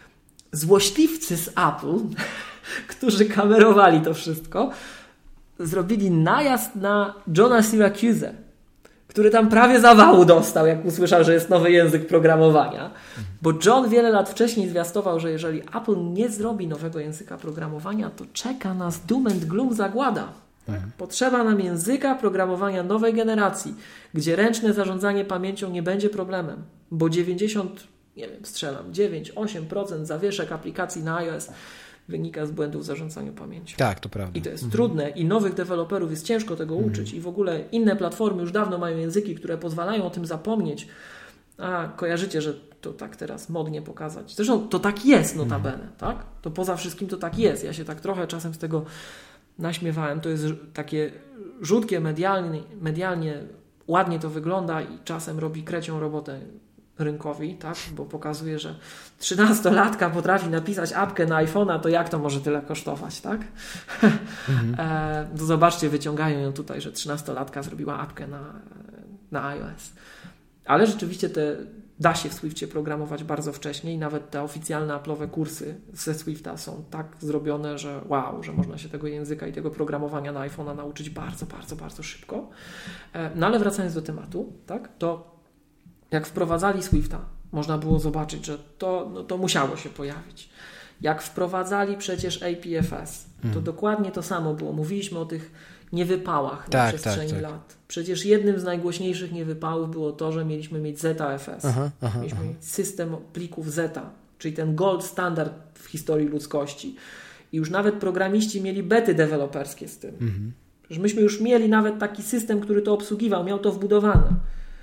złośliwcy z Apple, którzy kamerowali to wszystko, zrobili najazd na Johna Syracuse, który tam prawie zawału dostał, jak usłyszał, że jest nowy język programowania. Bo John wiele lat wcześniej zwiastował, że jeżeli Apple nie zrobi nowego języka programowania, to czeka nas doom and gloom, zagłada. Mhm. Potrzeba nam języka programowania nowej generacji, gdzie ręczne zarządzanie pamięcią nie będzie problemem, bo dziewięćdziesiąt, nie wiem, strzelam, dziewięć do ośmiu procent zawieszek aplikacji na iOS wynika z błędów w zarządzaniu pamięcią. Tak, to prawda. I to jest mhm. trudne i nowych deweloperów jest ciężko tego mhm. uczyć i w ogóle inne platformy już dawno mają języki, które pozwalają o tym zapomnieć. A kojarzycie, że to tak teraz modnie pokazać. Zresztą to tak jest notabene, mhm. tak? To poza wszystkim to tak jest. Ja się tak trochę czasem z tego naśmiewałem. To jest takie rzutkie medialnie, medialnie ładnie to wygląda i czasem robi krecią robotę rynkowi, tak? Bo pokazuje, że trzynastolatka potrafi napisać apkę na iPhone'a, to jak to może tyle kosztować, tak? Mhm. e, to zobaczcie, wyciągają ją tutaj, że trzynastolatka zrobiła apkę na, na iOS. Ale rzeczywiście te, da się w Swiftie programować bardzo wcześnie i nawet te oficjalne Apple'owe kursy ze Swifta są tak zrobione, że wow, że można się tego języka i tego programowania na iPhone'a nauczyć bardzo, bardzo, bardzo szybko. E, no ale wracając do tematu, tak? To jak wprowadzali Swifta, można było zobaczyć, że to, no, to musiało się pojawić. Jak wprowadzali przecież A P F S, to hmm. dokładnie to samo było. Mówiliśmy o tych niewypałach na tak, przestrzeni tak, tak. lat. Przecież jednym z najgłośniejszych niewypałów było to, że mieliśmy mieć Z F S. Aha, aha, mieliśmy aha. mieć system plików Zeta, czyli ten gold standard w historii ludzkości. I już nawet programiści mieli bety deweloperskie z tym. Mhm. Że myśmy już mieli nawet taki system, który to obsługiwał, miał to wbudowane.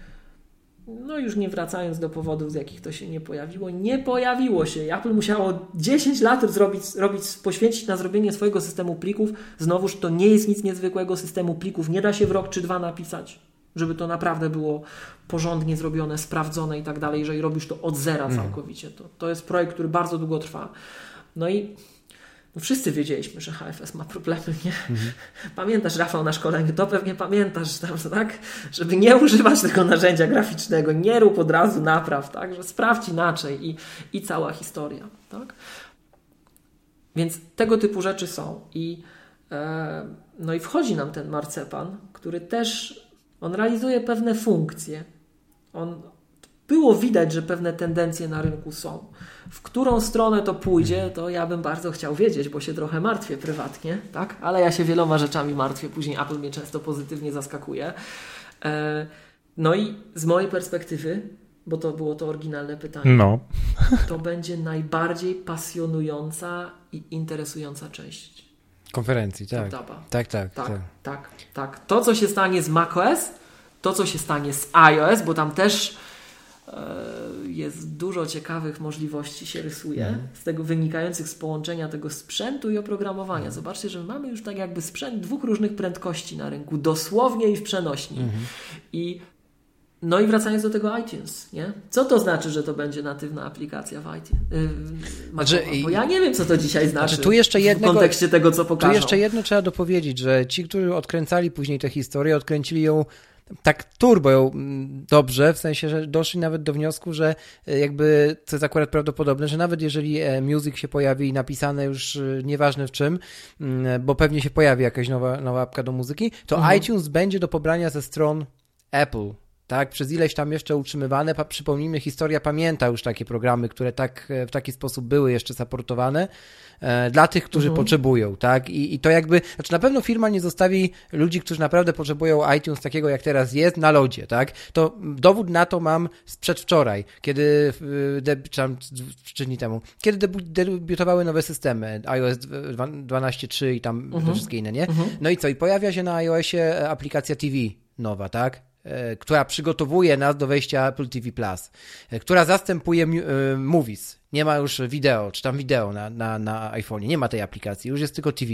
No już nie wracając do powodów, z jakich to się nie pojawiło. Nie pojawiło się. Apple musiało dziesięć lat zrobić, robić, poświęcić na zrobienie swojego systemu plików. Znowuż to nie jest nic niezwykłego systemu plików. Nie da się w rok czy dwa napisać, żeby to naprawdę było porządnie zrobione, sprawdzone i tak dalej. Jeżeli robisz to od zera całkowicie. To, to jest projekt, który bardzo długo trwa. No i no wszyscy wiedzieliśmy, że H F S ma problemy, nie? Mhm. Pamiętasz, Rafał, na szkoleniu, to pewnie pamiętasz, tam, tak? Żeby nie używać tego narzędzia graficznego, nie rób od razu napraw, tak? Że sprawdź inaczej i, i cała historia, tak? Więc tego typu rzeczy są i e, no i wchodzi nam ten marcepan, który też, on realizuje pewne funkcje. On było widać, że pewne tendencje na rynku są. W którą stronę to pójdzie, to ja bym bardzo chciał wiedzieć, bo się trochę martwię prywatnie, tak? Ale ja się wieloma rzeczami martwię, później Apple mnie często pozytywnie zaskakuje. No i z mojej perspektywy, bo to było to oryginalne pytanie, no. to będzie najbardziej pasjonująca i interesująca część konferencji, tak. Tak, tak, tak, tak, tak, tak, tak. To, co się stanie z macOS, to, co się stanie z iOS, bo tam też jest dużo ciekawych możliwości się rysuje, mm. z tego wynikających z połączenia tego sprzętu i oprogramowania. Mm. Zobaczcie, że mamy już tak jakby sprzęt dwóch różnych prędkości na rynku, dosłownie i w przenośni. Mm. I no i wracając do tego iTunes, nie? Co to znaczy, że to będzie natywna aplikacja w iTunes? Yy, znaczy, bo ja nie wiem, co to dzisiaj znaczy, znaczy tu jeszcze jednego, w kontekście tego, co pokażą. Tu jeszcze jedno trzeba dopowiedzieć, że ci, którzy odkręcali później tę historię, odkręcili ją tak turbo ją dobrze, w sensie, że doszli nawet do wniosku, że jakby, co jest akurat prawdopodobne, że nawet jeżeli Music się pojawi napisane już nieważne w czym, bo pewnie się pojawi jakaś nowa, nowa apka do muzyki, to mhm. iTunes będzie do pobrania ze stron Apple. Tak, przez ileś tam jeszcze utrzymywane. Pa, przypomnijmy, historia pamięta już takie programy, które tak w taki sposób były jeszcze supportowane e, dla tych, którzy mhm. potrzebują, tak? I, I to jakby, znaczy na pewno firma nie zostawi ludzi, którzy naprawdę potrzebują iTunes takiego, jak teraz jest, na lodzie, tak? To dowód na to mam z przedwczoraj, kiedy, debi- czy tam trzy dni temu, kiedy debu- debiutowały nowe systemy, iOS dwanaście trzy i tam mhm. te wszystkie inne, nie? Mhm. No i co? I pojawia się na iOSie aplikacja T V nowa, tak? Która przygotowuje nas do wejścia Apple T V Plus, która zastępuje Movies. Nie ma już wideo, czy tam wideo na, na, na iPhone'ie. Nie ma tej aplikacji, już jest tylko T V.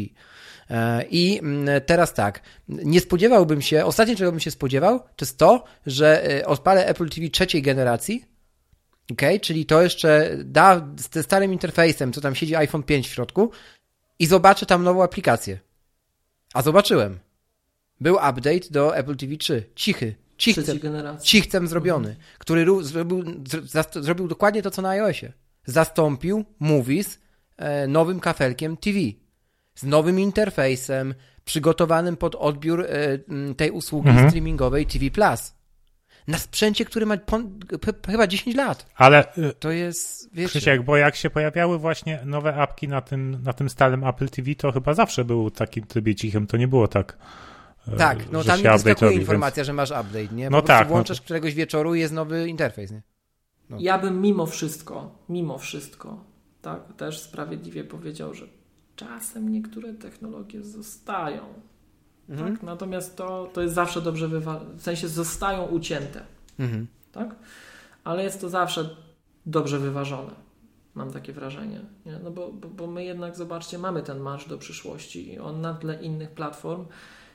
I teraz tak, nie spodziewałbym się, ostatnie czego bym się spodziewał, to jest to, że odpalę Apple T V trzeciej generacji, okay? Czyli to jeszcze da z tym starym interfejsem, co tam siedzi iPhone pięć w środku i zobaczę tam nową aplikację. A zobaczyłem. Był update do Apple T V trzy. Cichy. Cichcem, cichcem zrobiony, mhm. który ró- zrobił, zast- zrobił dokładnie to, co na iOSie. Zastąpił Movies e, nowym kafelkiem T V. Z nowym interfejsem, przygotowanym pod odbiór e, tej usługi mhm. streamingowej T V Plus. Na sprzęcie, który ma pon- p- chyba dziesięć lat. Ale to jest, wiecie... Krzysiek, bo jak się pojawiały właśnie nowe apki na tym, na tym starym Apple T V, to chyba zawsze był takim trybie cichym. To nie było tak... Tak, no tam nie wyskakuje informacja, więc... że masz update, nie? Po no tak. Włączasz no to... któregoś wieczoru i jest nowy interfejs, nie? No. Ja bym mimo wszystko, mimo wszystko, tak, też sprawiedliwie powiedział, że czasem niektóre technologie zostają. Mhm. Tak? Natomiast to, to jest zawsze dobrze wyważone, w sensie zostają ucięte. Mhm. Tak? Ale jest to zawsze dobrze wyważone. Mam takie wrażenie. Nie? No bo, bo, bo my jednak, zobaczcie, mamy ten marsz do przyszłości i on na tle innych platform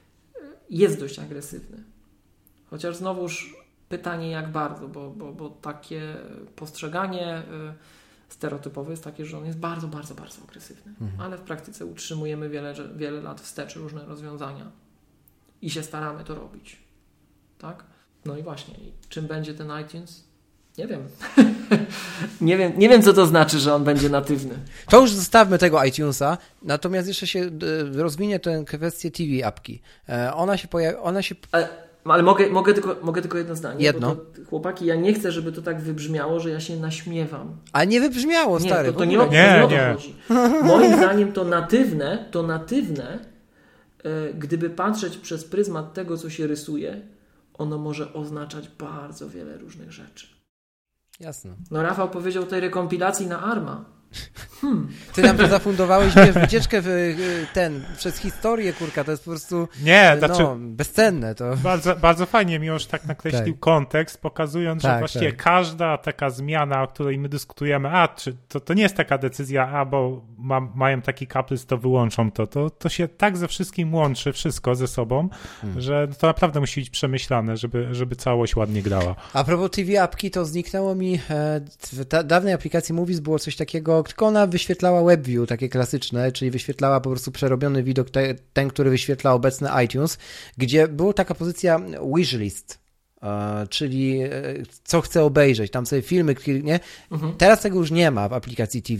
jest dość agresywny. Chociaż znowuż pytanie jak bardzo, bo, bo, bo takie postrzeganie stereotypowe jest takie, że on jest bardzo, bardzo, bardzo agresywny. Mhm. Ale w praktyce utrzymujemy wiele, wiele lat wstecz różne rozwiązania i się staramy to robić. Tak? No i właśnie, czym będzie ten iTunes? Nie wiem. nie wiem. Nie wiem, co to znaczy, że on będzie natywny. To już zostawmy tego iTunesa, natomiast jeszcze się rozwinie tę kwestię T V apki. Ona się pojawi... Ona się... Ale, ale mogę, mogę, tylko, mogę tylko jedno zdanie? Jedno. To, chłopaki, ja nie chcę, żeby to tak wybrzmiało, że ja się naśmiewam. A nie wybrzmiało, stary. Nie, to, to nie, o, to nie, nie o to chodzi. Moim zdaniem to natywne, to natywne, e, gdyby patrzeć przez pryzmat tego, co się rysuje, ono może oznaczać bardzo wiele różnych rzeczy. Jasne. No Rafał powiedział o tej rekompilacji na ARMA. Hmm. Ty nam to zafundowałeś, wiesz, wycieczkę w ten, przez historię, kurka, to jest po prostu nie, no, znaczy, bezcenne. To. Bardzo, bardzo fajnie Miłosz tak nakreślił tak. kontekst, pokazując, tak, że właściwie tak. każda taka zmiana, o której my dyskutujemy, a czy to, to nie jest taka decyzja, a bo ma, mają taki kaprys, to wyłączą to, to, to się tak ze wszystkim łączy, wszystko ze sobą, hmm. że to naprawdę musi być przemyślane, żeby, żeby całość ładnie grała. A propos T V apki, to zniknęło mi, w ta, dawnej aplikacji Movies było coś takiego, tylko ona wyświetlała WebView, takie klasyczne, czyli wyświetlała po prostu przerobiony widok, te, ten, który wyświetla obecny iTunes, gdzie była taka pozycja wishlist, e, czyli e, co chcę obejrzeć, tam sobie filmy, nie? Mhm. Teraz tego już nie ma w aplikacji T V.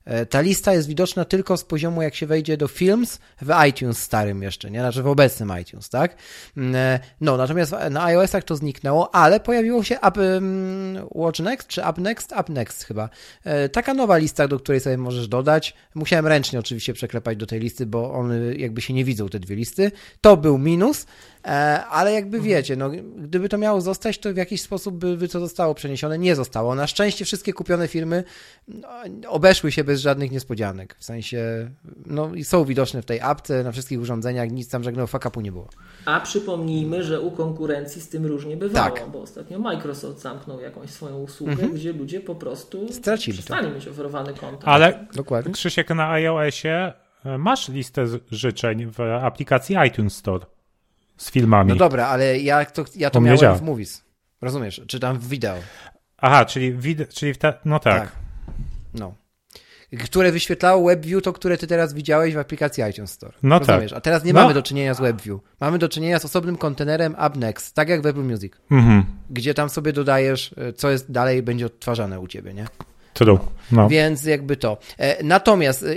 Ta lista jest widoczna tylko z poziomu, jak się wejdzie do Films w iTunes starym jeszcze, nie? Znaczy w obecnym iTunes, tak? No, natomiast na iOS-ach to zniknęło, ale pojawiło się Up, um, Watch Next, czy Up Next? Up Next chyba. Taka nowa lista, do której sobie możesz dodać. Musiałem ręcznie oczywiście przeklepać do tej listy, bo one jakby się nie widzą, te dwie listy. To był minus, ale jakby wiecie, no, gdyby to miało zostać, to w jakiś sposób by, by to zostało przeniesione. Nie zostało. Na szczęście wszystkie kupione firmy no, obeszły się bez żadnych niespodzianek. W sensie, no i są widoczne w tej apce, na wszystkich urządzeniach, nic tam żadnego fuck-upu nie było. A przypomnijmy, że u konkurencji z tym różnie bywało, tak. bo ostatnio Microsoft zamknął jakąś swoją usługę, mm-hmm. gdzie ludzie po prostu stracili przestali mieć oferowany kontent. Ale dokładnie. Krzysiek, na iOSie masz listę życzeń w aplikacji iTunes Store z filmami. No dobra, ale ja to, ja to miałem działa. w Movies. Rozumiesz? Czy tam w wideo. Aha, czyli, wid- czyli w te... no tak. tak. No. Które wyświetlało WebView, to które ty teraz widziałeś w aplikacji iTunes Store. No Rozumiesz? tak. A teraz nie no. mamy do czynienia z WebView. Mamy do czynienia z osobnym kontenerem Up Next, tak jak w Apple Music. Mhm. Gdzie tam sobie dodajesz, co jest dalej będzie odtwarzane u ciebie, nie? True. No. Więc jakby to. Natomiast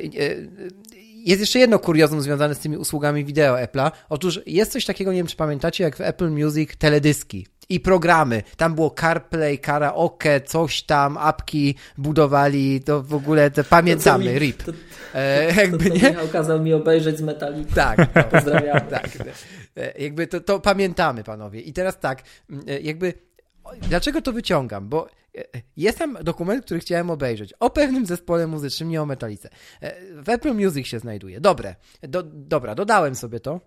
jest jeszcze jedno kuriozum związane z tymi usługami wideo Apple'a. Otóż jest coś takiego, nie wiem czy pamiętacie, jak w Apple Music teledyski i programy. Tam było CarPlay, karaoke, coś tam, apki budowali, to w ogóle te pamiętamy, to, to mi, R I P. To, to, e, to, jakby, to, to nie? Michał kazał mi obejrzeć z Metallica. Tak. No, pozdrawiam. Tak. E, jakby to, to pamiętamy, panowie. I teraz tak, jakby dlaczego to wyciągam? Bo jest tam dokument, który chciałem obejrzeć o pewnym zespole muzycznym, nie o Metallice. W Apple Music się znajduje. Dobre. Do, dobra, dodałem sobie to.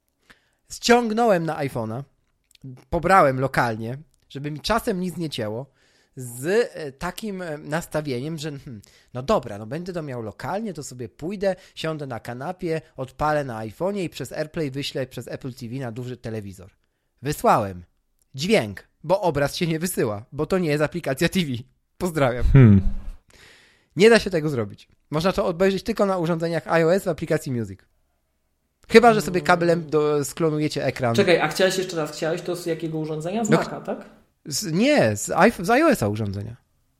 Ściągnąłem na iPhone'a. Pobrałem lokalnie, żeby mi czasem nic nie cięło. Z takim nastawieniem, że hmm, no dobra, no będę to miał lokalnie, to sobie pójdę, siądę na kanapie, odpalę na iPhone'ie i przez AirPlay wyślę przez Apple T V na duży telewizor. Wysłałem. Dźwięk. Bo obraz się nie wysyła, bo to nie jest aplikacja T V. Pozdrawiam. Hmm. Nie da się tego zrobić. Można to obejrzeć tylko na urządzeniach iOS w aplikacji Music. Chyba, że sobie kablem do, sklonujecie ekran. Czekaj, a chciałeś jeszcze raz, chciałeś to z jakiego urządzenia? Z no, Maca, tak? Z, nie, z, z iOS-a urządzenia.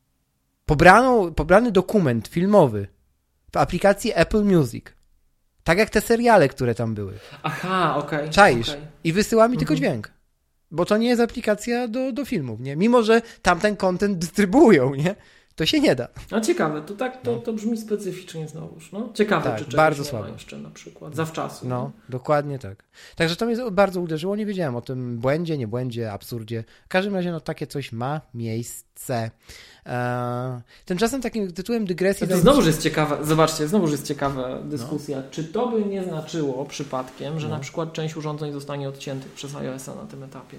Pobrano, pobrany dokument filmowy w aplikacji Apple Music. Tak jak te seriale, które tam były. Aha, okej. Okay, Czaisz. Okay. I wysyła mi mhm. tylko dźwięk. Bo to nie jest aplikacja do, do filmów, nie? Mimo, że tamten content dystrybuują, nie? To się nie da. No ciekawe, to tak, to, to brzmi specyficznie znowuż, no. Ciekawe, tak, czy czegoś bardzo nie słabo. ma jeszcze na przykład, zawczasu. No, no, dokładnie tak. Także to mnie bardzo uderzyło, nie wiedziałem o tym błędzie, nie błędzie, absurdzie. W każdym razie, no takie coś ma miejsce. Eee, tymczasem takim tytułem dygresji... To znowuż jest ciekawa, zobaczcie, znowuż jest ciekawa dyskusja. No. Czy to by nie znaczyło przypadkiem, że no. na przykład część urządzeń zostanie odciętych przez iOS-a na tym etapie?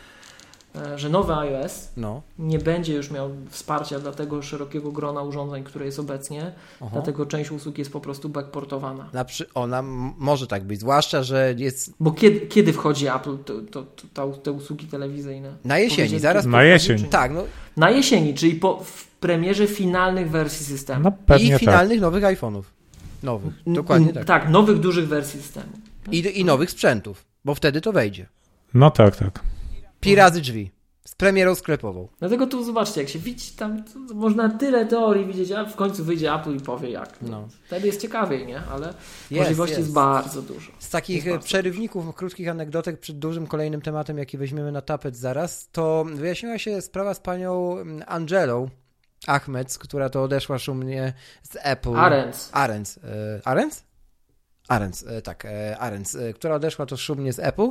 Że nowy iOS no. nie będzie już miał wsparcia dla tego szerokiego grona urządzeń, które jest obecnie, Aha. dlatego część usług jest po prostu backportowana. Na przy... Ona m- może tak być, zwłaszcza, że jest... Bo kiedy, kiedy wchodzi Apple, to, to, to, te usługi telewizyjne? Na jesieni, zaraz na jesieni. Tak, no. Na jesieni, czyli po, w premierze finalnych wersji systemu. No, I finalnych tak. nowych iPhone'ów. Nowych, dokładnie tak. Tak, nowych, dużych wersji systemu. I, I nowych sprzętów, bo wtedy to wejdzie. No tak, tak. Pi razy drzwi. Z premierą sklepową. Dlatego tu zobaczcie, jak się widzi tam, to można tyle teorii widzieć, a w końcu wyjdzie Apple i powie jak. No. Wtedy jest ciekawiej, nie? Ale jest, możliwości jest. jest bardzo dużo. Z takich przerywników, dużo. krótkich anegdotek przed dużym kolejnym tematem, jaki weźmiemy na tapet zaraz, to wyjaśniła się sprawa z panią Angelą Ahmed, która to odeszła szumnie z Apple. Arens. Arens. Arens? Arens, tak, Arens, która odeszła to szumnie z Apple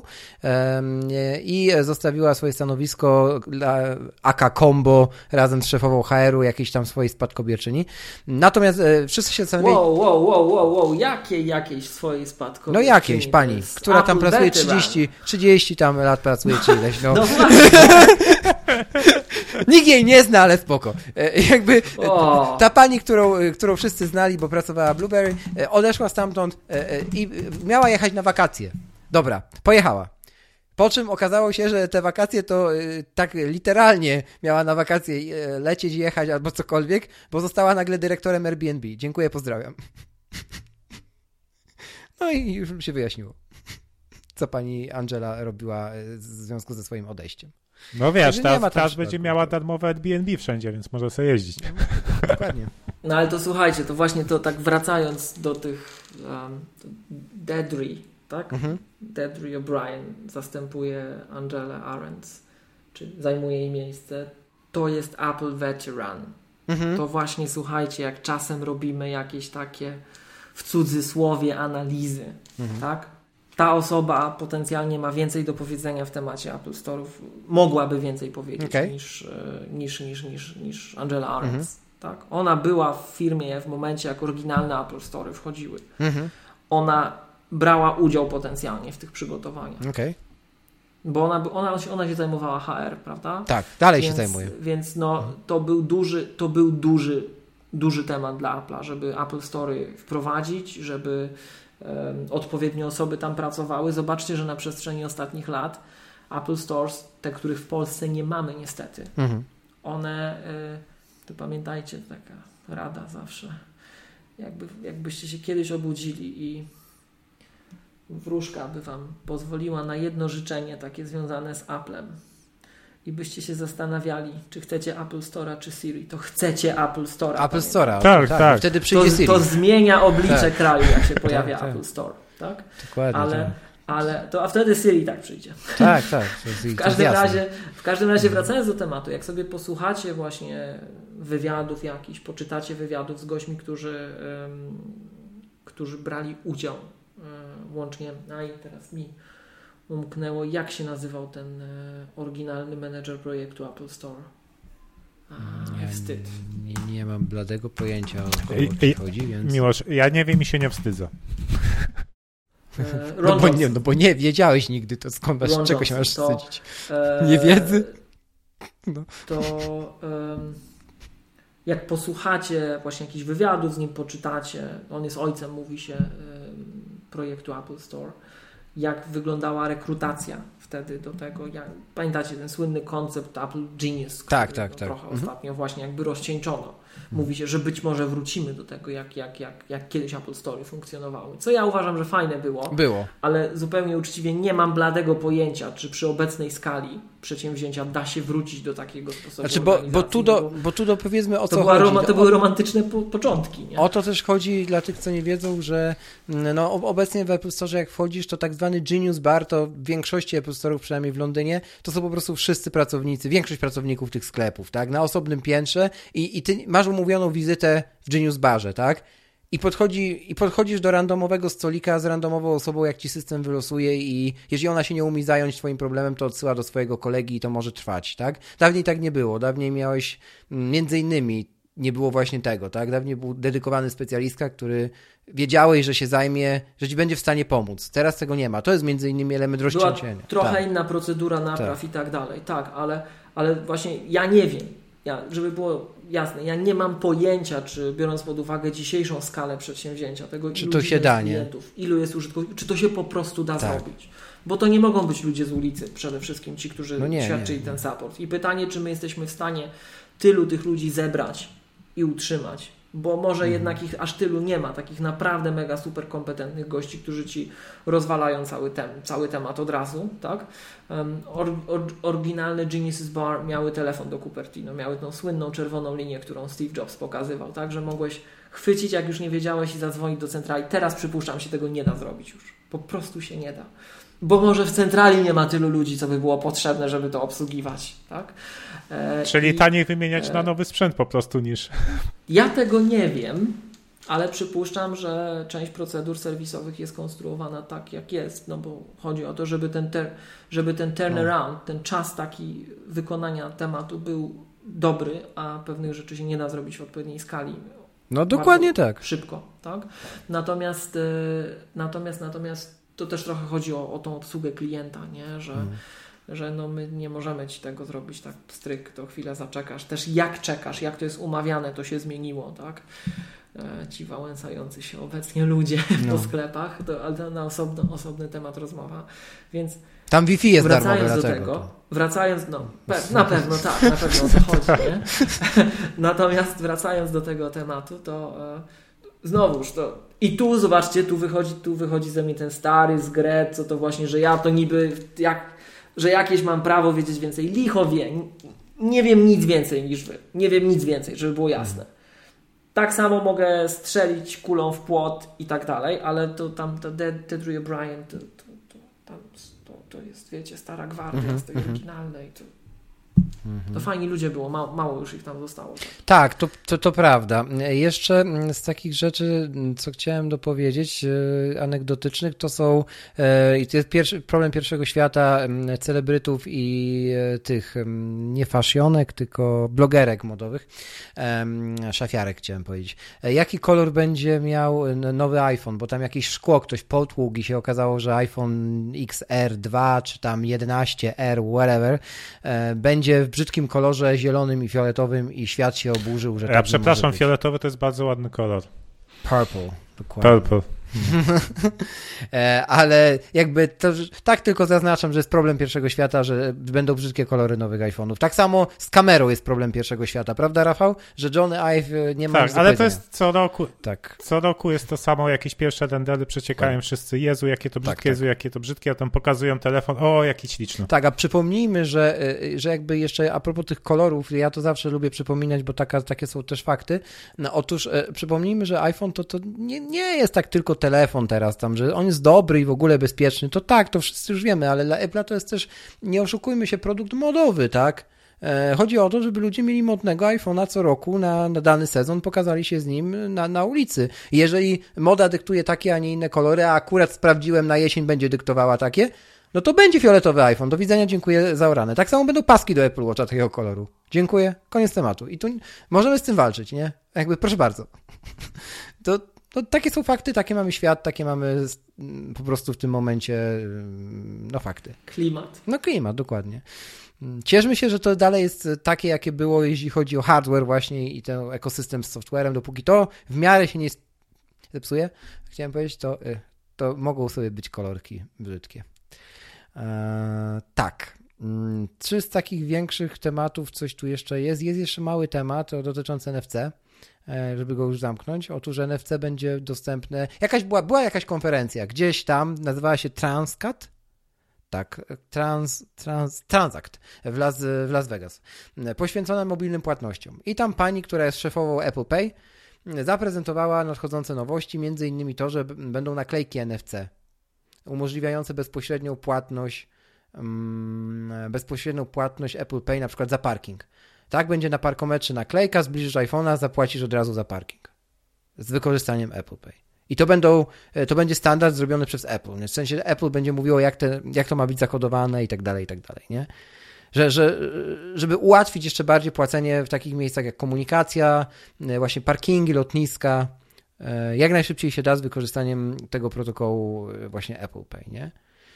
i zostawiła swoje stanowisko dla A K Combo razem z szefową H R-u jakiejś tam swojej spadkobierczyni. Natomiast wszyscy się zastanawiali... Wow, wow, wow, wow, wow, jakiej jakiejś swojej spadkobierczyni? No jakiejś pani, która tam Apple pracuje trzydzieści, trzydzieści tam lat pracuje, czy ileś, no. no Nikt jej nie zna, ale spoko. Jakby o. ta pani, którą, którą wszyscy znali, bo pracowała w Blueberry, odeszła stamtąd i miała jechać na wakacje. Dobra, pojechała. Po czym okazało się, że te wakacje to tak literalnie miała na wakacje lecieć, jechać albo cokolwiek, bo została nagle dyrektorem Airbnb. Dziękuję, pozdrawiam. No i już się wyjaśniło, co pani Angela robiła w związku ze swoim odejściem. No wiesz, teraz, teraz będzie miała darmowe Airbnb wszędzie, więc może sobie jeździć. Dokładnie. No ale to słuchajcie, to właśnie to tak wracając do tych um, Dedry, tak? Mhm. Dedry O'Brien zastępuje Angelę Arendt, czy zajmuje jej miejsce. To jest Apple Veteran. Mhm. To właśnie słuchajcie, jak czasem robimy jakieś takie w cudzysłowie analizy, mhm. tak? Ta osoba potencjalnie ma więcej do powiedzenia w temacie Apple Store'ów, mogłaby więcej powiedzieć okay. niż, niż, niż, niż, niż Angela Arendt. Mhm. Tak? Ona była w firmie w momencie, jak oryginalne Apple Store'y wchodziły. Mhm. Ona brała udział potencjalnie w tych przygotowaniach. Okay. Bo ona, ona, ona się zajmowała H R, prawda? Tak, dalej więc, się zajmuje. Więc no, to był duży, to był duży, duży temat dla Apple'a, żeby Apple Store'y wprowadzić, żeby um, odpowiednie osoby tam pracowały. Zobaczcie, że na przestrzeni ostatnich lat Apple Stores, te, których w Polsce nie mamy niestety, mhm. one, y, to pamiętajcie, taka rada zawsze, jakby, jakbyście się kiedyś obudzili i wróżka by wam pozwoliła na jedno życzenie takie związane z Applem i byście się zastanawiali, czy chcecie Apple Store'a czy Siri, to chcecie Apple Store'a. Apple Store'a, tak, tak. tak. Wtedy przyjdzie to, Siri. To zmienia oblicze tak. kraju, jak się pojawia tak, Apple tak. Store. Tak? Dokładnie. Ale, tak. ale to, a wtedy Siri tak przyjdzie. Tak, tak. w, każdym razie, w każdym razie wracając do tematu, jak sobie posłuchacie właśnie wywiadów jakichś, poczytacie wywiadów z gośćmi, którzy, um, którzy brali udział łącznie, a i teraz mi umknęło, jak się nazywał ten e, oryginalny menedżer projektu Apple Store. A, nie, wstyd. Nie, nie mam bladego pojęcia, o kogo I, chodzi, więc... Miłosz, ja nie wiem i się nie wstydzę. E, no, bo nie, no bo nie wiedziałeś nigdy, to skąd masz, czego się masz to, wstydzić? E, nie wiedzy? No. To um, jak posłuchacie właśnie jakichś wywiadów z nim, poczytacie, on jest ojcem, mówi się, um, projektu Apple Store, jak wyglądała rekrutacja wtedy do tego. Jak, pamiętacie ten słynny koncept Apple Genius, tak, który tak, tak. trochę mhm. ostatnio właśnie jakby rozcieńczono. Mówi się, że być może wrócimy do tego, jak, jak, jak, jak kiedyś Apple Store funkcjonowały. Co ja uważam, że fajne było, było, ale zupełnie uczciwie nie mam bladego pojęcia, czy przy obecnej skali przedsięwzięcia da się wrócić do takiego sposobu znaczy, bo, bo, tu do, bo, bo tu do powiedzmy o co to chodzi. Roma, to były romantyczne po, początki. Nie? O to też chodzi dla tych, co nie wiedzą, że no, obecnie w Apple Store jak wchodzisz, to tak zwany Genius Bar, to w większości Apple Store'ów, przynajmniej w Londynie, to są po prostu wszyscy pracownicy, większość pracowników tych sklepów, tak, na osobnym piętrze i, i ty masz umówioną wizytę w Genius Barze, tak? I, podchodzi, I podchodzisz do randomowego stolika z randomową osobą, jak ci system wylosuje i jeżeli ona się nie umie zająć twoim problemem, to odsyła do swojego kolegi i to może trwać, tak? Dawniej tak nie było. Dawniej miałeś, między innymi, nie było właśnie tego, tak? Dawniej był dedykowany specjalistka, który wiedziałeś, że się zajmie, że ci będzie w stanie pomóc. Teraz tego nie ma. To jest między innymi element rozcieńczenia. Była trochę tak. inna procedura napraw tak. i tak dalej. Tak, ale, ale właśnie ja nie wiem. Ja, żeby było jasne, ja nie mam pojęcia, czy biorąc pod uwagę dzisiejszą skalę przedsięwzięcia, tego czy ilu to się da, klientów, nie? ilu jest użytkowników, czy to się po prostu da tak. zrobić. Bo to nie mogą być ludzie z ulicy, przede wszystkim ci, którzy no nie, świadczyli nie, ten nie. support. I pytanie, czy my jesteśmy w stanie tylu tych ludzi zebrać i utrzymać, bo może mhm. jednak ich aż tylu nie ma, takich naprawdę mega super kompetentnych gości, którzy ci rozwalają cały, tem, cały temat od razu, tak? Um, or, or, oryginalne Genius Bar miały telefon do Cupertino, miały tą słynną czerwoną linię, którą Steve Jobs pokazywał, tak? Że mogłeś chwycić, jak już nie wiedziałeś, i zadzwonić do centrali. Teraz przypuszczam, się tego nie da zrobić już. Po prostu się nie da. Bo może w centrali nie ma tylu ludzi, co by było potrzebne, żeby to obsługiwać, tak? E, Czyli i, taniej wymieniać e, na nowy sprzęt po prostu niż... Ja tego nie wiem, ale przypuszczam, że część procedur serwisowych jest konstruowana tak, jak jest, no bo chodzi o to, żeby ten, ter, żeby ten turnaround, no. ten czas taki wykonania tematu był dobry, a pewnych rzeczy się nie da zrobić w odpowiedniej skali. No dokładnie tak. Szybko, tak? Natomiast, y, natomiast, natomiast to też trochę chodzi o, o tą obsługę klienta, nie? Że, hmm. że no my nie możemy ci tego zrobić tak stryk, to chwilę zaczekasz. Też jak czekasz, jak to jest umawiane, to się zmieniło, tak? E, ci wałęsający się obecnie ludzie no. po sklepach, to, ale to na osobno, osobny temat rozmowa, więc tam Wi-Fi jest wracając darmowe, do dlatego, tego, to. wracając, no pe- na pewno tak, na pewno o to chodzi, nie? Natomiast wracając do tego tematu, to e, znowuż to i tu zobaczcie, tu wychodzi, tu wychodzi ze mnie ten stary zgret, co to właśnie, że ja to niby jak, że jakieś mam prawo wiedzieć więcej. Licho wie, nie wiem nic więcej niż wy. Nie wiem nic więcej, żeby było jasne. tak samo mogę strzelić kulą w płot i tak dalej, ale to tam to Deirdre O'Brien to, to, to, tam, to, to jest, wiecie, stara gwardia mm-hmm, z tej mm-hmm. oryginalnej. To, mm-hmm. to fajni ludzie było, mało, mało już ich tam zostało. Tak, tak to, to, to prawda. Jeszcze z takich rzeczy, co chciałem dopowiedzieć, anegdotycznych, to są i to jest pierwszy, problem pierwszego świata celebrytów i tych nie faszionek, tylko blogerek modowych, szafiarek chciałem powiedzieć. Jaki kolor będzie miał nowy iPhone, bo tam jakieś szkło ktoś potłukł i się okazało, że iPhone X R dwa czy tam jedenaście R, whatever, będzie w brzydkim kolorze zielonym i fioletowym i świat się oburzył, że ja tak przepraszam, fioletowy to jest bardzo ładny kolor. Purple, dokładnie. Purple. Ale jakby to, tak tylko zaznaczam, że jest problem pierwszego świata, że będą brzydkie kolory nowych iPhone'ów. Tak samo z kamerą jest problem pierwszego świata, prawda, Rafał? Że Johnny Ive nie ma tak, nic ale to jest co roku, tak. co roku jest to samo, jakieś pierwsze rendery przeciekają tak. wszyscy, Jezu, jakie to brzydkie, tak, Jezu, tak. jakie to brzydkie, a tam pokazują telefon, o, jaki śliczny. Tak, a przypomnijmy, że, że jakby jeszcze a propos tych kolorów, ja to zawsze lubię przypominać, bo taka, takie są też fakty. No otóż e, przypomnijmy, że iPhone to, to nie, nie jest tak tylko telefon teraz tam, że on jest dobry i w ogóle bezpieczny, to tak, to wszyscy już wiemy, ale dla Apple'a to jest też, nie oszukujmy się, produkt modowy, tak? E, chodzi o to, żeby ludzie mieli modnego iPhone'a co roku na, na dany sezon, pokazali się z nim na, na ulicy. Jeżeli moda dyktuje takie, a nie inne kolory, a akurat sprawdziłem, na jesień będzie dyktowała takie, no to będzie fioletowy iPhone. Do widzenia, dziękuję za orane. Tak samo będą paski do Apple Watcha takiego koloru. Dziękuję, koniec tematu. I tu możemy z tym walczyć, nie? Jakby, proszę bardzo. To No, takie są fakty, takie mamy świat, takie mamy po prostu w tym momencie, no fakty. Klimat. No klimat, dokładnie. Cieszmy się, że to dalej jest takie, jakie było, jeśli chodzi o hardware właśnie i ten ekosystem z softwarem, dopóki to w miarę się nie zepsuje, chciałem powiedzieć, to, to mogą sobie być kolorki brzydkie. Eee, tak. Trzy z takich większych tematów, coś tu jeszcze jest. Jest jeszcze mały temat dotyczący N F C. Żeby go już zamknąć. Otóż N F C będzie dostępne. Jakaś była, była jakaś konferencja, gdzieś tam, nazywała się Transcat. Tak, Trans, Trans, Transact w Las, w Las Vegas, poświęcona mobilnym płatnościom. I tam pani, która jest szefową Apple Pay, zaprezentowała nadchodzące nowości, między innymi to, że będą naklejki N F C umożliwiające bezpośrednią płatność, bezpośrednią płatność Apple Pay na przykład za parking. Tak, będzie na parkometrze naklejka, zbliżysz iPhone'a, zapłacisz od razu za parking. Z wykorzystaniem Apple Pay. I to będą, to będzie standard zrobiony przez Apple. W sensie Apple będzie mówiło, jak, te, jak to ma być zakodowane i tak dalej, i tak dalej, nie? Że, że, żeby ułatwić jeszcze bardziej płacenie w takich miejscach jak komunikacja, właśnie parkingi, lotniska, jak najszybciej się da z wykorzystaniem tego protokołu właśnie Apple Pay, nie?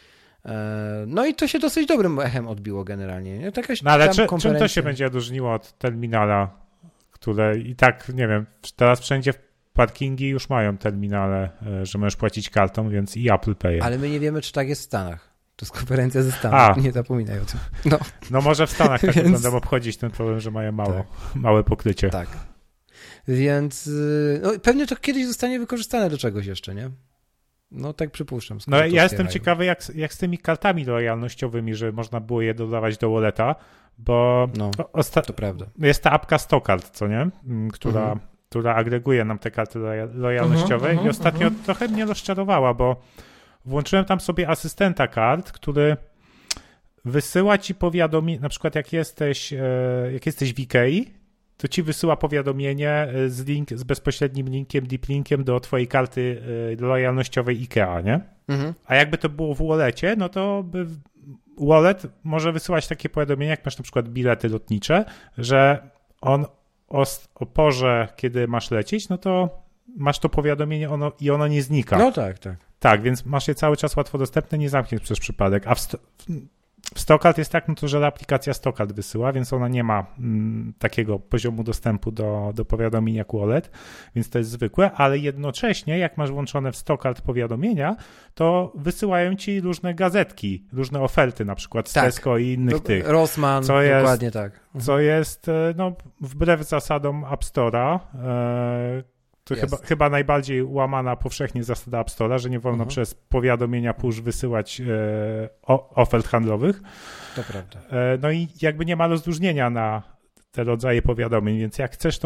No i to się dosyć dobrym echem odbiło generalnie. To jakaś no ale tam czy, konferencja... czym to się będzie różniło od terminala, które i tak, nie wiem, teraz wszędzie parkingi już mają terminale, że możesz płacić kartą, więc i Apple Pay. Ale my nie wiemy, czy tak jest w Stanach. To jest konferencja ze Stanów, A. nie zapominaj o tym. No, no może w Stanach tak więc... będą obchodzić ten problem, że mają mało, tak. małe pokrycie. Tak. Więc no, pewnie to kiedyś zostanie wykorzystane do czegoś jeszcze, nie? No tak przypuszczam. No ja jestem ciekawy, jak, jak z tymi kartami lojalnościowymi, że można było je dodawać do walleta, bo no, osta- to prawda. Jest ta apka StoCard, co nie? Która, mhm. która agreguje nam te karty lojalnościowe mhm, i ostatnio mhm. trochę mnie rozczarowała, bo włączyłem tam sobie asystenta kart, który wysyła ci powiadomienie, na przykład jak jesteś, jak jesteś w Ikei, to ci wysyła powiadomienie z, link, z bezpośrednim linkiem, deep linkiem do twojej karty lojalnościowej IKEA, nie? Mhm. A jakby to było w wallecie, no to by wallet może wysyłać takie powiadomienia, jak masz na przykład bilety lotnicze, że on o, o porze, kiedy masz lecieć, no to masz to powiadomienie ono, i ono nie znika. No tak, tak. Tak, więc masz je cały czas łatwo dostępne, nie zamkniesz przez przypadek. A w, sto, w StoCard jest tak, no to, że aplikacja StoCard wysyła, więc ona nie ma mm, takiego poziomu dostępu do, do powiadomień jak wallet, więc to jest zwykłe, ale jednocześnie jak masz włączone w StoCard powiadomienia, to wysyłają ci różne gazetki, różne oferty, na przykład z tak. Tesco i innych Do, tych. Rossmann, co jest, dokładnie tak. Mhm. Co jest no, wbrew zasadom App Store'a, e, to chyba, chyba najbardziej łamana powszechnie zasada App Store'a, że nie wolno uh-huh. przez powiadomienia push wysyłać e, o, ofert handlowych. To prawda. E, no i jakby nie ma rozróżnienia na te rodzaje powiadomień, więc jak chcesz tą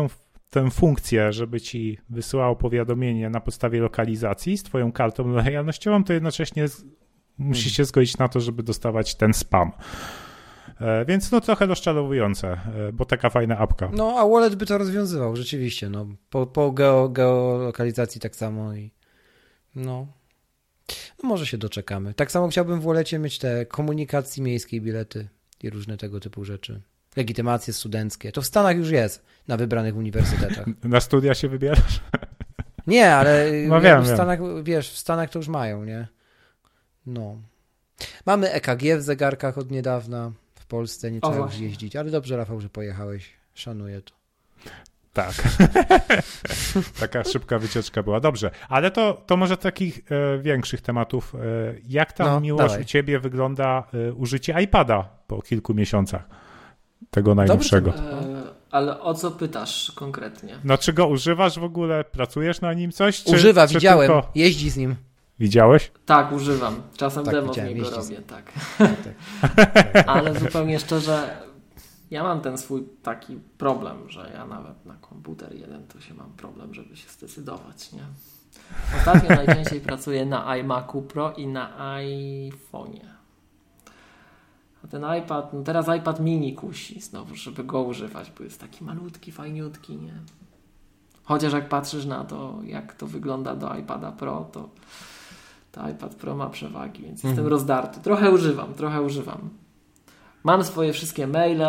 tę funkcję, żeby ci wysyłało powiadomienie na podstawie lokalizacji z twoją kartą lojalnościową, to jednocześnie z, musisz się zgodzić na to, żeby dostawać ten spam. Więc no trochę rozczarowujące, bo taka fajna apka. No a wallet by to rozwiązywał, rzeczywiście. No, po po geo, geolokalizacji tak samo i no. no może się doczekamy. Tak samo chciałbym w wallecie mieć te komunikacji miejskiej, bilety i różne tego typu rzeczy. Legitymacje studenckie. To w Stanach już jest na wybranych uniwersytetach. Na studia się wybierasz? Nie, ale no wiem, w Stanach, wiesz, w Stanach to już mają, nie? No. Mamy E K G w zegarkach od niedawna. W Polsce nie trzeba już jeździć, ale dobrze, Rafał, że pojechałeś. Szanuję to. Tak. Taka szybka wycieczka była. Dobrze, ale to, to może takich e, większych tematów. E, jak tam, no, Miłosz, dawaj. U ciebie wygląda e, użycie iPada po kilku miesiącach? Tego najnowszego. E, ale o co pytasz konkretnie? No czy go używasz w ogóle? Pracujesz na nim coś? Czy, Używa, czy widziałem. tylko... Jeździ z nim. Widziałeś? Tak, używam. Czasem tak, demo z niego robię, tak. tak. Ale zupełnie szczerze, ja mam ten swój taki problem, że ja nawet na komputer jeden to się mam problem, żeby się zdecydować, nie? Ostatnio najczęściej pracuję na iMacu Pro i na iPhone'ie. A ten iPad, no teraz iPad mini kusi znowu, żeby go używać, bo jest taki malutki, fajniutki, nie? Chociaż jak patrzysz na to, jak to wygląda do iPada Pro, to, to iPad Pro ma przewagi, więc mm. jestem rozdarty. Trochę używam, trochę używam. Mam swoje wszystkie maile,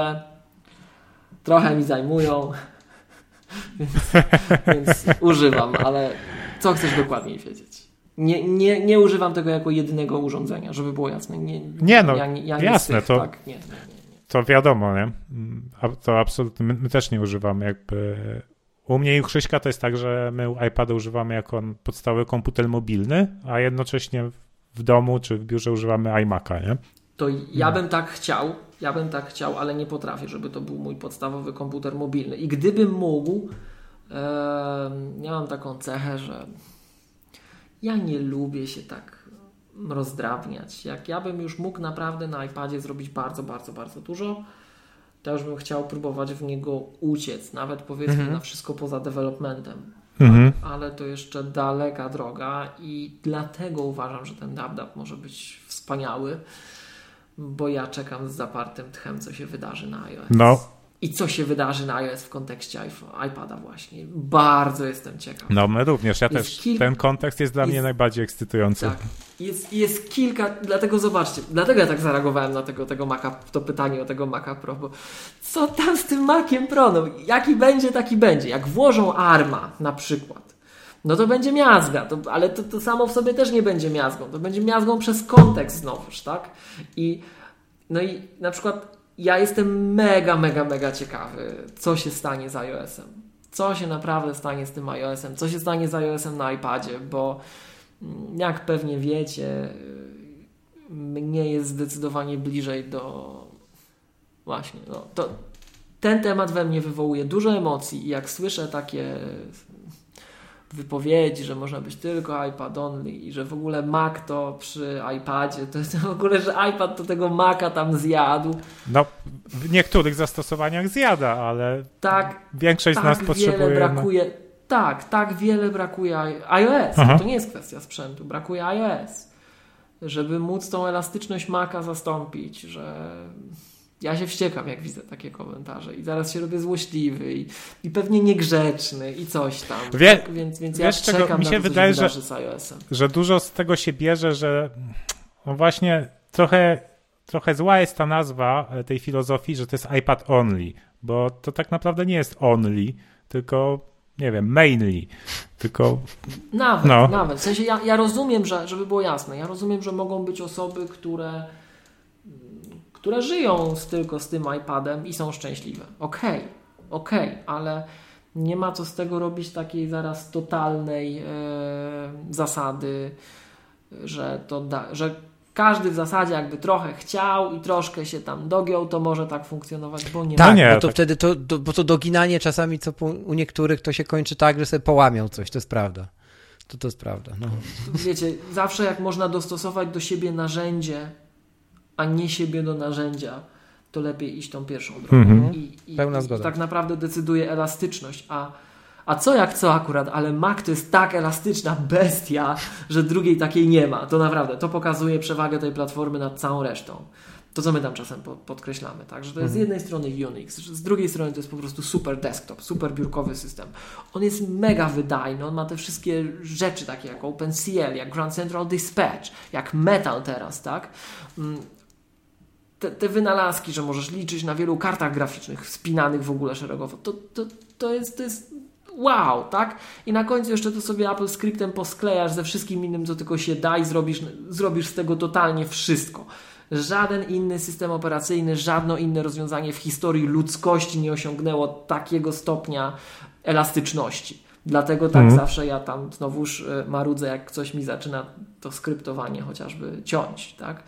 trochę mi zajmują, więc, więc używam, ale co chcesz dokładniej wiedzieć? Nie, nie, nie używam tego jako jedynego urządzenia, żeby było jasne. Nie, nie no, ja, ja jasne, nie to, tak, nie, nie, nie, nie. to wiadomo, nie? To absolutnie, my, my też nie używamy jakby... U mnie i u Krzyśka to jest tak, że my iPada używamy jako podstawowy komputer mobilny, a jednocześnie w domu czy w biurze używamy iMac'a, nie? To ja bym tak chciał, ja bym tak chciał, ale nie potrafię, żeby to był mój podstawowy komputer mobilny. I gdybym mógł, e, ja mam taką cechę, że ja nie lubię się tak rozdrabniać. Jak ja bym już mógł naprawdę na iPadzie zrobić bardzo, bardzo, bardzo dużo, to już bym chciał próbować w niego uciec, nawet powiedzmy mhm. na wszystko poza developmentem. Mhm. Ale to jeszcze daleka droga i dlatego uważam, że ten DubDub może być wspaniały, bo ja czekam z zapartym tchem, co się wydarzy na iOS. No. I co się wydarzy na iOS w kontekście iPada właśnie. Bardzo jestem ciekaw. No my również, ja jest też. Kil... Ten kontekst jest dla jest... mnie najbardziej ekscytujący. Tak. Jest, jest kilka, dlatego zobaczcie, dlatego ja tak zareagowałem na tego, tego Maca, to pytanie o tego Maca Pro, bo co tam z tym Maciem Pro? No, jaki będzie, taki będzie. Jak włożą ARMA na przykład, no to będzie miazga, to, ale to, to samo w sobie też nie będzie miazgą. To będzie miazgą przez kontekst znowuż, tak? I no i na przykład ja jestem mega, mega, mega ciekawy, co się stanie z iOS-em. Co się naprawdę stanie z tym iOS-em, co się stanie z iOS-em na iPadzie, bo jak pewnie wiecie, mnie jest zdecydowanie bliżej do... Właśnie, no, to ten temat we mnie wywołuje dużo emocji i jak słyszę takie wypowiedzi, że można być tylko iPad only i że w ogóle Mac to przy iPadzie, to jest w ogóle, że iPad to tego Maca tam zjadł. No, w niektórych zastosowaniach zjada, ale tak, większość tak z nas potrzebuje... brakuje, tak, tak wiele brakuje iOS. To nie jest kwestia sprzętu, brakuje iOS. Żeby móc tą elastyczność Maca zastąpić, że... Ja się wściekam, jak widzę takie komentarze i zaraz się robię złośliwy i, i pewnie niegrzeczny i coś tam. Wie, tak? Więc, więc wiesz, ja czekam mi się na to, wydaje, co się że, z iOS-em. że dużo z tego się bierze, że no właśnie trochę, trochę zła jest ta nazwa tej filozofii, że to jest iPad only, bo to tak naprawdę nie jest only, tylko nie wiem, mainly, tylko... Nawet, no. nawet. W sensie ja, ja rozumiem, że, żeby było jasne, ja rozumiem, że mogą być osoby, które... które żyją z, tylko z tym iPadem i są szczęśliwe. Okej, okay, okej, okay, ale nie ma co z tego robić takiej zaraz totalnej e, zasady, że, to da, że każdy w zasadzie jakby trochę chciał i troszkę się tam dogiął, to może tak funkcjonować, bo nie tak, ma. nie, bo to tak. wtedy to, do, bo to doginanie czasami co po, u niektórych to się kończy tak, że sobie połamią coś, to jest prawda. To, to jest prawda. No. Wiecie, zawsze jak można dostosować do siebie narzędzie, a nie siebie do narzędzia, to lepiej iść tą pierwszą drogą. Mhm. I, i, Pełna i zgoda. tak naprawdę decyduje elastyczność, a A co jak co akurat, ale Mac to jest tak elastyczna bestia, że drugiej takiej nie ma. To naprawdę, to pokazuje przewagę tej platformy nad całą resztą. To, co my tam czasem podkreślamy, tak? Że to jest z jednej strony Unix, z drugiej strony to jest po prostu super desktop, super biurkowy system. On jest mega wydajny, on ma te wszystkie rzeczy takie jak OpenCL, jak Grand Central Dispatch, jak Metal teraz, tak? Te, te wynalazki, że możesz liczyć na wielu kartach graficznych spinanych w ogóle szeregowo, to, to, to, jest, to jest wow, tak? I na końcu jeszcze to sobie Apple Scriptem posklejasz ze wszystkim innym, co tylko się da i zrobisz, zrobisz z tego totalnie wszystko. Żaden inny system operacyjny, żadne inne rozwiązanie w historii ludzkości nie osiągnęło takiego stopnia elastyczności. Dlatego tak mhm. zawsze ja tam znowuż marudzę, jak coś mi zaczyna to skryptowanie chociażby ciąć, tak?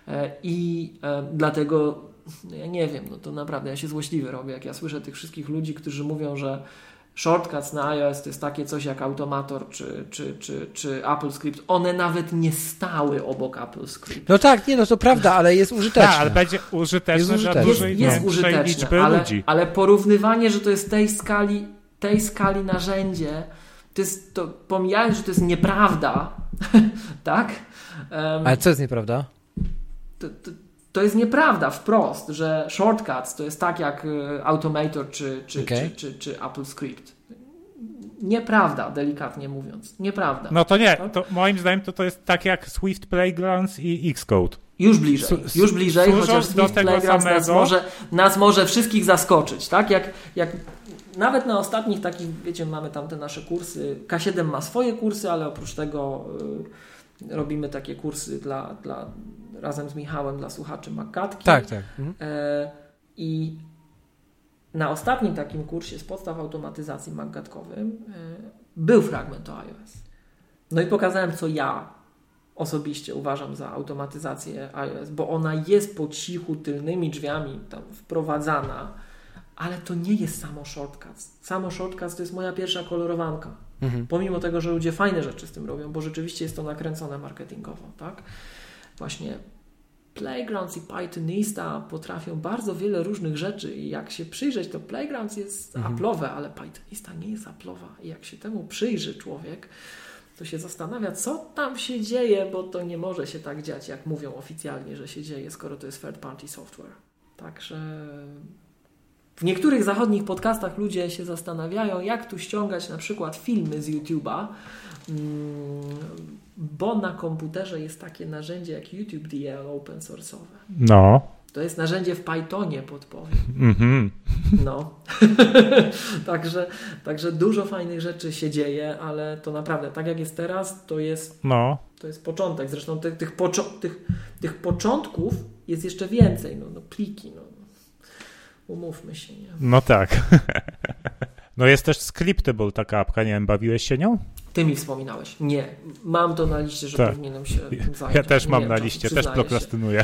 I e, dlatego, no ja nie wiem, no to naprawdę ja się złośliwy robię, jak ja słyszę tych wszystkich ludzi, którzy mówią, że shortcuts na iOS to jest takie coś jak Automator czy, czy, czy, czy Apple Script. One nawet nie stały obok Apple Script. No tak, nie, no to prawda, ale jest użyteczne. Tak, ale będzie użyteczne jest dla dużej jest, jest użyteczne, liczby ale, ludzi. Ale porównywanie, że to jest tej skali, tej skali narzędzie, to jest, to pomijając, że to jest nieprawda, tak? Um, ale co jest nieprawda? To, to, to jest nieprawda wprost, że shortcuts to jest tak jak Automator czy, czy, okay. czy, czy, czy Apple Script. Nieprawda, delikatnie mówiąc. Nieprawda. No to nie, to moim zdaniem to, to jest tak jak Swift Playgrounds i Xcode. Już bliżej, już bliżej, chociaż Swift Playgrounds nas może, nas może wszystkich zaskoczyć, tak? Jak, jak nawet na ostatnich takich, wiecie, mamy tam te nasze kursy, K siedem ma swoje kursy, ale oprócz tego y, robimy takie kursy dla, dla razem z Michałem dla słuchaczy Maggatki. Tak, tak. Mhm. E, I na ostatnim takim kursie z podstaw automatyzacji maggatkowym e, był fragment o iOS. No i pokazałem, co ja osobiście uważam za automatyzację iOS, bo ona jest po cichu, tylnymi drzwiami tam wprowadzana, ale to nie jest samo shortcuts. Samo shortcuts to jest moja pierwsza kolorowanka. Mhm. Pomimo tego, że ludzie fajne rzeczy z tym robią, bo rzeczywiście jest to nakręcone marketingowo, tak? Właśnie Playgrounds i Pythonista potrafią bardzo wiele różnych rzeczy i jak się przyjrzeć, to Playgrounds jest mhm. Apple'owe, ale Pythonista nie jest Apple'owa i jak się temu przyjrzy człowiek, to się zastanawia, co tam się dzieje, bo to nie może się tak dziać, jak mówią oficjalnie, że się dzieje, skoro to jest third party software. Także w niektórych zachodnich podcastach ludzie się zastanawiają, jak tu ściągać na przykład filmy z YouTube'a, bo na komputerze jest takie narzędzie jak YouTube D L open source'owe. No. To jest narzędzie w Pythonie, podpowiem. Mhm. No. także, także dużo fajnych rzeczy się dzieje, ale to naprawdę, tak jak jest teraz, to jest, no. to jest początek. Zresztą tych, tych, poczo- tych, tych początków jest jeszcze więcej. No, no pliki, no. Umówmy się, nie? No tak. No jest też Scriptable taka apka, nie wiem, bawiłeś się nią? Ty mi wspominałeś. Nie. Mam to na liście, że tak. Powinienem się tym zająć. Ja też mam nie, na liście, też prokrastynuję.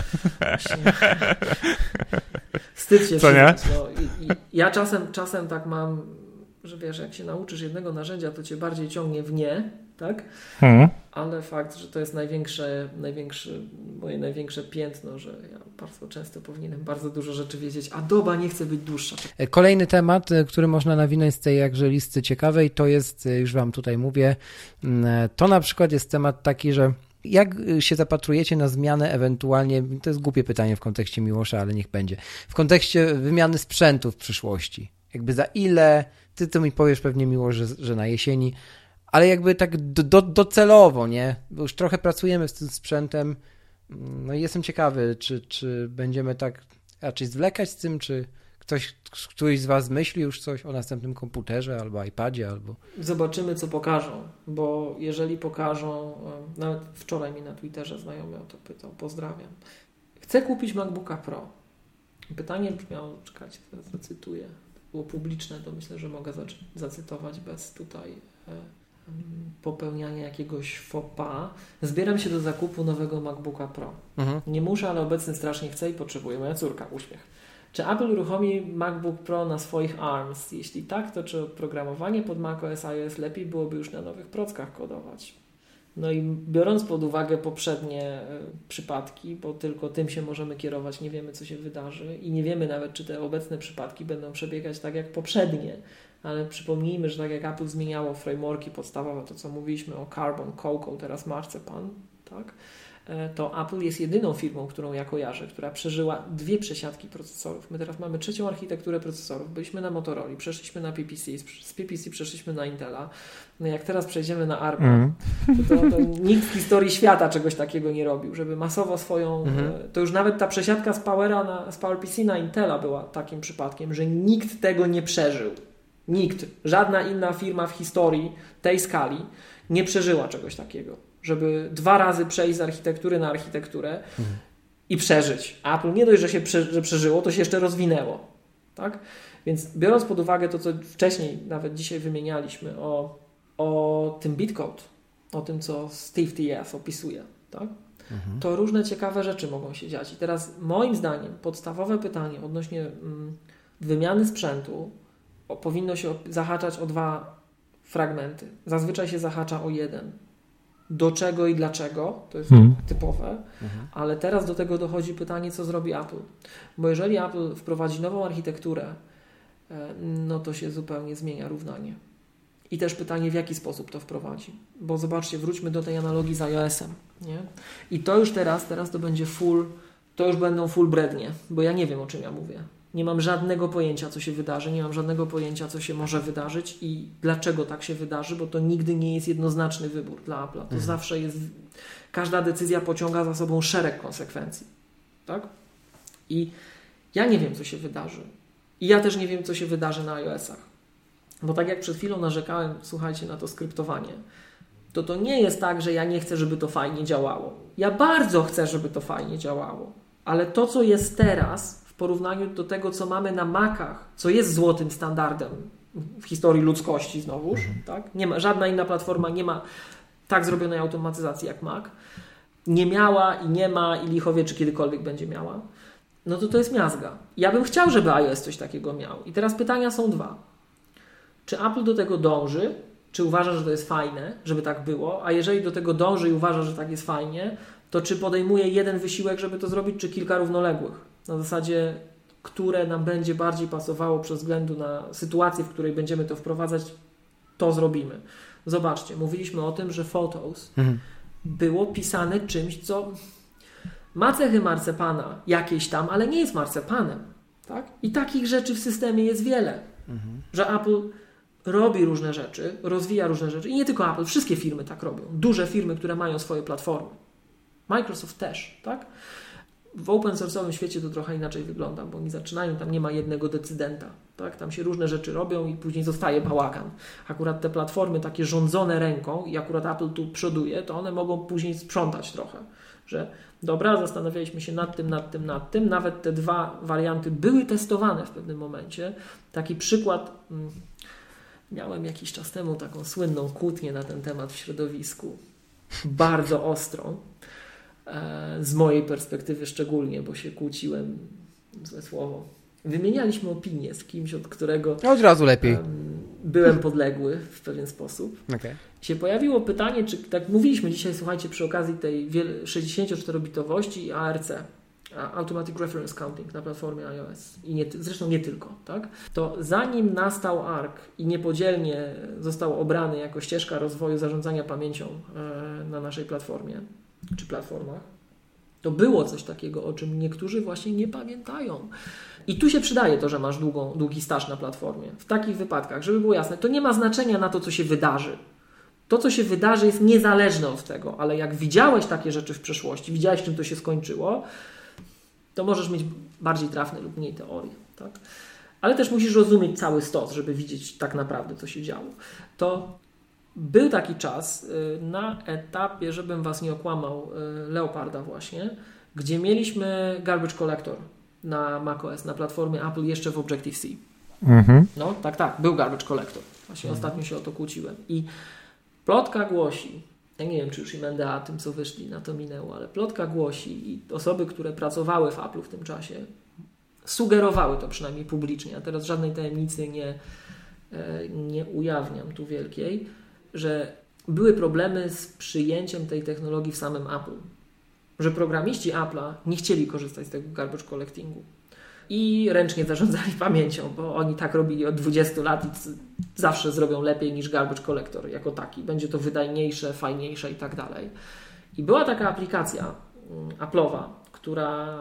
Wstyd się Co nie? No, i, i ja czasem, czasem tak mam, że wiesz, jak się nauczysz jednego narzędzia, to cię bardziej ciągnie w nie, tak? Hmm. Ale fakt, że to jest największe, największe, moje największe piętno, że ja bardzo często powinienem bardzo dużo rzeczy wiedzieć, a doba nie chce być dłuższa. Kolejny temat, który można nawinąć z tej jakże listy ciekawej, to jest, już wam tutaj mówię, to na przykład jest temat taki, że jak się zapatrujecie na zmianę ewentualnie, to jest głupie pytanie w kontekście Miłosza, ale niech będzie, w kontekście wymiany sprzętu w przyszłości. Jakby za ile, ty to mi powiesz pewnie Miłosz, że, że na jesieni, ale jakby tak do, do, docelowo, nie? Bo już trochę pracujemy z tym sprzętem. No i jestem ciekawy, czy, czy będziemy tak raczej zwlekać z tym, czy ktoś, któryś z was myśli już coś o następnym komputerze albo iPadzie, albo... Zobaczymy, co pokażą, bo jeżeli pokażą, nawet wczoraj mi na Twitterze znajomy o to pytał, pozdrawiam. Chcę kupić MacBooka Pro. Pytanie brzmiało, czekajcie, teraz zacytuję. Było publiczne, to myślę, że mogę zacytować bez tutaj... popełniania jakiegoś faux pas. Zbieram się do zakupu nowego MacBooka Pro. Mhm. Nie muszę, ale obecnie strasznie chcę i potrzebuję. Moja córka, uśmiech. Czy Apple uruchomi MacBook Pro na swoich ARMS? Jeśli tak, to czy oprogramowanie pod macOS iOS lepiej byłoby już na nowych prockach kodować? No i biorąc pod uwagę poprzednie przypadki, bo tylko tym się możemy kierować, nie wiemy, co się wydarzy i nie wiemy nawet, czy te obecne przypadki będą przebiegać tak jak poprzednie, ale przypomnijmy, że tak jak Apple zmieniało frameworki podstawowe, to co mówiliśmy o Carbon, Cocoa, teraz Marcepan, tak? To Apple jest jedyną firmą, którą ja kojarzę, która przeżyła dwie przesiadki procesorów. My teraz mamy trzecią architekturę procesorów. Byliśmy na Motorola, przeszliśmy na P P C, z P P C przeszliśmy na Intela. No jak teraz przejdziemy na ARM, mm. to, to, to nikt w historii świata czegoś takiego nie robił, żeby masowo swoją... Mm. To już nawet ta przesiadka z Powera na, z PowerPC na Intela była takim przypadkiem, że nikt tego nie przeżył. Nikt. Żadna inna firma w historii tej skali nie przeżyła czegoś takiego. Żeby dwa razy przejść z architektury na architekturę mhm. i przeżyć. A Apple nie dość, że się prze, że przeżyło, to się jeszcze rozwinęło. Tak? Więc biorąc pod uwagę to, co wcześniej, nawet dzisiaj wymienialiśmy o, o tym bitcode, o tym, co Steve T F opisuje, tak? Mhm. To różne ciekawe rzeczy mogą się dziać. I teraz moim zdaniem podstawowe pytanie odnośnie mm, wymiany sprzętu o, powinno się zahaczać o dwa fragmenty. Zazwyczaj się zahacza o jeden. Do czego i dlaczego, to jest hmm. typowe, mhm. ale teraz do tego dochodzi pytanie, co zrobi Apple. Bo jeżeli Apple wprowadzi nową architekturę, no to się zupełnie zmienia równanie. I też pytanie, w jaki sposób to wprowadzi. Bo zobaczcie, wróćmy do tej analogii z iOS-em. Nie? I to już teraz, teraz to będzie full, to już będą full brednie, bo ja nie wiem, o czym ja mówię. Nie mam żadnego pojęcia, co się wydarzy, nie mam żadnego pojęcia, co się może wydarzyć i dlaczego tak się wydarzy, bo to nigdy nie jest jednoznaczny wybór dla Apple'a. To mhm. zawsze jest, każda decyzja pociąga za sobą szereg konsekwencji. Tak? I ja nie wiem, co się wydarzy. I ja też nie wiem, co się wydarzy na iOS-ach. Bo tak jak przed chwilą narzekałem, słuchajcie, na to skryptowanie, to to nie jest tak, że ja nie chcę, żeby to fajnie działało. Ja bardzo chcę, żeby to fajnie działało. Ale to, co jest teraz, w porównaniu do tego, co mamy na Macach, co jest złotym standardem w historii ludzkości znowuż, mhm. tak? Nie ma, żadna inna platforma nie ma tak zrobionej automatyzacji jak Mac. Nie miała i nie ma i licho wie, czy kiedykolwiek będzie miała. No to to jest miazga. Ja bym chciał, żeby iOS coś takiego miał. I teraz pytania są dwa. Czy Apple do tego dąży? Czy uważa, że to jest fajne, żeby tak było? A jeżeli do tego dąży i uważa, że tak jest fajnie, to czy podejmuje jeden wysiłek, żeby to zrobić, czy kilka równoległych? Na zasadzie, które nam będzie bardziej pasowało przez względu na sytuację, w której będziemy to wprowadzać, to zrobimy. Zobaczcie, mówiliśmy o tym, że Photos mhm. było pisane czymś, co ma cechy marcepana jakieś tam, ale nie jest marcepanem. Tak? I takich rzeczy w systemie jest wiele. Mhm. Że Apple robi różne rzeczy, rozwija różne rzeczy. I nie tylko Apple, wszystkie firmy tak robią. Duże firmy, które mają swoje platformy. Microsoft też, tak? W open source'owym świecie to trochę inaczej wygląda, bo oni zaczynają, tam nie ma jednego decydenta, tak? Tam się różne rzeczy robią i później zostaje bałagan. Akurat te platformy takie rządzone ręką i akurat Apple tu przoduje, to one mogą później sprzątać trochę, że dobra, zastanawialiśmy się nad tym, nad tym, nad tym, nawet te dwa warianty były testowane w pewnym momencie. Taki przykład, miałem jakiś czas temu taką słynną kłótnię na ten temat w środowisku, bardzo ostrą, z mojej perspektywy szczególnie, bo się kłóciłem, złe słowo. Wymienialiśmy opinie z kimś, od którego od razu lepiej. Um, byłem podległy w pewien sposób. Okay. Się pojawiło pytanie, czy tak mówiliśmy dzisiaj, słuchajcie, przy okazji tej sześćdziesięcioczterobitowości i A R C, Automatic Reference Counting na platformie iOS i nie, zresztą nie tylko, tak? To zanim nastał A R C i niepodzielnie został obrany jako ścieżka rozwoju zarządzania pamięcią e, na naszej platformie, czy platformach, to było coś takiego, o czym niektórzy właśnie nie pamiętają. I tu się przydaje to, że masz długą, długi staż na platformie. W takich wypadkach, żeby było jasne, to nie ma znaczenia na to, co się wydarzy. To, co się wydarzy, jest niezależne od tego, ale jak widziałeś takie rzeczy w przeszłości, widziałeś, czym to się skończyło, to możesz mieć bardziej trafne lub mniej teorie. Tak? Ale też musisz rozumieć cały stos, żeby widzieć tak naprawdę, co się działo. To był taki czas na etapie, żebym was nie okłamał, Leoparda właśnie, gdzie mieliśmy garbage collector na macOS, na platformie Apple jeszcze w Objective-C. Mhm. No tak, tak, był garbage collector. Właśnie mhm. ostatnio się o to kłóciłem. I plotka głosi, ja nie wiem, czy już im N D A tym, co wyszli, na to minęło, ale plotka głosi i osoby, które pracowały w Apple'u w tym czasie, sugerowały to przynajmniej publicznie, a teraz żadnej tajemnicy nie, nie ujawniam tu wielkiej, że były problemy z przyjęciem tej technologii w samym Apple. Że programiści Apple'a nie chcieli korzystać z tego garbage collectingu i ręcznie zarządzali pamięcią, bo oni tak robili od dwudziestu lat i zawsze zrobią lepiej niż garbage collector jako taki. Będzie to wydajniejsze, fajniejsze i tak dalej. I była taka aplikacja Apple'owa, która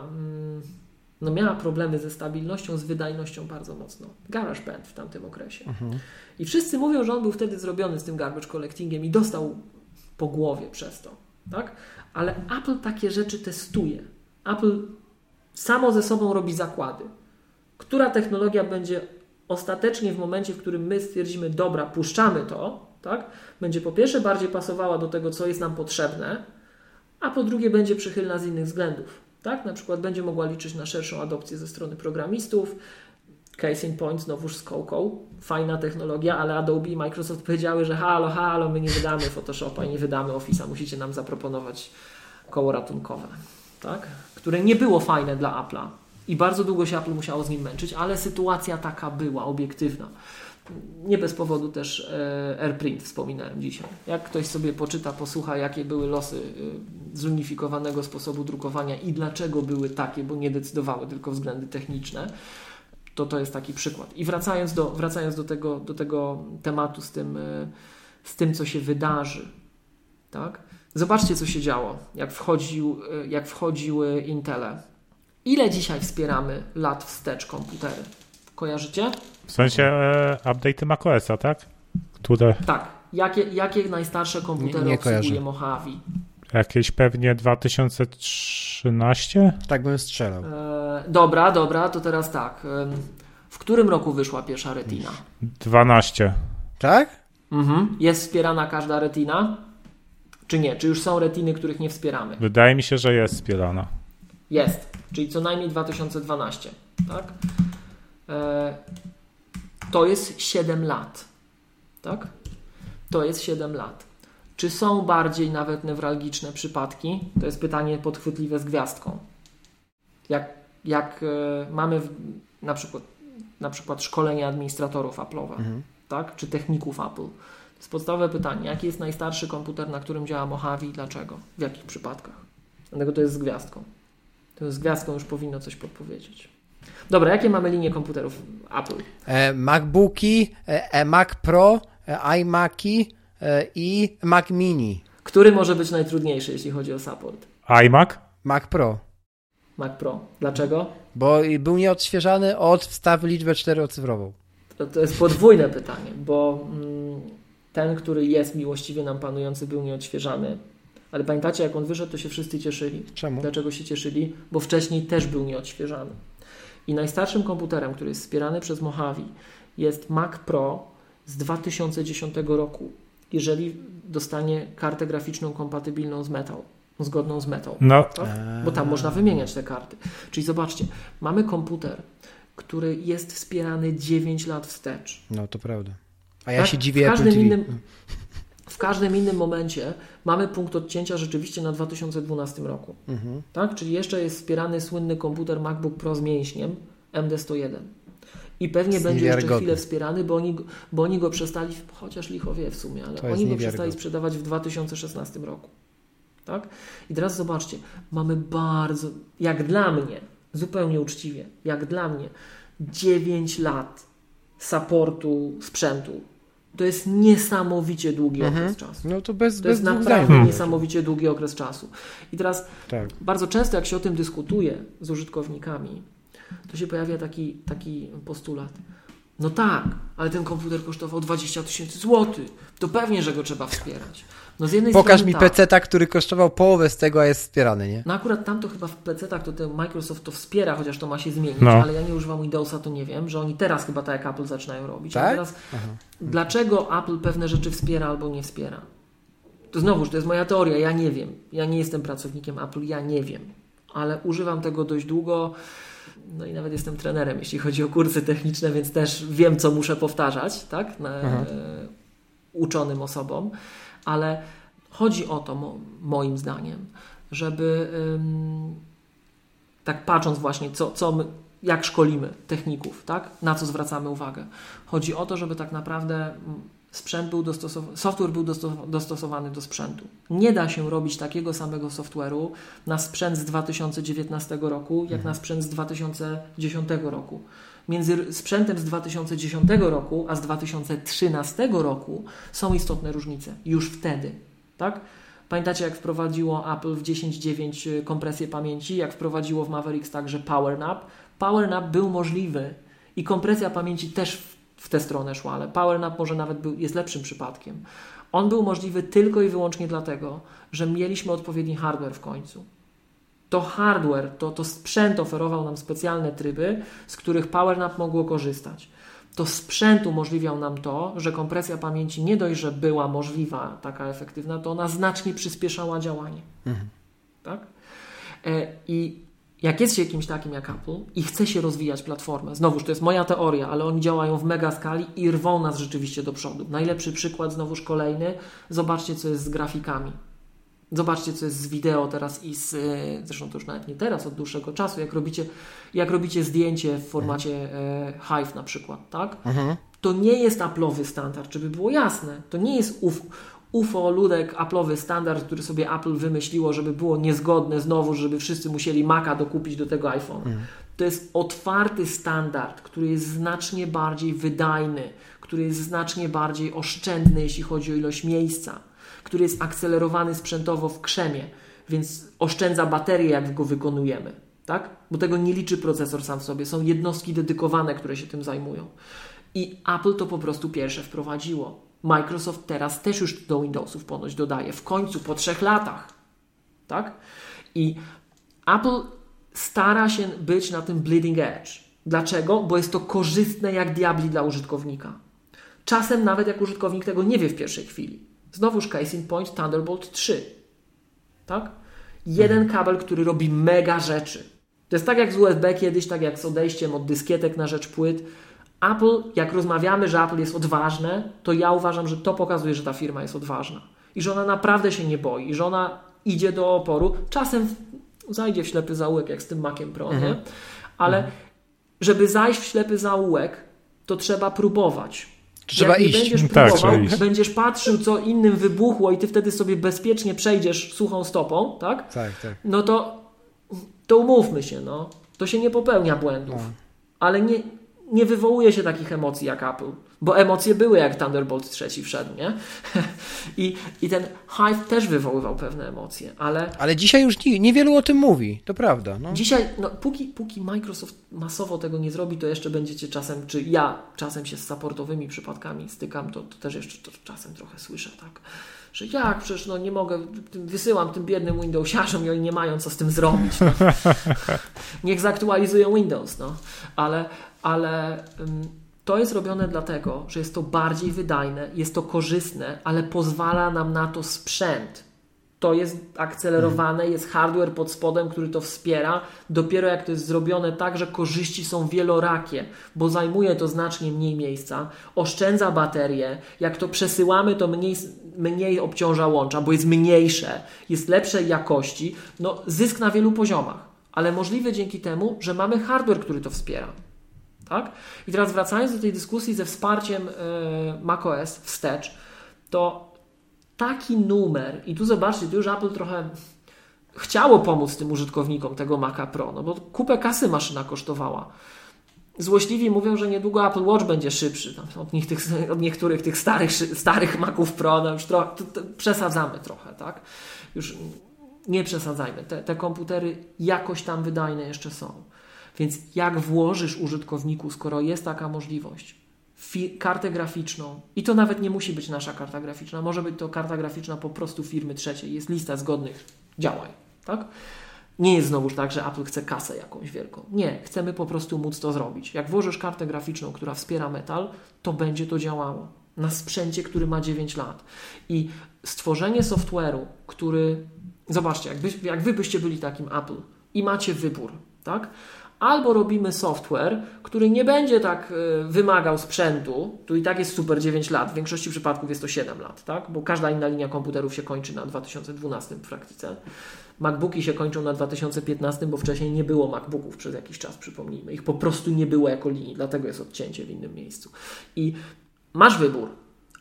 no, miała problemy ze stabilnością, z wydajnością bardzo mocno. GarageBand w tamtym okresie. Mhm. I wszyscy mówią, że on był wtedy zrobiony z tym garbage collectingiem i dostał po głowie przez to. Tak? Ale Apple takie rzeczy testuje. Apple samo ze sobą robi zakłady. Która technologia będzie ostatecznie w momencie, w którym my stwierdzimy, dobra, puszczamy to, tak? Będzie po pierwsze bardziej pasowała do tego, co jest nam potrzebne, a po drugie będzie przychylna z innych względów. Tak? Na przykład będzie mogła liczyć na szerszą adopcję ze strony programistów. Case in point znowuż z Cocoa. Fajna technologia, ale Adobe i Microsoft powiedziały, że halo, halo, my nie wydamy Photoshopa i nie wydamy Office'a, musicie nam zaproponować koło ratunkowe, tak? Które nie było fajne dla Apple'a i bardzo długo się Apple musiało z nim męczyć, ale sytuacja taka była, obiektywna. Nie bez powodu też e, AirPrint wspominałem dzisiaj. Jak ktoś sobie poczyta, posłucha, jakie były losy e, zunifikowanego sposobu drukowania i dlaczego były takie, bo nie decydowały tylko względy techniczne, to to jest taki przykład. I wracając do, wracając do, tego, do tego tematu z tym, e, z tym, co się wydarzy, tak? Zobaczcie, co się działo, jak, wchodził, e, jak wchodziły Intele. Ile dzisiaj wspieramy lat wstecz komputery? Kojarzycie? W sensie e, update'y macOSa, tak? Które... Tak. Jakie, jakie najstarsze komputery nie, nie obsługuje Mojave? Jakieś pewnie dwa tysiące trzynaście? Tak bym strzelał. E, dobra, dobra, to teraz tak. E, w którym roku wyszła pierwsza Retina? dwanaście. Tak? Mhm. Jest wspierana każda Retina? Czy nie? Czy już są Retiny, których nie wspieramy? Wydaje mi się, że jest wspierana. Jest. Czyli co najmniej dwa tysiące dwanaście. Tak? E, to jest siedem lat. Tak? To jest siedem lat. Czy są bardziej nawet newralgiczne przypadki? To jest pytanie podchwytliwe z gwiazdką. Jak, jak e, mamy w, na, przykład, na przykład szkolenie administratorów Apple'owe, mhm. tak? Czy techników Apple. To jest podstawowe pytanie. Jaki jest najstarszy komputer, na którym działa Mojave i dlaczego? W jakich przypadkach? Dlatego to jest z gwiazdką. To z gwiazdką już powinno coś podpowiedzieć. Dobra, jakie mamy linie komputerów Apple? E, MacBooki, e, Mac Pro, e, iMaki e, i Mac Mini. Który może być najtrudniejszy, jeśli chodzi o support? iMac? Mac Pro. Mac Pro. Dlaczego? Bo był nieodświeżany od wstawy liczbę czterocyfrową. To, to jest podwójne pytanie, bo mm, ten, który jest miłościwie nam panujący, był nieodświeżany. Ale pamiętacie, jak on wyszedł, to się wszyscy cieszyli. Czemu? Dlaczego się cieszyli? Bo wcześniej też był nieodświeżany. I najstarszym komputerem, który jest wspierany przez Mojave, jest Mac Pro z dwa tysiące dziesiątego roku, jeżeli dostanie kartę graficzną kompatybilną z Metal, zgodną z Metal. No. Tak? Bo tam można wymieniać te karty. Czyli zobaczcie, mamy komputer, który jest wspierany dziewięć lat wstecz. No to prawda. A ja tak? się dziwię w każdym Apple T V. innym W każdym innym momencie mamy punkt odcięcia rzeczywiście na dwa tysiące dwunastym roku. Mhm. Tak? Czyli jeszcze jest wspierany słynny komputer MacBook Pro z mięśniem M D sto jeden. I pewnie będzie jeszcze chwilę wspierany, bo oni, bo oni go przestali, chociaż licho wie w sumie, ale oni go przestali sprzedawać w dwa tysiące szesnastym roku. Tak? I teraz zobaczcie, mamy bardzo, jak dla mnie, zupełnie uczciwie, jak dla mnie, dziewięć lat supportu sprzętu. To jest niesamowicie długi mhm. okres czasu. No to bez, to bez jest naprawdę hmm. niesamowicie długi okres czasu. I teraz tak. bardzo często jak się o tym dyskutuje z użytkownikami, to się pojawia taki, taki postulat. No tak, ale ten komputer kosztował dwadzieścia tysięcy złotych. To pewnie, że go trzeba wspierać. No z jednej Pokaż strony mi tak. peceta, który kosztował połowę z tego, a jest wspierany, nie? No akurat tam to chyba w pecetach to ten Microsoft to wspiera, chociaż to ma się zmienić, no. ale ja nie używam Windowsa, to nie wiem, że oni teraz chyba tak jak Apple zaczynają robić. Tak? A teraz dlaczego Apple pewne rzeczy wspiera albo nie wspiera? To znowuż, to jest moja teoria, ja nie wiem. Ja nie jestem pracownikiem Apple, ja nie wiem. Ale używam tego dość długo, no i nawet jestem trenerem, jeśli chodzi o kursy techniczne, więc też wiem, co muszę powtarzać, tak? Na, e, uczonym osobom, ale chodzi o to, mo, moim zdaniem, żeby ym, tak patrząc właśnie, co, co my, jak szkolimy techników, tak? Na co zwracamy uwagę. Chodzi o to, żeby tak naprawdę Sprzęt był dostosow- software był dosto- dostosowany do sprzętu. Nie da się robić takiego samego software'u na sprzęt z dwa tysiące dziewiętnastego roku, jak na sprzęt z dwa tysiące dziesiątego roku. Między sprzętem z dwa tysiące dziesiątego roku a z dwa tysiące trzynastego roku są istotne różnice. Już wtedy. Tak? Pamiętacie, jak wprowadziło Apple w dziesięć dziewięć kompresję pamięci, jak wprowadziło w Mavericks także PowerNap. PowerNap był możliwy i kompresja pamięci też w, w tę stronę szła, ale PowerNap może nawet był, jest lepszym przypadkiem. On był możliwy tylko i wyłącznie dlatego, że mieliśmy odpowiedni hardware w końcu. To hardware, to, to sprzęt oferował nam specjalne tryby, z których PowerNap mogło korzystać. To sprzęt umożliwiał nam to, że kompresja pamięci nie dość, że była możliwa, taka efektywna, to ona znacznie przyspieszała działanie. Mhm. Tak? E, I jak jest się kimś takim jak Apple i chce się rozwijać platformę, znowuż to jest moja teoria, ale oni działają w mega skali i rwą nas rzeczywiście do przodu. Najlepszy przykład, znowuż kolejny, zobaczcie, co jest z grafikami. Zobaczcie, co jest z wideo teraz i z, zresztą to już nawet nie teraz, od dłuższego czasu, jak robicie, jak robicie zdjęcie w formacie e, Hive na przykład, tak? Mhm. To nie jest Apple'owy standard, żeby było jasne. To nie jest uf, U F O, ludek, Apple'owy standard, który sobie Apple wymyśliło, żeby było niezgodne znowu, żeby wszyscy musieli Maca dokupić do tego iPhone'a. Mhm. To jest otwarty standard, który jest znacznie bardziej wydajny, który jest znacznie bardziej oszczędny, jeśli chodzi o ilość miejsca, który jest akcelerowany sprzętowo w krzemie, więc oszczędza baterię, jak go wykonujemy, tak? Bo tego nie liczy procesor sam w sobie. Są jednostki dedykowane, które się tym zajmują. I Apple to po prostu pierwsze wprowadziło. Microsoft teraz też już do Windowsów ponoć dodaje. W końcu, po trzech latach. Tak? I Apple stara się być na tym bleeding edge. Dlaczego? Bo jest to korzystne jak diabli dla użytkownika. Czasem nawet jak użytkownik tego nie wie w pierwszej chwili. Znowuż case in point Thunderbolt trzy. Tak? Jeden kabel, który robi mega rzeczy. To jest tak jak z U S B kiedyś, tak jak z odejściem od dyskietek na rzecz płyt. Apple, jak rozmawiamy, że Apple jest odważne, to ja uważam, że to pokazuje, że ta firma jest odważna. I że ona naprawdę się nie boi. I że ona idzie do oporu. Czasem zajdzie w ślepy zaułek, jak z tym Maciem Pro, mhm. nie? Ale mhm. żeby zajść w ślepy zaułek, to trzeba próbować. Trzeba jak iść. będziesz próbował, tak, będziesz patrzył, co innym wybuchło i ty wtedy sobie bezpiecznie przejdziesz suchą stopą, tak? Tak, tak. No to, to umówmy się, no. To się nie popełnia błędów. No. Ale nie, nie wywołuje się takich emocji jak Apple. Bo emocje były, jak Thunderbolt trzy wszedł, nie? I, I ten Hive też wywoływał pewne emocje, ale... Ale dzisiaj już nie, niewielu o tym mówi, to prawda. No. Dzisiaj, no, póki, póki Microsoft masowo tego nie zrobi, to jeszcze będziecie czasem, czy ja czasem się z supportowymi przypadkami stykam, to, to też jeszcze to czasem trochę słyszę, tak? Że jak, przecież no nie mogę, wysyłam tym biednym Windowsiarzom i oni nie mają co z tym zrobić. No. Niech zaktualizują Windows, no. Ale, ale... Um, to jest robione dlatego, że jest to bardziej wydajne, jest to korzystne, ale pozwala nam na to sprzęt. To jest akcelerowane, jest hardware pod spodem, który to wspiera. Dopiero jak to jest zrobione tak, że korzyści są wielorakie, bo zajmuje to znacznie mniej miejsca, oszczędza baterię. Jak to przesyłamy, to mniej, mniej obciąża łącza, bo jest mniejsze, jest lepszej jakości. No, zysk na wielu poziomach, ale możliwy dzięki temu, że mamy hardware, który to wspiera. Tak? I teraz wracając do tej dyskusji ze wsparciem yy, macOS wstecz, to taki numer, i tu zobaczcie, tu już Apple trochę chciało pomóc tym użytkownikom tego Maca Pro, no bo kupę kasy maszyna kosztowała. Złośliwi mówią, że niedługo Apple Watch będzie szybszy tam, od, nich tych, od niektórych tych starych, starych Maców Pro, no już trochę, to, to przesadzamy trochę, tak? Już nie przesadzajmy, te, te komputery jakoś tam wydajne jeszcze są. Więc jak włożysz użytkowniku, skoro jest taka możliwość, fi- kartę graficzną, i to nawet nie musi być nasza karta graficzna, może być to karta graficzna po prostu firmy trzeciej, jest lista zgodnych działań, tak? Nie jest znowuż tak, że Apple chce kasę jakąś wielką. Nie, chcemy po prostu móc to zrobić. Jak włożysz kartę graficzną, która wspiera metal, to będzie to działało na sprzęcie, który ma dziewięć lat. I stworzenie software'u, który... Zobaczcie, jakby, jak wy byście byli takim Apple i macie wybór, tak? Albo robimy software, który nie będzie tak y, wymagał sprzętu, tu i tak jest super dziewięć lat, w większości przypadków jest to siedem lat, tak? Bo każda inna linia komputerów się kończy na dwa tysiące dwunastym w praktyce. MacBooki się kończą na dwa tysiące piętnastym, bo wcześniej nie było MacBooków przez jakiś czas, przypomnijmy. Ich po prostu nie było jako linii, dlatego jest odcięcie w innym miejscu. I masz wybór.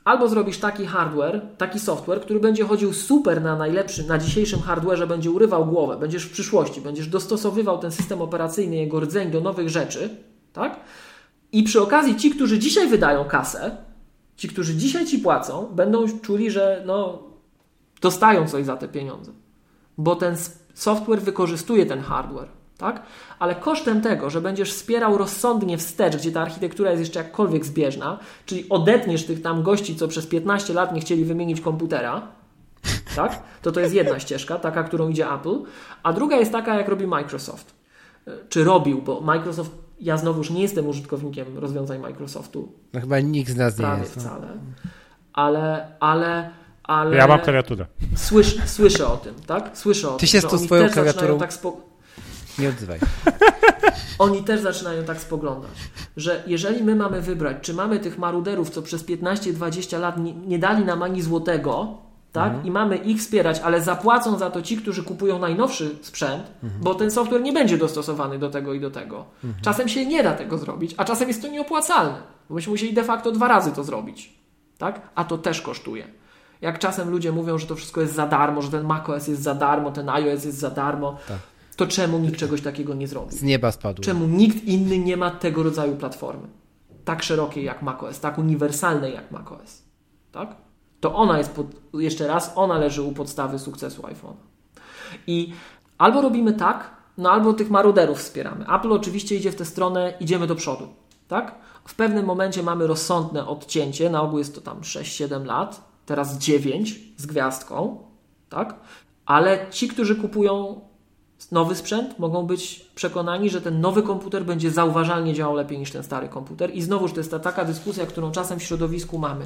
Albo zrobisz taki hardware, taki software, który będzie chodził super na najlepszym, na dzisiejszym hardware'ze, będzie urywał głowę, będziesz w przyszłości, będziesz dostosowywał ten system operacyjny, jego rdzeń do nowych rzeczy, tak? I przy okazji ci, którzy dzisiaj wydają kasę, ci, którzy dzisiaj ci płacą, będą czuli, że no, dostają coś za te pieniądze, bo ten software wykorzystuje ten hardware, tak? Ale kosztem tego, że będziesz wspierał rozsądnie wstecz, gdzie ta architektura jest jeszcze jakkolwiek zbieżna, czyli odetniesz tych tam gości, co przez piętnaście lat nie chcieli wymienić komputera, tak? To to jest jedna ścieżka, taka, którą idzie Apple, a druga jest taka, jak robi Microsoft. Czy robił, bo Microsoft, ja znowuż nie jestem użytkownikiem rozwiązań Microsoftu. No chyba nikt z nas nie prawie jest. No. wcale. Ale, ale, ale... Ja mam klawiaturę. Słysz, słyszę o tym, tak? Słyszę o Ty tym. się z tą swoją klawiaturą Tak spo... nie odzywaj. Oni też zaczynają tak spoglądać, że jeżeli my mamy wybrać, czy mamy tych maruderów, co przez piętnaście dwadzieścia lat nie, nie dali nam ani złotego, tak? Mhm. I mamy ich wspierać, ale zapłacą za to ci, którzy kupują najnowszy sprzęt, mhm. bo ten software nie będzie dostosowany do tego i do tego. Mhm. Czasem się nie da tego zrobić, a czasem jest to nieopłacalne, bo myśmy musieli de facto dwa razy to zrobić, tak? A to też kosztuje. Jak czasem ludzie mówią, że to wszystko jest za darmo, że ten macOS jest za darmo, ten iOS jest za darmo, tak. To czemu nikt czegoś takiego nie zrobi? Z nieba spadło. Czemu nikt inny nie ma tego rodzaju platformy? Tak szerokiej jak macOS, tak uniwersalnej jak macOS. Tak? To ona jest, pod, jeszcze raz, ona leży u podstawy sukcesu iPhone'a. I albo robimy tak, no albo tych maruderów wspieramy. Apple oczywiście idzie w tę stronę, idziemy do przodu. Tak? W pewnym momencie mamy rozsądne odcięcie, na ogół jest to tam sześć siedem lat, teraz dziewięć z gwiazdką, tak? Ale ci, którzy kupują nowy sprzęt, mogą być przekonani, że ten nowy komputer będzie zauważalnie działał lepiej niż ten stary komputer. I znowuż to jest ta taka dyskusja, którą czasem w środowisku mamy.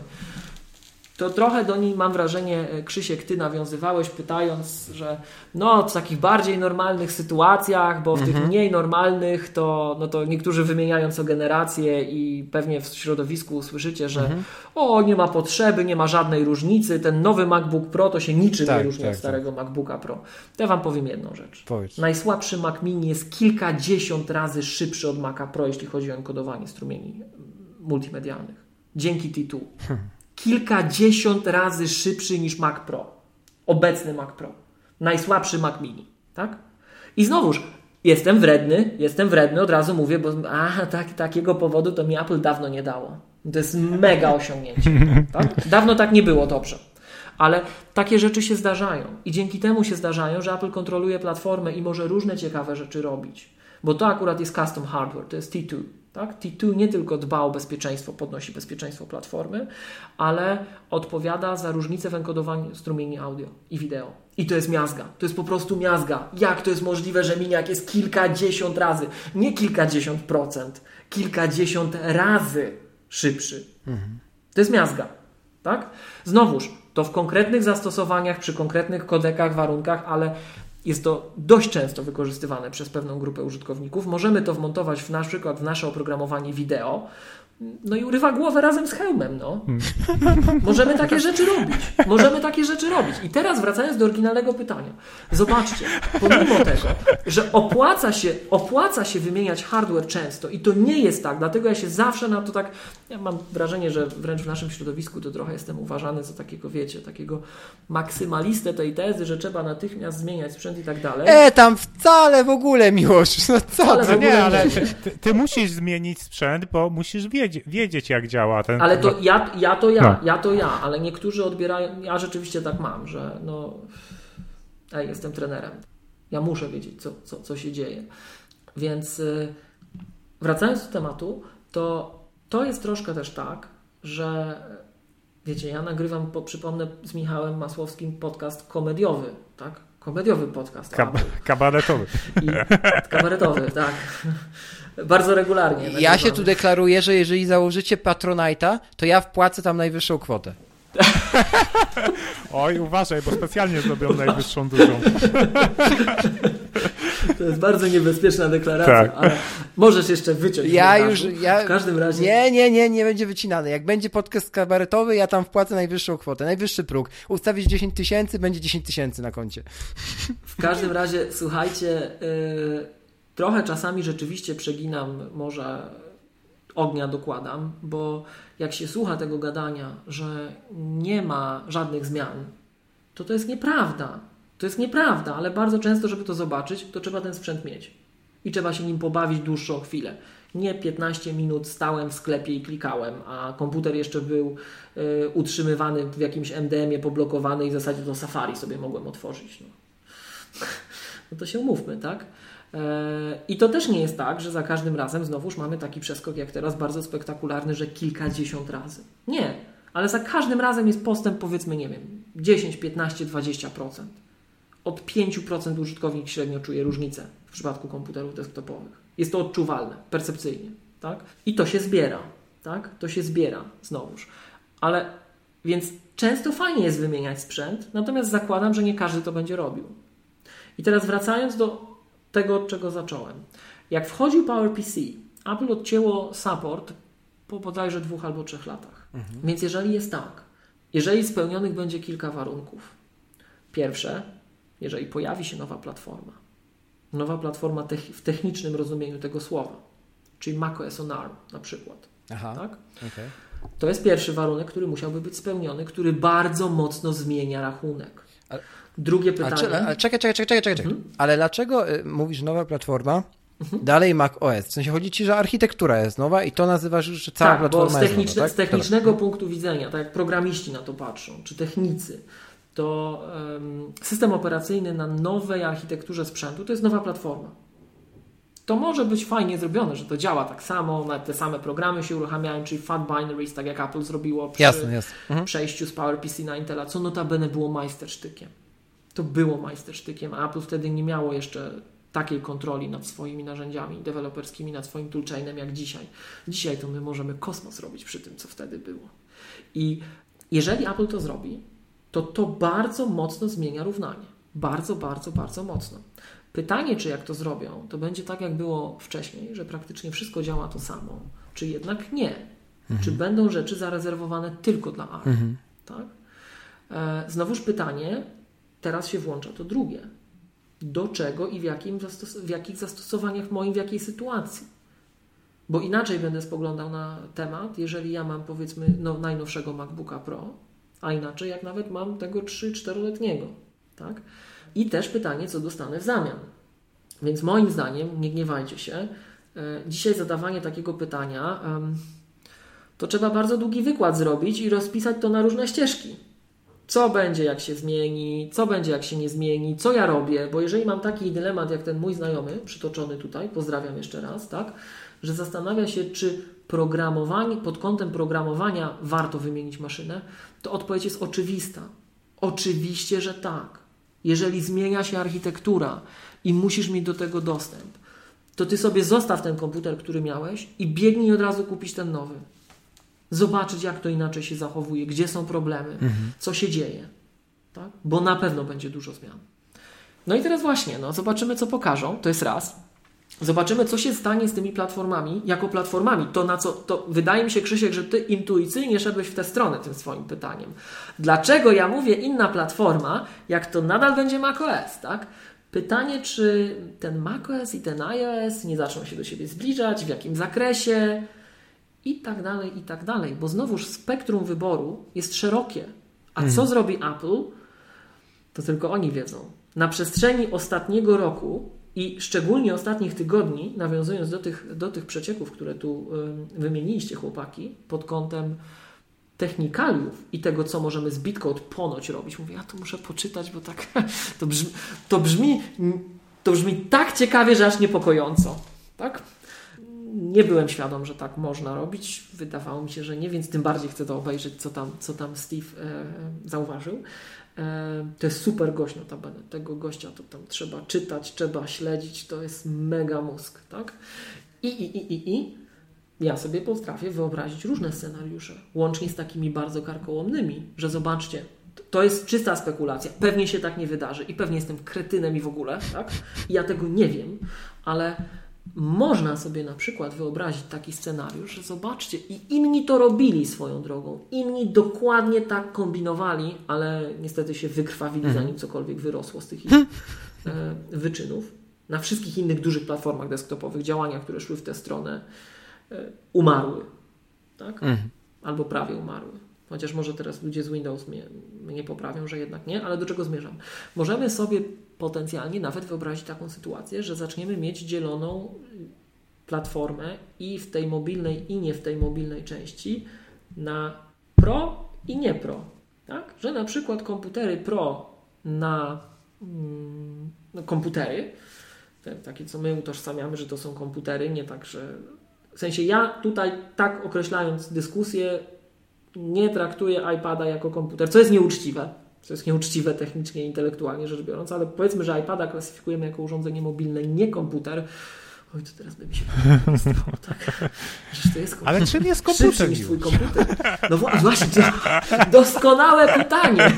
To trochę do niej, mam wrażenie, Krzysiek, ty nawiązywałeś, pytając, że no w takich bardziej normalnych sytuacjach, bo w mhm. tych mniej normalnych to, no to niektórzy wymieniają co generację i pewnie w środowisku słyszycie, że mhm. o, nie ma potrzeby, nie ma żadnej różnicy, ten nowy MacBook Pro to się niczym tak, nie różni tak, od starego tak. MacBooka Pro. To ja wam powiem jedną rzecz. Powiedz. Najsłabszy Mac Mini jest kilkadziesiąt razy szybszy od Maca Pro, jeśli chodzi o enkodowanie strumieni multimedialnych. Dzięki T dwa. Hmm. Kilkadziesiąt razy szybszy niż Mac Pro. Obecny Mac Pro. Najsłabszy Mac Mini. Tak? I znowuż, jestem wredny, jestem wredny, od razu mówię, bo a, tak, takiego powodu to mi Apple dawno nie dało. To jest mega osiągnięcie. Tak? Dawno tak nie było, dobrze. Ale takie rzeczy się zdarzają. I dzięki temu się zdarzają, że Apple kontroluje platformę i może różne ciekawe rzeczy robić. Bo to akurat jest custom hardware, to jest T dwa. Tak? T dwa nie tylko dba o bezpieczeństwo, podnosi bezpieczeństwo platformy, ale odpowiada za różnice w enkodowaniu strumieni audio i wideo. I to jest miazga. To jest po prostu miazga. Jak to jest możliwe, że miniak jest kilkadziesiąt razy, nie kilkadziesiąt procent, kilkadziesiąt razy szybszy. Mhm. To jest miazga. Tak? Znowuż, to w konkretnych zastosowaniach, przy konkretnych kodekach, warunkach, ale jest to dość często wykorzystywane przez pewną grupę użytkowników. Możemy to wmontować w, na przykład w nasze oprogramowanie wideo, no i urywa głowę razem z hełmem. No. Hmm. Możemy takie rzeczy robić. Możemy takie rzeczy robić. I teraz wracając do oryginalnego pytania. Zobaczcie, pomimo tego, że opłaca się, opłaca się wymieniać hardware często i to nie jest tak, dlatego ja się zawsze na to tak, ja mam wrażenie, że wręcz w naszym środowisku to trochę jestem uważany za takiego, wiecie, takiego maksymalistę tej tezy, że trzeba natychmiast zmieniać sprzęt i tak dalej. E, tam wcale w ogóle, Miłosz, no co? Ale To nie, ale ty, ty musisz zmienić sprzęt, bo musisz wiedzieć, wiedzieć jak działa ten... Ale to ja, ja to ja, no. ja to ja, ale niektórzy odbierają, ja rzeczywiście tak mam, że no, ja jestem trenerem. Ja muszę wiedzieć, co, co, co się dzieje. Więc yy, wracając do tematu, to to jest troszkę też tak, że wiecie, ja nagrywam, po, przypomnę, z Michałem Masłowskim podcast komediowy, tak? Komediowy podcast. Kab- kabaretowy. I, kabaretowy, tak. Bardzo regularnie. Ja się tu deklaruję, że jeżeli założycie Patronite'a, to ja wpłacę tam najwyższą kwotę. Oj, uważaj, bo specjalnie zrobią najwyższą dużą. To jest bardzo niebezpieczna deklaracja, tak. Ale możesz jeszcze wyciąć. Ja już, ja... W każdym razie... Nie, nie, nie, nie będzie wycinany. Jak będzie podcast kabaretowy, ja tam wpłacę najwyższą kwotę, najwyższy próg. Ustawisz dziesięć tysięcy, będzie dziesięć tysięcy na koncie. W każdym razie, słuchajcie, yy, trochę czasami rzeczywiście przeginam może ognia dokładam, bo jak się słucha tego gadania, że nie ma żadnych zmian, to to jest nieprawda. To jest nieprawda, ale bardzo często, żeby to zobaczyć, to trzeba ten sprzęt mieć. I trzeba się nim pobawić dłuższą chwilę. Nie piętnaście minut stałem w sklepie i klikałem, a komputer jeszcze był y, utrzymywany w jakimś M D M-ie, poblokowany i w zasadzie to Safari sobie mogłem otworzyć. No, no to się umówmy, tak? I to też nie jest tak, że za każdym razem znowuż mamy taki przeskok jak teraz, bardzo spektakularny, że kilkadziesiąt razy. Nie, ale za każdym razem jest postęp, powiedzmy, nie wiem, dziesięć, piętnaście, dwadzieścia procent. Od pięć procent użytkownik średnio czuje różnicę w przypadku komputerów desktopowych. Jest to odczuwalne, percepcyjnie, tak? I to się zbiera, tak? To się zbiera znowuż. Ale, więc często fajnie jest wymieniać sprzęt, natomiast zakładam, że nie każdy to będzie robił. I teraz wracając do tego, od czego zacząłem. Jak wchodził PowerPC, Apple odcięło support po bodajże dwóch albo trzech latach. Mhm. Więc jeżeli jest tak, jeżeli spełnionych będzie kilka warunków. Pierwsze, jeżeli pojawi się nowa platforma. Nowa platforma tech- w technicznym rozumieniu tego słowa, czyli macOS on A R M na przykład. Aha, tak? Okay. To jest pierwszy warunek, który musiałby być spełniony, który bardzo mocno zmienia rachunek. Ale... Drugie pytanie. Ale, ale czekaj, czekaj, czekaj, czekaj. Mhm. Ale dlaczego y, mówisz nowa platforma, mhm. dalej macOS? W sensie chodzi ci, że architektura jest nowa i to nazywasz, że cała tak, platforma bo z, techniczne, jest nowa, tak? z technicznego Dobra. punktu widzenia, tak jak programiści na to patrzą, czy technicy, to um, system operacyjny na nowej architekturze sprzętu to jest nowa platforma. To może być fajnie zrobione, że to działa tak samo, nawet te same programy się uruchamiają, czyli Fat Binaries, tak jak Apple zrobiło przy jasne, jasne. Mhm. przejściu z PowerPC na Intela, co notabene było majstersztykiem. To było majstersztykiem, a Apple wtedy nie miało jeszcze takiej kontroli nad swoimi narzędziami deweloperskimi, nad swoim toolchainem jak dzisiaj. Dzisiaj to my możemy kosmos robić przy tym, co wtedy było. I jeżeli Apple to zrobi, to to bardzo mocno zmienia równanie. Bardzo, bardzo, bardzo mocno. Pytanie, czy jak to zrobią, to będzie tak, jak było wcześniej, że praktycznie wszystko działa to samo, czy jednak nie. Mhm. Czy będą rzeczy zarezerwowane tylko dla A R M. Mhm. Tak? E, znowuż pytanie, teraz się włącza to drugie. Do czego i w, jakim zastos- w jakich zastosowaniach moim, w jakiej sytuacji? Bo inaczej będę spoglądał na temat, jeżeli ja mam, powiedzmy, no, najnowszego MacBooka Pro, a inaczej jak nawet mam tego trzy-czteroletniego. Tak? I też pytanie, co dostanę w zamian. Więc moim zdaniem, nie gniewajcie się, dzisiaj zadawanie takiego pytania, to trzeba bardzo długi wykład zrobić i rozpisać to na różne ścieżki. Co będzie, jak się zmieni, co będzie, jak się nie zmieni, co ja robię, bo jeżeli mam taki dylemat, jak ten mój znajomy, przytoczony tutaj, pozdrawiam jeszcze raz, tak, że zastanawia się, czy programowanie, pod kątem programowania warto wymienić maszynę, to odpowiedź jest oczywista. Oczywiście, że tak. Jeżeli zmienia się architektura i musisz mieć do tego dostęp, to ty sobie zostaw ten komputer, który miałeś i biegnij od razu kupić ten nowy. Zobaczyć, jak to inaczej się zachowuje, gdzie są problemy, mhm. co się dzieje. Tak? Bo na pewno będzie dużo zmian. No i teraz właśnie, no, zobaczymy, co pokażą. To jest raz. Zobaczymy, co się stanie z tymi platformami jako platformami. To, na co, to wydaje mi się, Krzysiek, że ty intuicyjnie szedłeś w tę stronę tym swoim pytaniem. Dlaczego ja mówię inna platforma, jak to nadal będzie macOS, tak? Pytanie, czy ten macOS i ten iOS nie zaczną się do siebie zbliżać, w jakim zakresie i tak dalej, i tak dalej. Bo znowuż spektrum wyboru jest szerokie. A hmm. co zrobi Apple, to tylko oni wiedzą. Na przestrzeni ostatniego roku i szczególnie ostatnich tygodni, nawiązując do tych, do tych przecieków, które tu y, wymieniliście, chłopaki, pod kątem technikaliów i tego, co możemy z Bitcode ponoć robić. Mówię, ja to muszę poczytać, bo tak to brzmi, to brzmi, to brzmi tak ciekawie, że aż niepokojąco. Tak? Nie byłem świadom, że tak można robić. Wydawało mi się, że nie, więc tym bardziej chcę to obejrzeć, co tam, co tam Steve e, zauważył. To jest super gość notabene. Tego gościa to tam trzeba czytać, trzeba śledzić. To jest mega mózg, tak? I, i, i, i, i ja sobie potrafię wyobrazić różne scenariusze, łącznie z takimi bardzo karkołomnymi, że zobaczcie, to jest czysta spekulacja. Pewnie się tak nie wydarzy i pewnie jestem kretynem i w ogóle, tak? I ja tego nie wiem, ale można sobie na przykład wyobrazić taki scenariusz, że zobaczcie, i inni to robili swoją drogą. Inni dokładnie tak kombinowali, ale niestety się wykrwawili, zanim cokolwiek wyrosło z tych ich e, wyczynów. Na wszystkich innych dużych platformach desktopowych, działania, które szły w tę stronę, umarły. Tak? Mhm. Albo prawie umarły. Chociaż może teraz ludzie z Windows mnie, mnie poprawią, że jednak nie, ale do czego zmierzam? Możemy sobie potencjalnie nawet wyobrazić taką sytuację, że zaczniemy mieć dzieloną platformę i w tej mobilnej, i nie w tej mobilnej części na pro i nie pro. Tak? Że na przykład komputery pro na mm, no, komputery, te, takie co my utożsamiamy, że to są komputery, nie tak, że w sensie ja tutaj tak określając dyskusję nie traktuję iPada jako komputer, co jest nieuczciwe, co jest nieuczciwe technicznie i intelektualnie rzecz biorąc, ale powiedzmy, że iPada klasyfikujemy jako urządzenie mobilne, nie komputer. Oj, to teraz by mi się stało, tak? Przecież to jest komputer. Ale czym jest komputer? Szybszy niż twój komputer. No właśnie, doskonałe pytanie.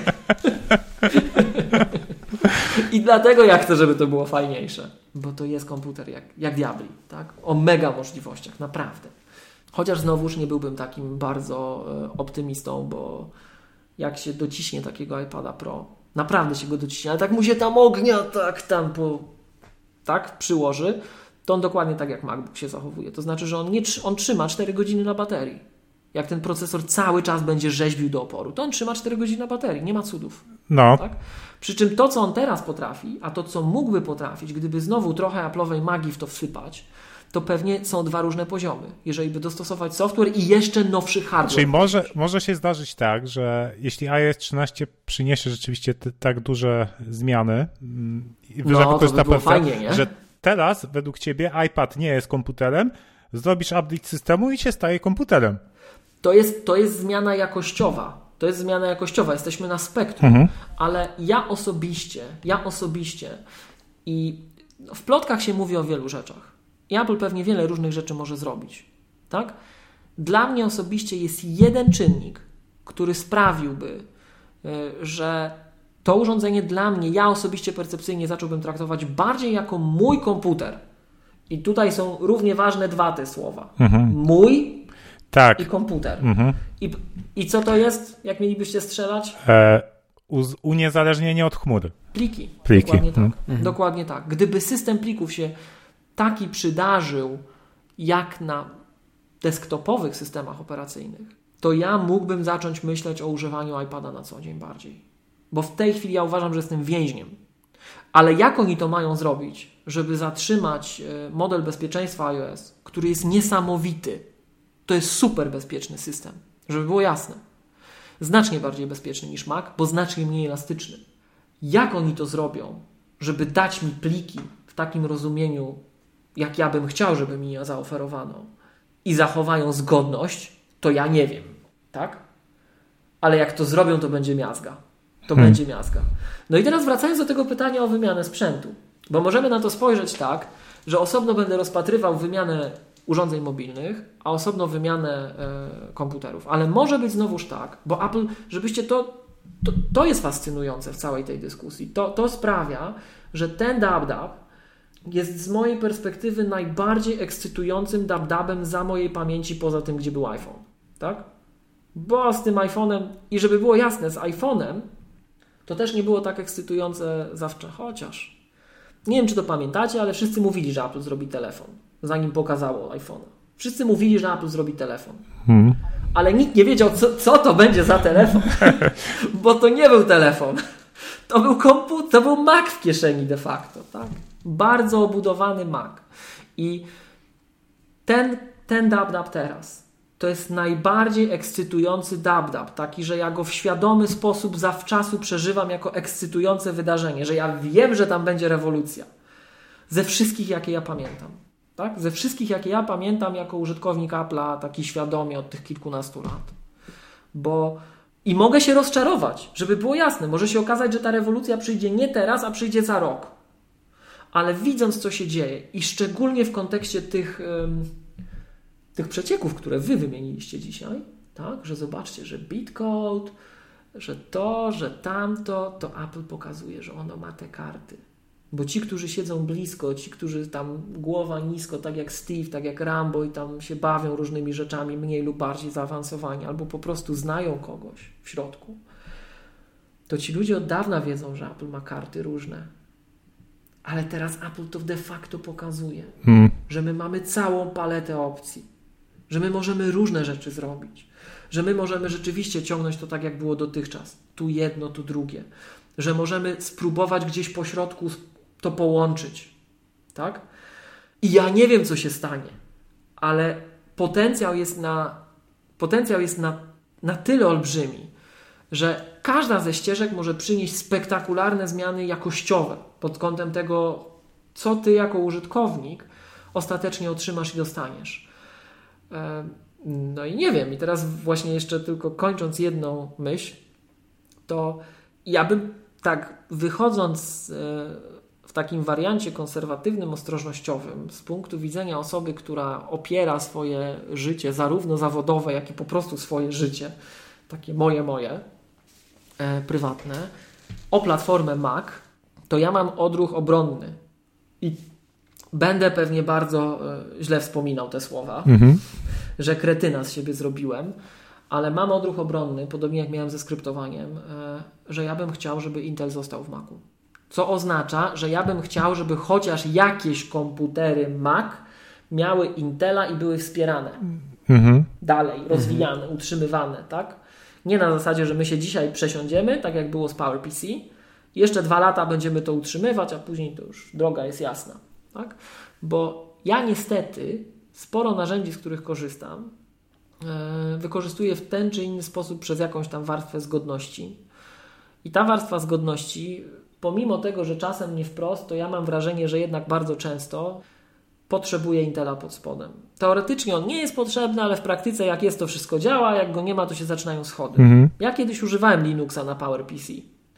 I dlatego ja chcę, żeby to było fajniejsze, bo to jest komputer jak, jak diabli, tak? O mega możliwościach, naprawdę. Chociaż znowuż nie byłbym takim bardzo optymistą, bo jak się dociśnie takiego iPada Pro, naprawdę się go dociśnie, ale tak mu się tam ognia, tak tam po, tak przyłoży, to on dokładnie tak jak MacBook się zachowuje. To znaczy, że on, nie, on trzyma cztery godziny na baterii. Jak ten procesor cały czas będzie rzeźbił do oporu, to on trzyma cztery godziny na baterii. Nie ma cudów. No. Tak? Przy czym to, co on teraz potrafi, a to, co mógłby potrafić, gdyby znowu trochę Apple'owej magii w to wsypać, to pewnie są dwa różne poziomy. Jeżeli by dostosować software i jeszcze nowszy hardware. Czyli może, może się zdarzyć tak, że jeśli iOS trzynaście przyniesie rzeczywiście te, tak duże zmiany, no, to by było fajnie, nie? że teraz według ciebie iPad nie jest komputerem, zrobisz update systemu i się staje komputerem. To jest, to jest zmiana jakościowa. To jest zmiana jakościowa. Jesteśmy na spektrum. Mhm. Ale ja osobiście, ja osobiście i w plotkach się mówi o wielu rzeczach. I Apple pewnie wiele różnych rzeczy może zrobić. Tak? Dla mnie osobiście jest jeden czynnik, który sprawiłby, że to urządzenie dla mnie, ja osobiście percepcyjnie zacząłbym traktować bardziej jako mój komputer. I tutaj są równie ważne dwa te słowa. Mhm. Mój tak. i komputer. Mhm. I, I co to jest, jak mielibyście strzelać? E, uz, uniezależnienie od chmury. Pliki. Pliki. Dokładnie tak. Mhm. Dokładnie tak. Gdyby system plików się taki przydarzył, jak na desktopowych systemach operacyjnych, to ja mógłbym zacząć myśleć o używaniu iPada na co dzień bardziej. Bo w tej chwili ja uważam, że jestem więźniem. Ale jak oni to mają zrobić, żeby zatrzymać model bezpieczeństwa iOS, który jest niesamowity? To jest super bezpieczny system, żeby było jasne. Znacznie bardziej bezpieczny niż Mac, bo znacznie mniej elastyczny. Jak oni to zrobią, żeby dać mi pliki w takim rozumieniu, jak ja bym chciał, żeby mi je zaoferowano i zachowają zgodność, to ja nie wiem. Tak? Ale jak to zrobią, to będzie miazga. To hmm. będzie miazga. No i teraz wracając do tego pytania o wymianę sprzętu. Bo możemy na to spojrzeć tak, że osobno będę rozpatrywał wymianę urządzeń mobilnych, a osobno wymianę e, komputerów. Ale może być znowuż tak, bo Apple, żebyście to, to, to jest fascynujące w całej tej dyskusji. To, to sprawia, że ten dab-dab jest z mojej perspektywy najbardziej ekscytującym dab-dabem za mojej pamięci poza tym, gdzie był iPhone. Tak? Bo z tym iPhone'em, i żeby było jasne, z iPhone'em to też nie było tak ekscytujące zawsze, chociaż nie wiem, czy to pamiętacie, ale wszyscy mówili, że Apple zrobi telefon, zanim pokazało iPhone'a. Wszyscy mówili, że Apple zrobi telefon. Hmm. Ale nikt nie wiedział, co, co to będzie za telefon. Bo to nie był telefon. To był komputer, to był Mac w kieszeni de facto. Tak? Bardzo obudowany Mac. I ten, ten dab-dab teraz to jest najbardziej ekscytujący dab-dab. Taki, że ja go w świadomy sposób zawczasu przeżywam jako ekscytujące wydarzenie. Że ja wiem, że tam będzie rewolucja. Ze wszystkich, jakie ja pamiętam. Tak? Ze wszystkich, jakie ja pamiętam jako użytkownik Apple'a, taki świadomie od tych kilkunastu lat. Bo i mogę się rozczarować, żeby było jasne. Może się okazać, że ta rewolucja przyjdzie nie teraz, a przyjdzie za rok. Ale widząc, co się dzieje i szczególnie w kontekście tych, ym, tych przecieków, które wy wymieniliście dzisiaj, tak? Że zobaczcie, że Bitcode, że to, że tamto, to Apple pokazuje, że ono ma te karty. Bo ci, którzy siedzą blisko, ci, którzy tam głowa nisko, tak jak Steve, tak jak Rambo i tam się bawią różnymi rzeczami mniej lub bardziej zaawansowani, albo po prostu znają kogoś w środku, to ci ludzie od dawna wiedzą, że Apple ma karty różne. Ale teraz Apple to de facto pokazuje, hmm. że my mamy całą paletę opcji. że my możemy różne rzeczy zrobić, że my możemy rzeczywiście ciągnąć to tak, jak było dotychczas. Tu jedno, tu drugie. Że możemy spróbować gdzieś po środku to połączyć. Tak? I ja nie wiem, co się stanie, ale potencjał jest na, potencjał jest na, na tyle olbrzymi, że każda ze ścieżek może przynieść spektakularne zmiany jakościowe pod kątem tego, co ty jako użytkownik ostatecznie otrzymasz i dostaniesz. No i nie wiem, i teraz właśnie jeszcze tylko kończąc jedną myśl, to ja bym tak wychodząc w takim wariancie konserwatywnym, ostrożnościowym, z punktu widzenia osoby, która opiera swoje życie, zarówno zawodowe, jak i po prostu swoje życie, takie moje, moje, e, prywatne, o platformę Mac, to ja mam odruch obronny. I będę pewnie bardzo e, źle wspominał te słowa, mhm. że kretyna z siebie zrobiłem, ale mam odruch obronny, podobnie jak miałem ze skryptowaniem, e, że ja bym chciał, żeby Intel został w Macu. Co oznacza, że ja bym chciał, żeby chociaż jakieś komputery Mac miały Intela i były wspierane. Mhm. Dalej, rozwijane, mhm. utrzymywane, tak? Nie na zasadzie, że my się dzisiaj przesiądziemy, tak jak było z PowerPC, jeszcze dwa lata będziemy to utrzymywać, a później to już droga jest jasna, tak? Bo ja niestety sporo narzędzi, z których korzystam, yy, wykorzystuję w ten czy inny sposób przez jakąś tam warstwę zgodności. I ta warstwa zgodności, pomimo tego, że czasem nie wprost, to ja mam wrażenie, że jednak bardzo często potrzebuje Intela pod spodem. Teoretycznie on nie jest potrzebny, ale w praktyce jak jest, to wszystko działa, jak go nie ma, to się zaczynają schody. Mhm. Ja kiedyś używałem Linuxa na PowerPC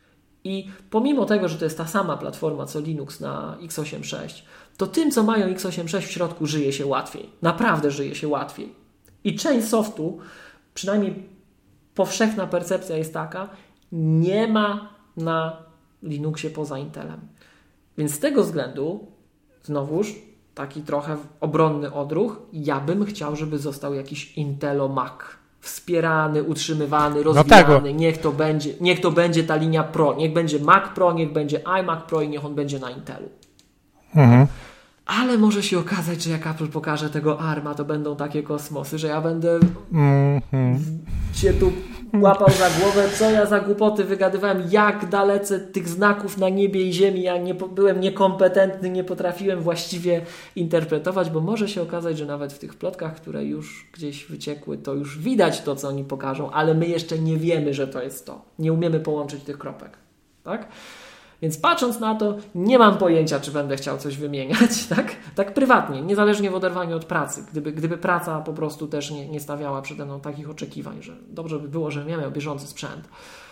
i pomimo tego, że to jest ta sama platforma co Linux na x osiemdziesiąt sześć, to tym, co mają x osiemdziesiąt sześć w środku, żyje się łatwiej. Naprawdę żyje się łatwiej. I część softu, przynajmniej powszechna percepcja jest taka, nie ma na Linuxie poza Intelem. Więc z tego względu, znowuż, taki trochę obronny odruch, ja bym chciał, żeby został jakiś Intelo Mac. Wspierany, utrzymywany, rozwijany. No niech to będzie, niech to będzie ta linia Pro. Niech będzie Mac Pro, niech będzie iMac Pro i niech on będzie na Intelu. Mhm. Ale może się okazać, że jak Apple pokaże tego ARMa, to będą takie kosmosy, że ja będę mm-hmm. się tu łapał za głowę, co ja za głupoty wygadywałem, jak dalece tych znaków na niebie i ziemi, ja nie, byłem niekompetentny, nie potrafiłem właściwie interpretować, bo może się okazać, że nawet w tych plotkach, które już gdzieś wyciekły, to już widać to, co oni pokażą, ale my jeszcze nie wiemy, że to jest to. Nie umiemy połączyć tych kropek. Tak? Więc patrząc na to, nie mam pojęcia, czy będę chciał coś wymieniać, tak? Tak prywatnie, niezależnie w oderwaniu od pracy. Gdyby, gdyby praca po prostu też nie, nie stawiała przede mną takich oczekiwań, że dobrze by było, że miał bieżący sprzęt,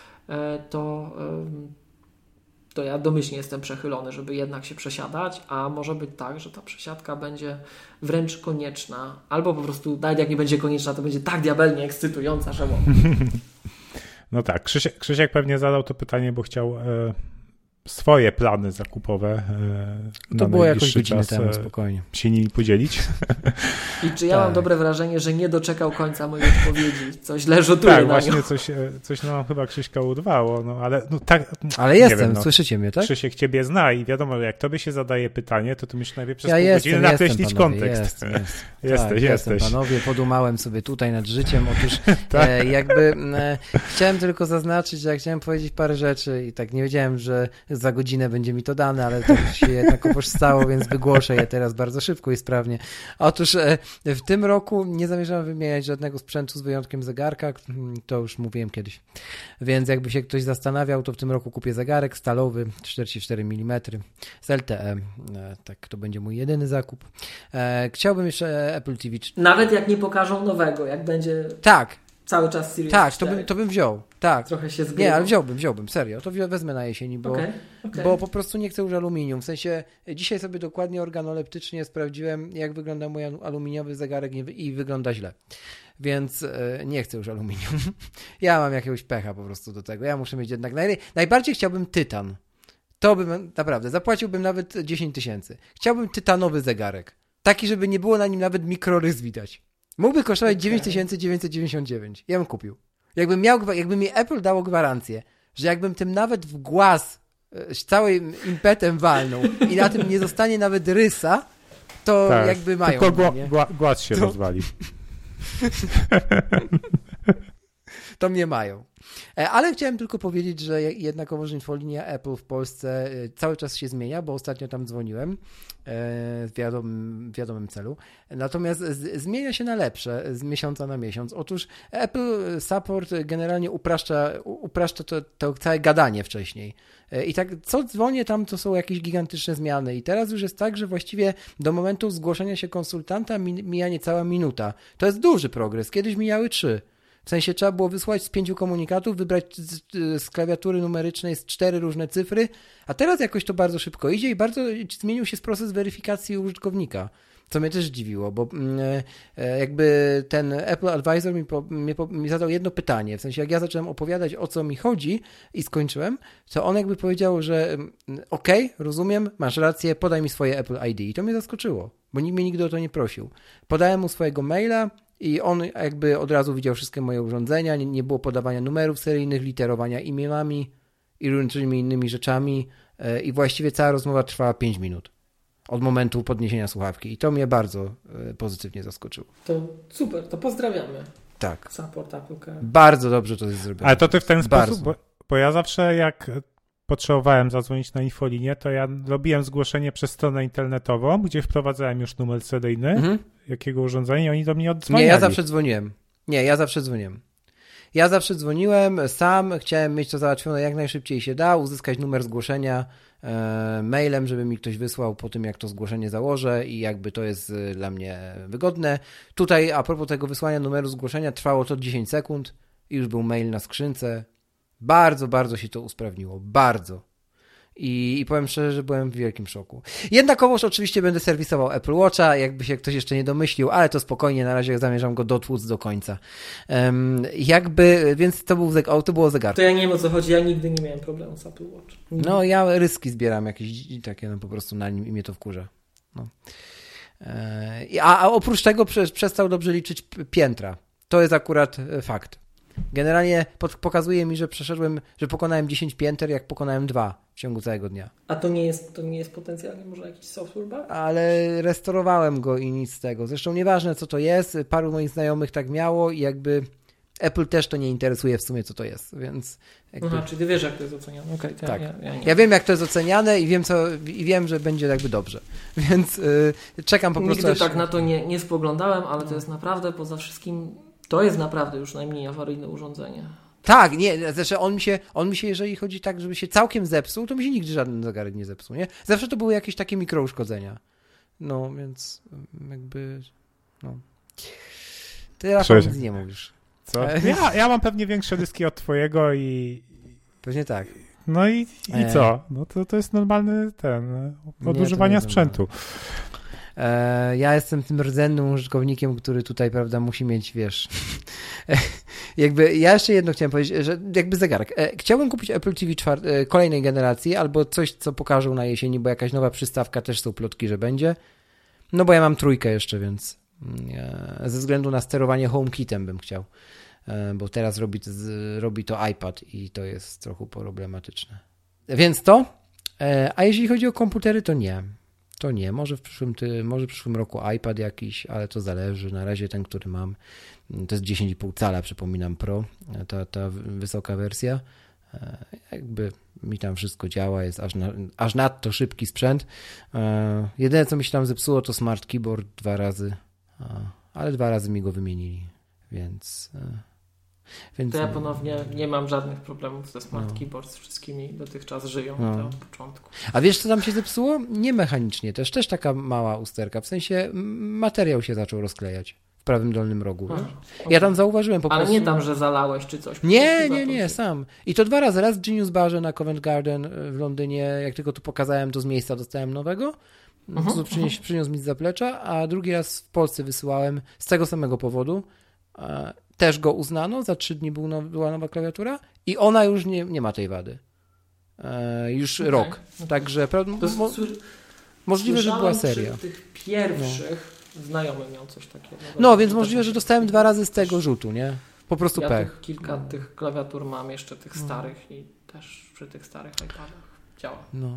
to, to ja domyślnie jestem przechylony, żeby jednak się przesiadać, a może być tak, że ta przesiadka będzie wręcz konieczna, albo po prostu nawet jak nie będzie konieczna, to będzie tak diabelnie ekscytująca, że No tak, Krzysiek, Krzysiek pewnie zadał to pytanie, bo chciał swoje plany zakupowe e, to na było jakoś godzinę czas temu, spokojnie. się nimi podzielić. I czy ja tak. mam dobre wrażenie, że nie doczekał końca mojej odpowiedzi? Coś źle rzutuje tak, na właśnie nią. coś, coś no, chyba Krzyśka urwało, no ale no tak. Ale jestem, wiem, no, słyszycie mnie, tak? Krzysiek ciebie zna i wiadomo, że jak tobie się zadaje pytanie, to ty musisz najpierw przez ja pół jestem, godziny jestem, nakreślić panowie, kontekst. Jestem, jest. jesteś, tak, jesteś. Jestem, panowie, podumałem sobie tutaj nad życiem. Otóż tak. e, jakby e, chciałem tylko zaznaczyć, że ja chciałem powiedzieć parę rzeczy i tak nie wiedziałem, że za godzinę będzie mi to dane, ale to się jednak stało, więc wygłoszę je teraz bardzo szybko i sprawnie. Otóż e, w tym roku nie zamierzam wymieniać żadnego sprzętu z wyjątkiem zegarka, to już mówiłem kiedyś. Więc jakby się ktoś zastanawiał, to w tym roku kupię zegarek stalowy czterdzieści cztery milimetry z L T E. E, tak, to będzie mój jedyny zakup. E, chciałbym jeszcze Apple T V. Nawet jak nie pokażą nowego, jak będzie... Tak. Cały czas Series Tak, cztery. to bym, to bym wziął. Tak. Trochę się zgrywał. Nie, ale wziąłbym, wziąłbym, serio. To wezmę na jesieni, bo, okay, okay. bo po prostu nie chcę już aluminium. W sensie dzisiaj sobie dokładnie organoleptycznie sprawdziłem, jak wygląda mój aluminiowy zegarek i wygląda źle. Więc e, nie chcę już aluminium. Ja mam jakiegoś pecha po prostu do tego. Ja muszę mieć jednak... Naj... Najbardziej chciałbym tytan. To bym, naprawdę, zapłaciłbym nawet dziesięć tysięcy. Chciałbym tytanowy zegarek. Taki, żeby nie było na nim nawet mikrorys widać. Mógłby kosztować okay. dziewięć tysięcy dziewięćset dziewięćdziesiąt dziewięć. Ja bym kupił. Jakbym miał, jakby mi Apple dało gwarancję, że jakbym tym nawet w głaz całym impetem walnął i na tym nie zostanie nawet rysa, to tak, jakby mają. Tylko gła, gła, głaz się to... rozwali. To mnie mają. Ale chciałem tylko powiedzieć, że jednakowoż infolinia Apple w Polsce cały czas się zmienia, bo ostatnio tam dzwoniłem w wiadomym, wiadomym celu. Natomiast z, zmienia się na lepsze z miesiąca na miesiąc. Otóż Apple Support generalnie upraszcza, upraszcza to, to całe gadanie wcześniej. I tak co dzwonię tam, to są jakieś gigantyczne zmiany. I teraz już jest tak, że właściwie do momentu zgłoszenia się konsultanta mija niecała minuta. To jest duży progres. Kiedyś mijały trzy. W sensie trzeba było wysłać z pięciu komunikatów, wybrać z, z klawiatury numerycznej z cztery różne cyfry, a teraz jakoś to bardzo szybko idzie i bardzo zmienił się proces weryfikacji użytkownika, co mnie też zdziwiło, bo e, jakby ten Apple Advisor mi, po, mi, po, mi zadał jedno pytanie, w sensie jak ja zacząłem opowiadać, o co mi chodzi i skończyłem, to on jakby powiedział, że okej, okay, rozumiem, masz rację, podaj mi swoje Apple I D i to mnie zaskoczyło, bo nikt mnie nigdy o to nie prosił. Podałem mu swojego maila, i on jakby od razu widział wszystkie moje urządzenia, nie, nie było podawania numerów seryjnych, literowania e-mailami i różnymi innymi rzeczami yy, i właściwie cała rozmowa trwała pięć minut od momentu podniesienia słuchawki i to mnie bardzo yy, pozytywnie zaskoczyło. To super, to pozdrawiamy. Tak. Support Apple Care. Bardzo dobrze to jest zrobione. Ale to ty w ten bardzo. sposób, bo, bo ja zawsze jak potrzebowałem zadzwonić na infolinię, to ja robiłem zgłoszenie przez stronę internetową, gdzie wprowadzałem już numer seryjny, mhm. jakiego urządzenia i oni do mnie oddzwoniali. Nie, ja zawsze dzwoniłem. Nie, ja zawsze dzwoniłem. Ja zawsze dzwoniłem sam, chciałem mieć to załatwione jak najszybciej się da, uzyskać numer zgłoszenia e, mailem, żeby mi ktoś wysłał po tym, jak to zgłoszenie założę i jakby to jest e, dla mnie wygodne. Tutaj a propos tego wysłania numeru zgłoszenia trwało to dziesięć sekund i już był mail na skrzynce. Bardzo, bardzo się to usprawniło. Bardzo. I, I powiem szczerze, że byłem w wielkim szoku. Jednakowoż oczywiście będę serwisował Apple Watcha, jakby się ktoś jeszcze nie domyślił, ale to spokojnie, na razie zamierzam go dotłuc do końca. Um, jakby, więc to, był, o, to było zegarek. To ja nie wiem, o co chodzi, ja nigdy nie miałem problemu z Apple Watch. Nigdy. No ja ryski zbieram jakieś takie, no po prostu na nim i mnie to wkurza. No. E, a, a oprócz tego prze, przestał dobrze liczyć piętra. To jest akurat fakt. Generalnie pod, pokazuje mi, że przeszedłem, że pokonałem dziesięć pięter, jak pokonałem dwa w ciągu całego dnia. A to nie jest, to nie jest potencjalnie może jakiś software bug? Ale restaurowałem go i nic z tego. Zresztą nieważne, co to jest. Paru moich znajomych tak miało i jakby Apple też to nie interesuje w sumie, co to jest, więc... Jakby... Aha, czyli ty wiesz, jak to jest oceniane. Okay, to tak. Ja, ja, nie. ja wiem, jak to jest oceniane i wiem, co, i wiem, że będzie jakby dobrze. Więc yy, czekam po prostu... Nigdy aż... tak na to nie, nie spoglądałem, ale to jest naprawdę poza wszystkim... To jest naprawdę już najmniej awaryjne urządzenie. Tak, nie, zresztą on mi się, on mi się, jeżeli chodzi tak, żeby się całkiem zepsuł, to mi się nigdy żaden zegarek nie zepsuł, nie? Zawsze to były jakieś takie mikrouszkodzenia. No, więc jakby, no. Ty Rafał nic nie mówisz. Co? Ja, ja mam pewnie większe dyski od twojego i... Pewnie tak. No i, i co? No to, to jest normalny ten, od używania sprzętu. Ja jestem tym rdzennym użytkownikiem, który tutaj, prawda, musi mieć, wiesz, jakby, ja jeszcze jedno chciałem powiedzieć, że jakby zegarek. Chciałbym kupić Apple T V czwarte, kolejnej generacji, albo coś, co pokażą na jesieni, bo jakaś nowa przystawka, też są plotki, że będzie. No bo ja mam trójkę jeszcze, więc ja, ze względu na sterowanie HomeKitem bym chciał, bo teraz robi, robi to iPad i to jest trochę problematyczne. Więc to, a jeżeli chodzi o komputery, to nie. To nie, może w przyszłym, ty, może w przyszłym roku iPad jakiś, ale to zależy. Na razie ten, który mam, to jest dziesięć i pół cala, przypominam, Pro, ta, ta wysoka wersja. Jakby mi tam wszystko działa, jest aż, na, aż nadto szybki sprzęt. Jedyne, co mi się tam zepsuło, to smart keyboard dwa razy, ale dwa razy mi go wymienili, więc... Więc to ja ponownie nie mam żadnych problemów ze smart no. keyboard, z wszystkimi dotychczas żyją no. od początku. A wiesz, co tam się zepsuło? Nie mechanicznie też, też taka mała usterka, w sensie materiał się zaczął rozklejać w prawym dolnym rogu. A, okay. Ja tam zauważyłem po Ale prostu... nie tam, że zalałeś czy coś. Nie, nie, nie, sam. I to dwa razy. Raz w Genius Barze na Covent Garden w Londynie, jak tylko tu pokazałem, to z miejsca dostałem nowego, uh-huh, co przyniósł, uh-huh. przyniósł mi z zaplecza, a drugi raz w Polsce wysyłałem z tego samego powodu. Też go uznano, za trzy dni był now, była nowa klawiatura i ona już nie, nie ma tej wady. E, już okay. rok. Także pra, mo, możliwe, że była seria. Przy tych pierwszych no. znajomy miał coś takiego. No, więc możliwe, że dostałem dwa razy z tego rzutu, nie? Po prostu ja pech. Tych, kilka no. tych klawiatur mam jeszcze tych starych no. i też przy tych starych iPadach. działa. No.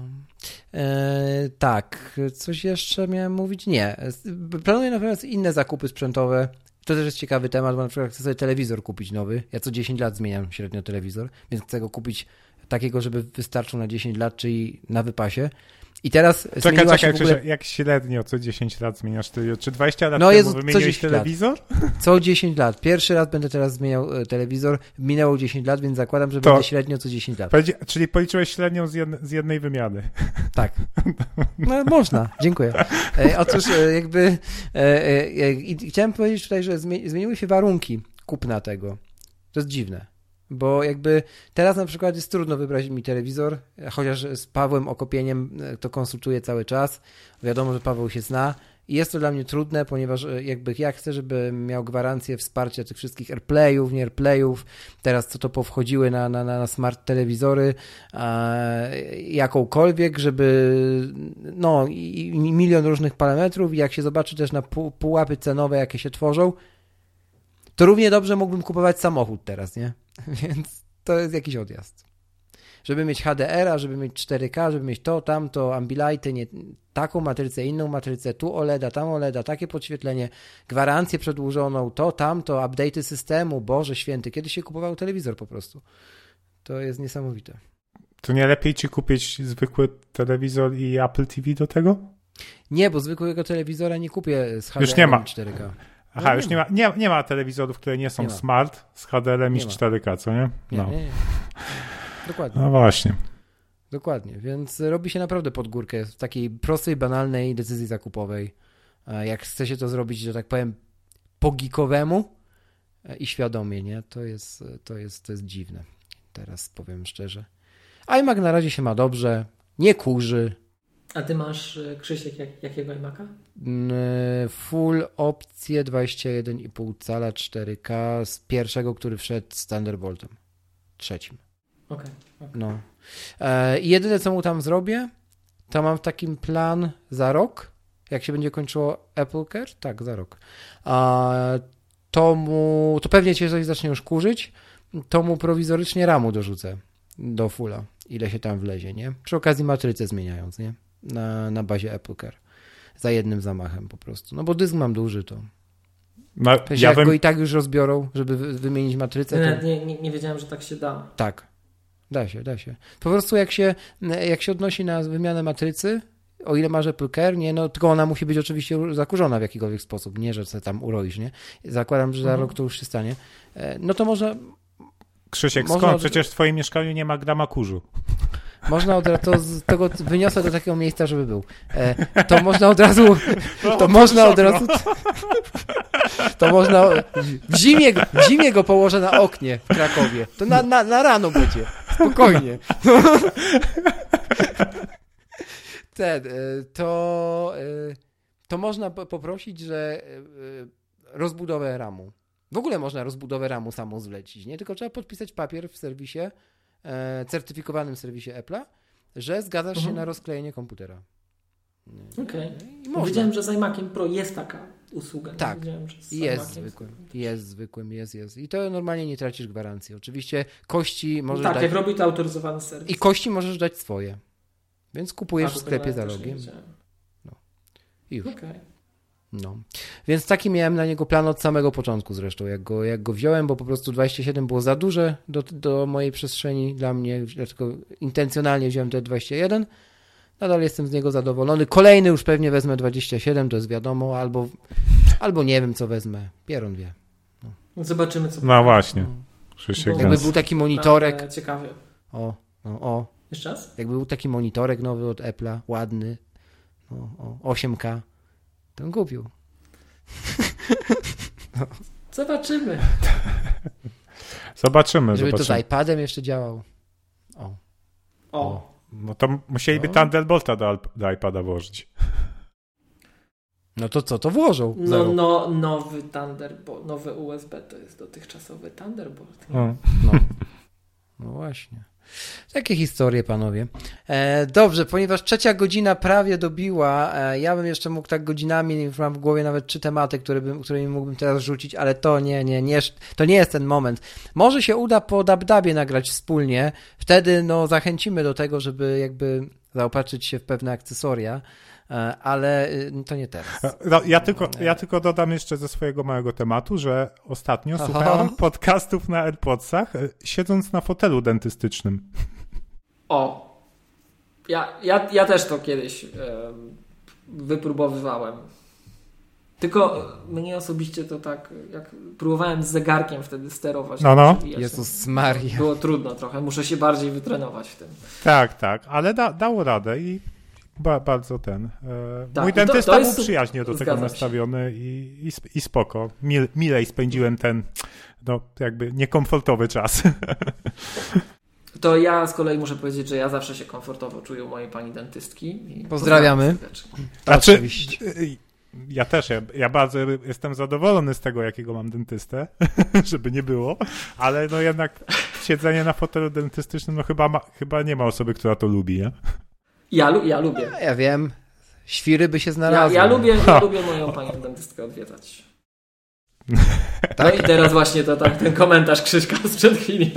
E, tak, coś jeszcze miałem mówić? Nie. Planuję na pewno inne zakupy sprzętowe. To też jest ciekawy temat, bo na przykład chcę sobie telewizor kupić nowy. Ja co dziesięć lat zmieniam średnio telewizor, więc chcę go kupić takiego, żeby wystarczył na dziesięć lat, czyli na wypasie. I teraz czekaj, zmieniła czekaj, się w ogóle... jak średnio co dziesięć lat zmieniasz telewizor? Czy dwadzieścia lat no temu Jezu, wymieniłeś telewizor? Lat. Co dziesięć lat. Pierwszy raz będę teraz zmieniał e, telewizor. Minęło dziesięć lat, więc zakładam, że to... będzie średnio co dziesięć lat. Czyli policzyłeś średnią z, jedne, z jednej wymiany. Tak. No można, dziękuję. E, otóż e, jakby e, e, i chciałem powiedzieć tutaj, że zmieniły się warunki kupna tego. To jest dziwne. Bo jakby teraz na przykład jest trudno wybrać mi telewizor, chociaż z Pawłem Okopieniem to konsultuję cały czas. Wiadomo, że Paweł się zna i jest to dla mnie trudne, ponieważ jakby ja chcę, żeby miał gwarancję wsparcia tych wszystkich AirPlayów, nie AirPlayów, teraz co to powchodziły na, na, na smart telewizory, a, jakąkolwiek, żeby no i, i milion różnych parametrów i jak się zobaczy też na pół, pułapy cenowe, jakie się tworzą, to równie dobrze mógłbym kupować samochód teraz, nie? Więc to jest jakiś odjazd. Żeby mieć H D R a, żeby mieć cztery K, żeby mieć to, tamto, Ambilighty, nie, taką matrycę, inną matrycę, tu OLEDa, tam OLEDa, takie podświetlenie, gwarancję przedłużoną, to, tamto, update'y systemu, Boże święty, kiedy się kupował telewizor po prostu. To jest niesamowite. To nie lepiej ci kupić zwykły telewizor i Apple T V do tego? Nie, bo zwykłego telewizora nie kupię z H D R Już nie ma. cztery K. Aha, no, już nie ma, nie, nie ma telewizorów, które nie są nie smart z H D R em i z cztery K, co nie? No. Nie, nie, nie. Dokładnie. No właśnie. Dokładnie, więc robi się naprawdę pod górkę w takiej prostej, banalnej decyzji zakupowej. Jak chce się to zrobić, że tak powiem, po geekowemu i świadomie, nie? To jest, to jest, to jest dziwne. Teraz powiem szczerze. iMac na razie się ma dobrze, nie kurzy. A ty masz, Krzysiek, jak, jakiego iMac'a? Full opcję dwadzieścia jeden i pół cala cztery K z pierwszego, który wszedł z Thunderboltem. Trzecim. Okej. Okay, okay. No. E, jedyne, co mu tam zrobię, to mam takim plan za rok, jak się będzie kończyło Apple Care, tak, za rok. A, to mu, to pewnie cię coś zacznie już kurzyć, to mu prowizorycznie ramu dorzucę do fulla, ile się tam wlezie, nie? Przy okazji matrycę zmieniając, nie? Na, na bazie Apple Care. Za jednym zamachem po prostu. No bo dysk mam duży, to... No, Wiesz, ja jak bym... go i tak już rozbiorą, żeby wy, wymienić matrycę, to... Nie, nie, nie wiedziałem, że tak się da. Tak. Da się, da się. Po prostu jak się, jak się odnosi na wymianę matrycy, o ile masz Apple Care, nie, no tylko ona musi być oczywiście zakurzona w jakikolwiek sposób, nie, że się tam uroisz, nie? Zakładam, że za mhm. rok to już się stanie. No to można... Krzysiek, można skąd? od... Przecież w twoim mieszkaniu nie ma grama kurzu. Można od razu, to z tego wyniosę do takiego miejsca, żeby był. To można od razu, to można od razu... To można... W zimie, w zimie go położę na oknie w Krakowie. To na, na, na rano będzie. Spokojnie. Ten, to, to można poprosić, że rozbudowę ramu. W ogóle można rozbudowę ramu samą zlecić, nie? Tylko trzeba podpisać papier w serwisie, certyfikowanym serwisie Apple'a, że zgadzasz mhm. się na rozklejenie komputera. Okej. Okay. Wiedziałem, że z iMaciem Pro jest taka usługa. Tak, że jest zwykłym. Jest zwykłym, jest, jest. I to normalnie nie tracisz gwarancji. Oczywiście kości możesz tak, dać... jak robi to autoryzowany serwis. I kości możesz dać swoje. Więc kupujesz A, w sklepie za rogiem. No. I już. Okay. No. Więc taki miałem na niego plan od samego początku zresztą, jak go, jak go wziąłem, bo po prostu dwadzieścia siedem było za duże do, do mojej przestrzeni dla mnie, dlatego intencjonalnie wziąłem te dwadzieścia jeden. Nadal jestem z niego zadowolony. Kolejny już pewnie wezmę dwadzieścia siedem, to jest wiadomo, albo, albo nie wiem, co wezmę. Pieron wie. No. Zobaczymy, co... No właśnie. Krzysiek, jakby był taki monitorek... Ciekawie. O, no, o. Jeszcze raz? Jakby był taki monitorek nowy od Apple'a, ładny, no, o, osiem K, to bym kupił. No. Zobaczymy. Zobaczymy. Żeby zobaczymy. to z iPadem jeszcze działał. O. O. No to musieliby no. Thunderbolta do, do iPada włożyć. No to co, to włożą? No, no nowy Thunderbolt, nowe U S B to jest dotychczasowy Thunderbolt. No. No. no właśnie. Takie historie, panowie. E, dobrze, ponieważ trzecia godzina prawie dobiła, e, ja bym jeszcze mógł tak godzinami, już mam w głowie nawet trzy tematy, które bym, którymi mógłbym teraz rzucić, ale to nie, nie, nie, to nie jest ten moment. Może się uda po Dabdabie nagrać wspólnie, wtedy no zachęcimy do tego, żeby jakby zaopatrzyć się w pewne akcesoria, ale to nie teraz. No, ja, tylko, ja tylko dodam jeszcze ze swojego małego tematu, że ostatnio Aha. słuchałem podcastów na AirPodsach, siedząc na fotelu dentystycznym. O, ja, ja, ja też to kiedyś e, wypróbowywałem. Tylko mnie osobiście to tak, jak próbowałem z zegarkiem wtedy sterować. No, no. Jezus Maria. Było trudno trochę, muszę się bardziej wytrenować w tym. Tak, tak, ale da, dało radę i Ba, bardzo ten. E, tak, mój dentysta to, to był jest, przyjaźnie do tego nastawiony i, i, i spoko. Mil, milej spędziłem ten, no jakby niekomfortowy czas. To ja z kolei muszę powiedzieć, że ja zawsze się komfortowo czuję u mojej pani dentystki. I pozdrawiamy. Znaczy, ja też, ja, ja bardzo jestem zadowolony z tego, jakiego mam dentystę, żeby nie było, ale no jednak siedzenie na fotelu dentystycznym, no chyba, ma, chyba nie ma osoby, która to lubi, nie? Ja, ja lubię. Ja, ja wiem. Świry by się znalazły. Ja, ja, lubię, ja lubię moją panią dentystkę odwiedzać. Tak? No i teraz właśnie to tak, ten komentarz Krzyśka sprzed chwili.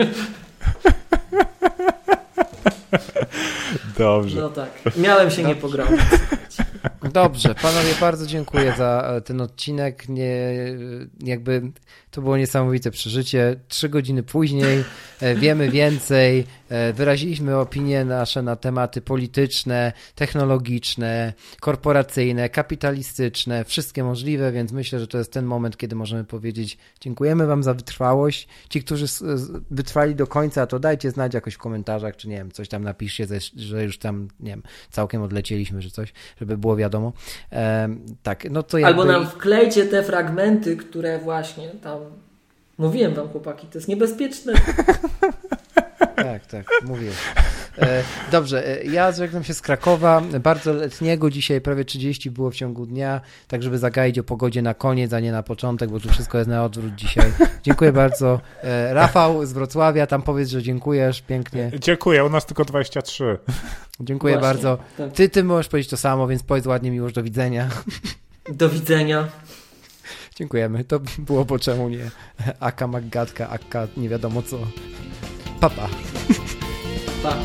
Dobrze. No tak. Miałem się Dobrze. nie pogromić. Dobrze, panowie, bardzo dziękuję za ten odcinek. Nie, jakby to było niesamowite przeżycie. Trzy godziny później wiemy więcej. Wyraziliśmy opinie nasze na tematy polityczne, technologiczne, korporacyjne, kapitalistyczne, wszystkie możliwe, więc myślę, że to jest ten moment, kiedy możemy powiedzieć dziękujemy wam za wytrwałość. Ci, którzy wytrwali do końca, to dajcie znać jakoś w komentarzach, czy nie wiem, coś tam napiszcie, że już tam, nie wiem, całkiem odlecieliśmy, czy coś, żeby było wiadomo. Ehm, tak, no to jakby... Albo nam wklejcie te fragmenty, które właśnie tam... Mówiłem wam, chłopaki, to jest niebezpieczne. Tak, tak, mówię. E, dobrze, e, ja żegnam się z Krakowa, bardzo letniego dzisiaj, prawie trzydzieści było w ciągu dnia, tak żeby zagaić o pogodzie na koniec, a nie na początek, bo tu wszystko jest na odwrót dzisiaj. Dziękuję bardzo. E, Rafał z Wrocławia, tam powiedz, że dziękujesz pięknie. Dziękuję, u nas tylko dwadzieścia trzy. Dziękuję Właśnie, bardzo. Tak. Ty, ty możesz powiedzieć to samo, więc powiedz ładnie, Miłosz, do widzenia. Do widzenia. Dziękujemy, to było po czemu nie. Aka Maggatka, Aka nie wiadomo co. Papa. Pa.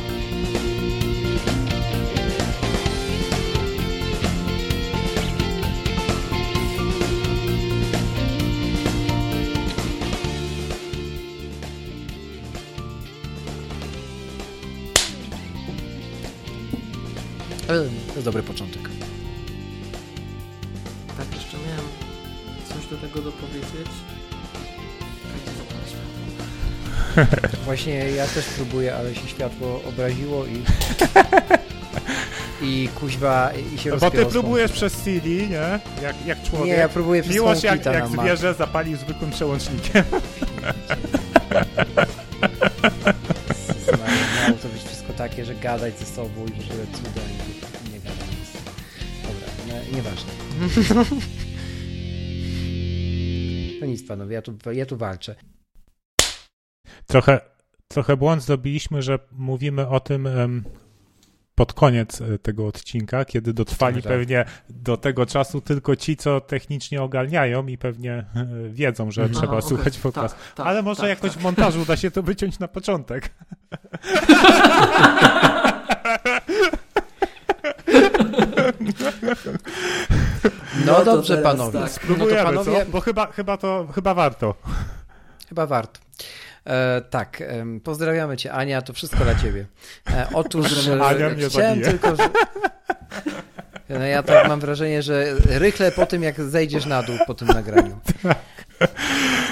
To jest dobry początek. Tak, jeszcze miałem coś do tego dopowiedzieć. Właśnie ja też próbuję, ale się światło obraziło i i kuźwa i się no bo ty próbujesz przez C D, nie? Jak, jak człowiek. Nie, ja próbuję przez Miłość jak, jak zwierzę zapalił zwykłym przełącznikiem. Miało to być wszystko takie, że gadać ze sobą i że cuda i nie gadam. Dobra, nie, nieważne. No nic, panowie, ja tu, ja tu walczę. Trochę, trochę błąd zrobiliśmy, że mówimy o tym um, pod koniec tego odcinka, kiedy dotrwali tak, pewnie tak. do tego czasu tylko ci, co technicznie ogarniają i pewnie wiedzą, że mhm. trzeba Aha, słuchać okay. podcastu. Tak, tak, Ale może tak, jakoś tak. w montażu uda się to wyciąć na początek. No, no dobrze, panowie. Tak. Spróbujemy, no to panowie... co? Bo chyba, chyba, to, chyba warto. Chyba warto. E, tak, e, pozdrawiamy cię, Ania, to wszystko dla ciebie. E, otóż Ania mnie chciałem zabije. tylko... Że... No ja tak mam wrażenie, że rychle po tym, jak zejdziesz na dół po tym nagraniu.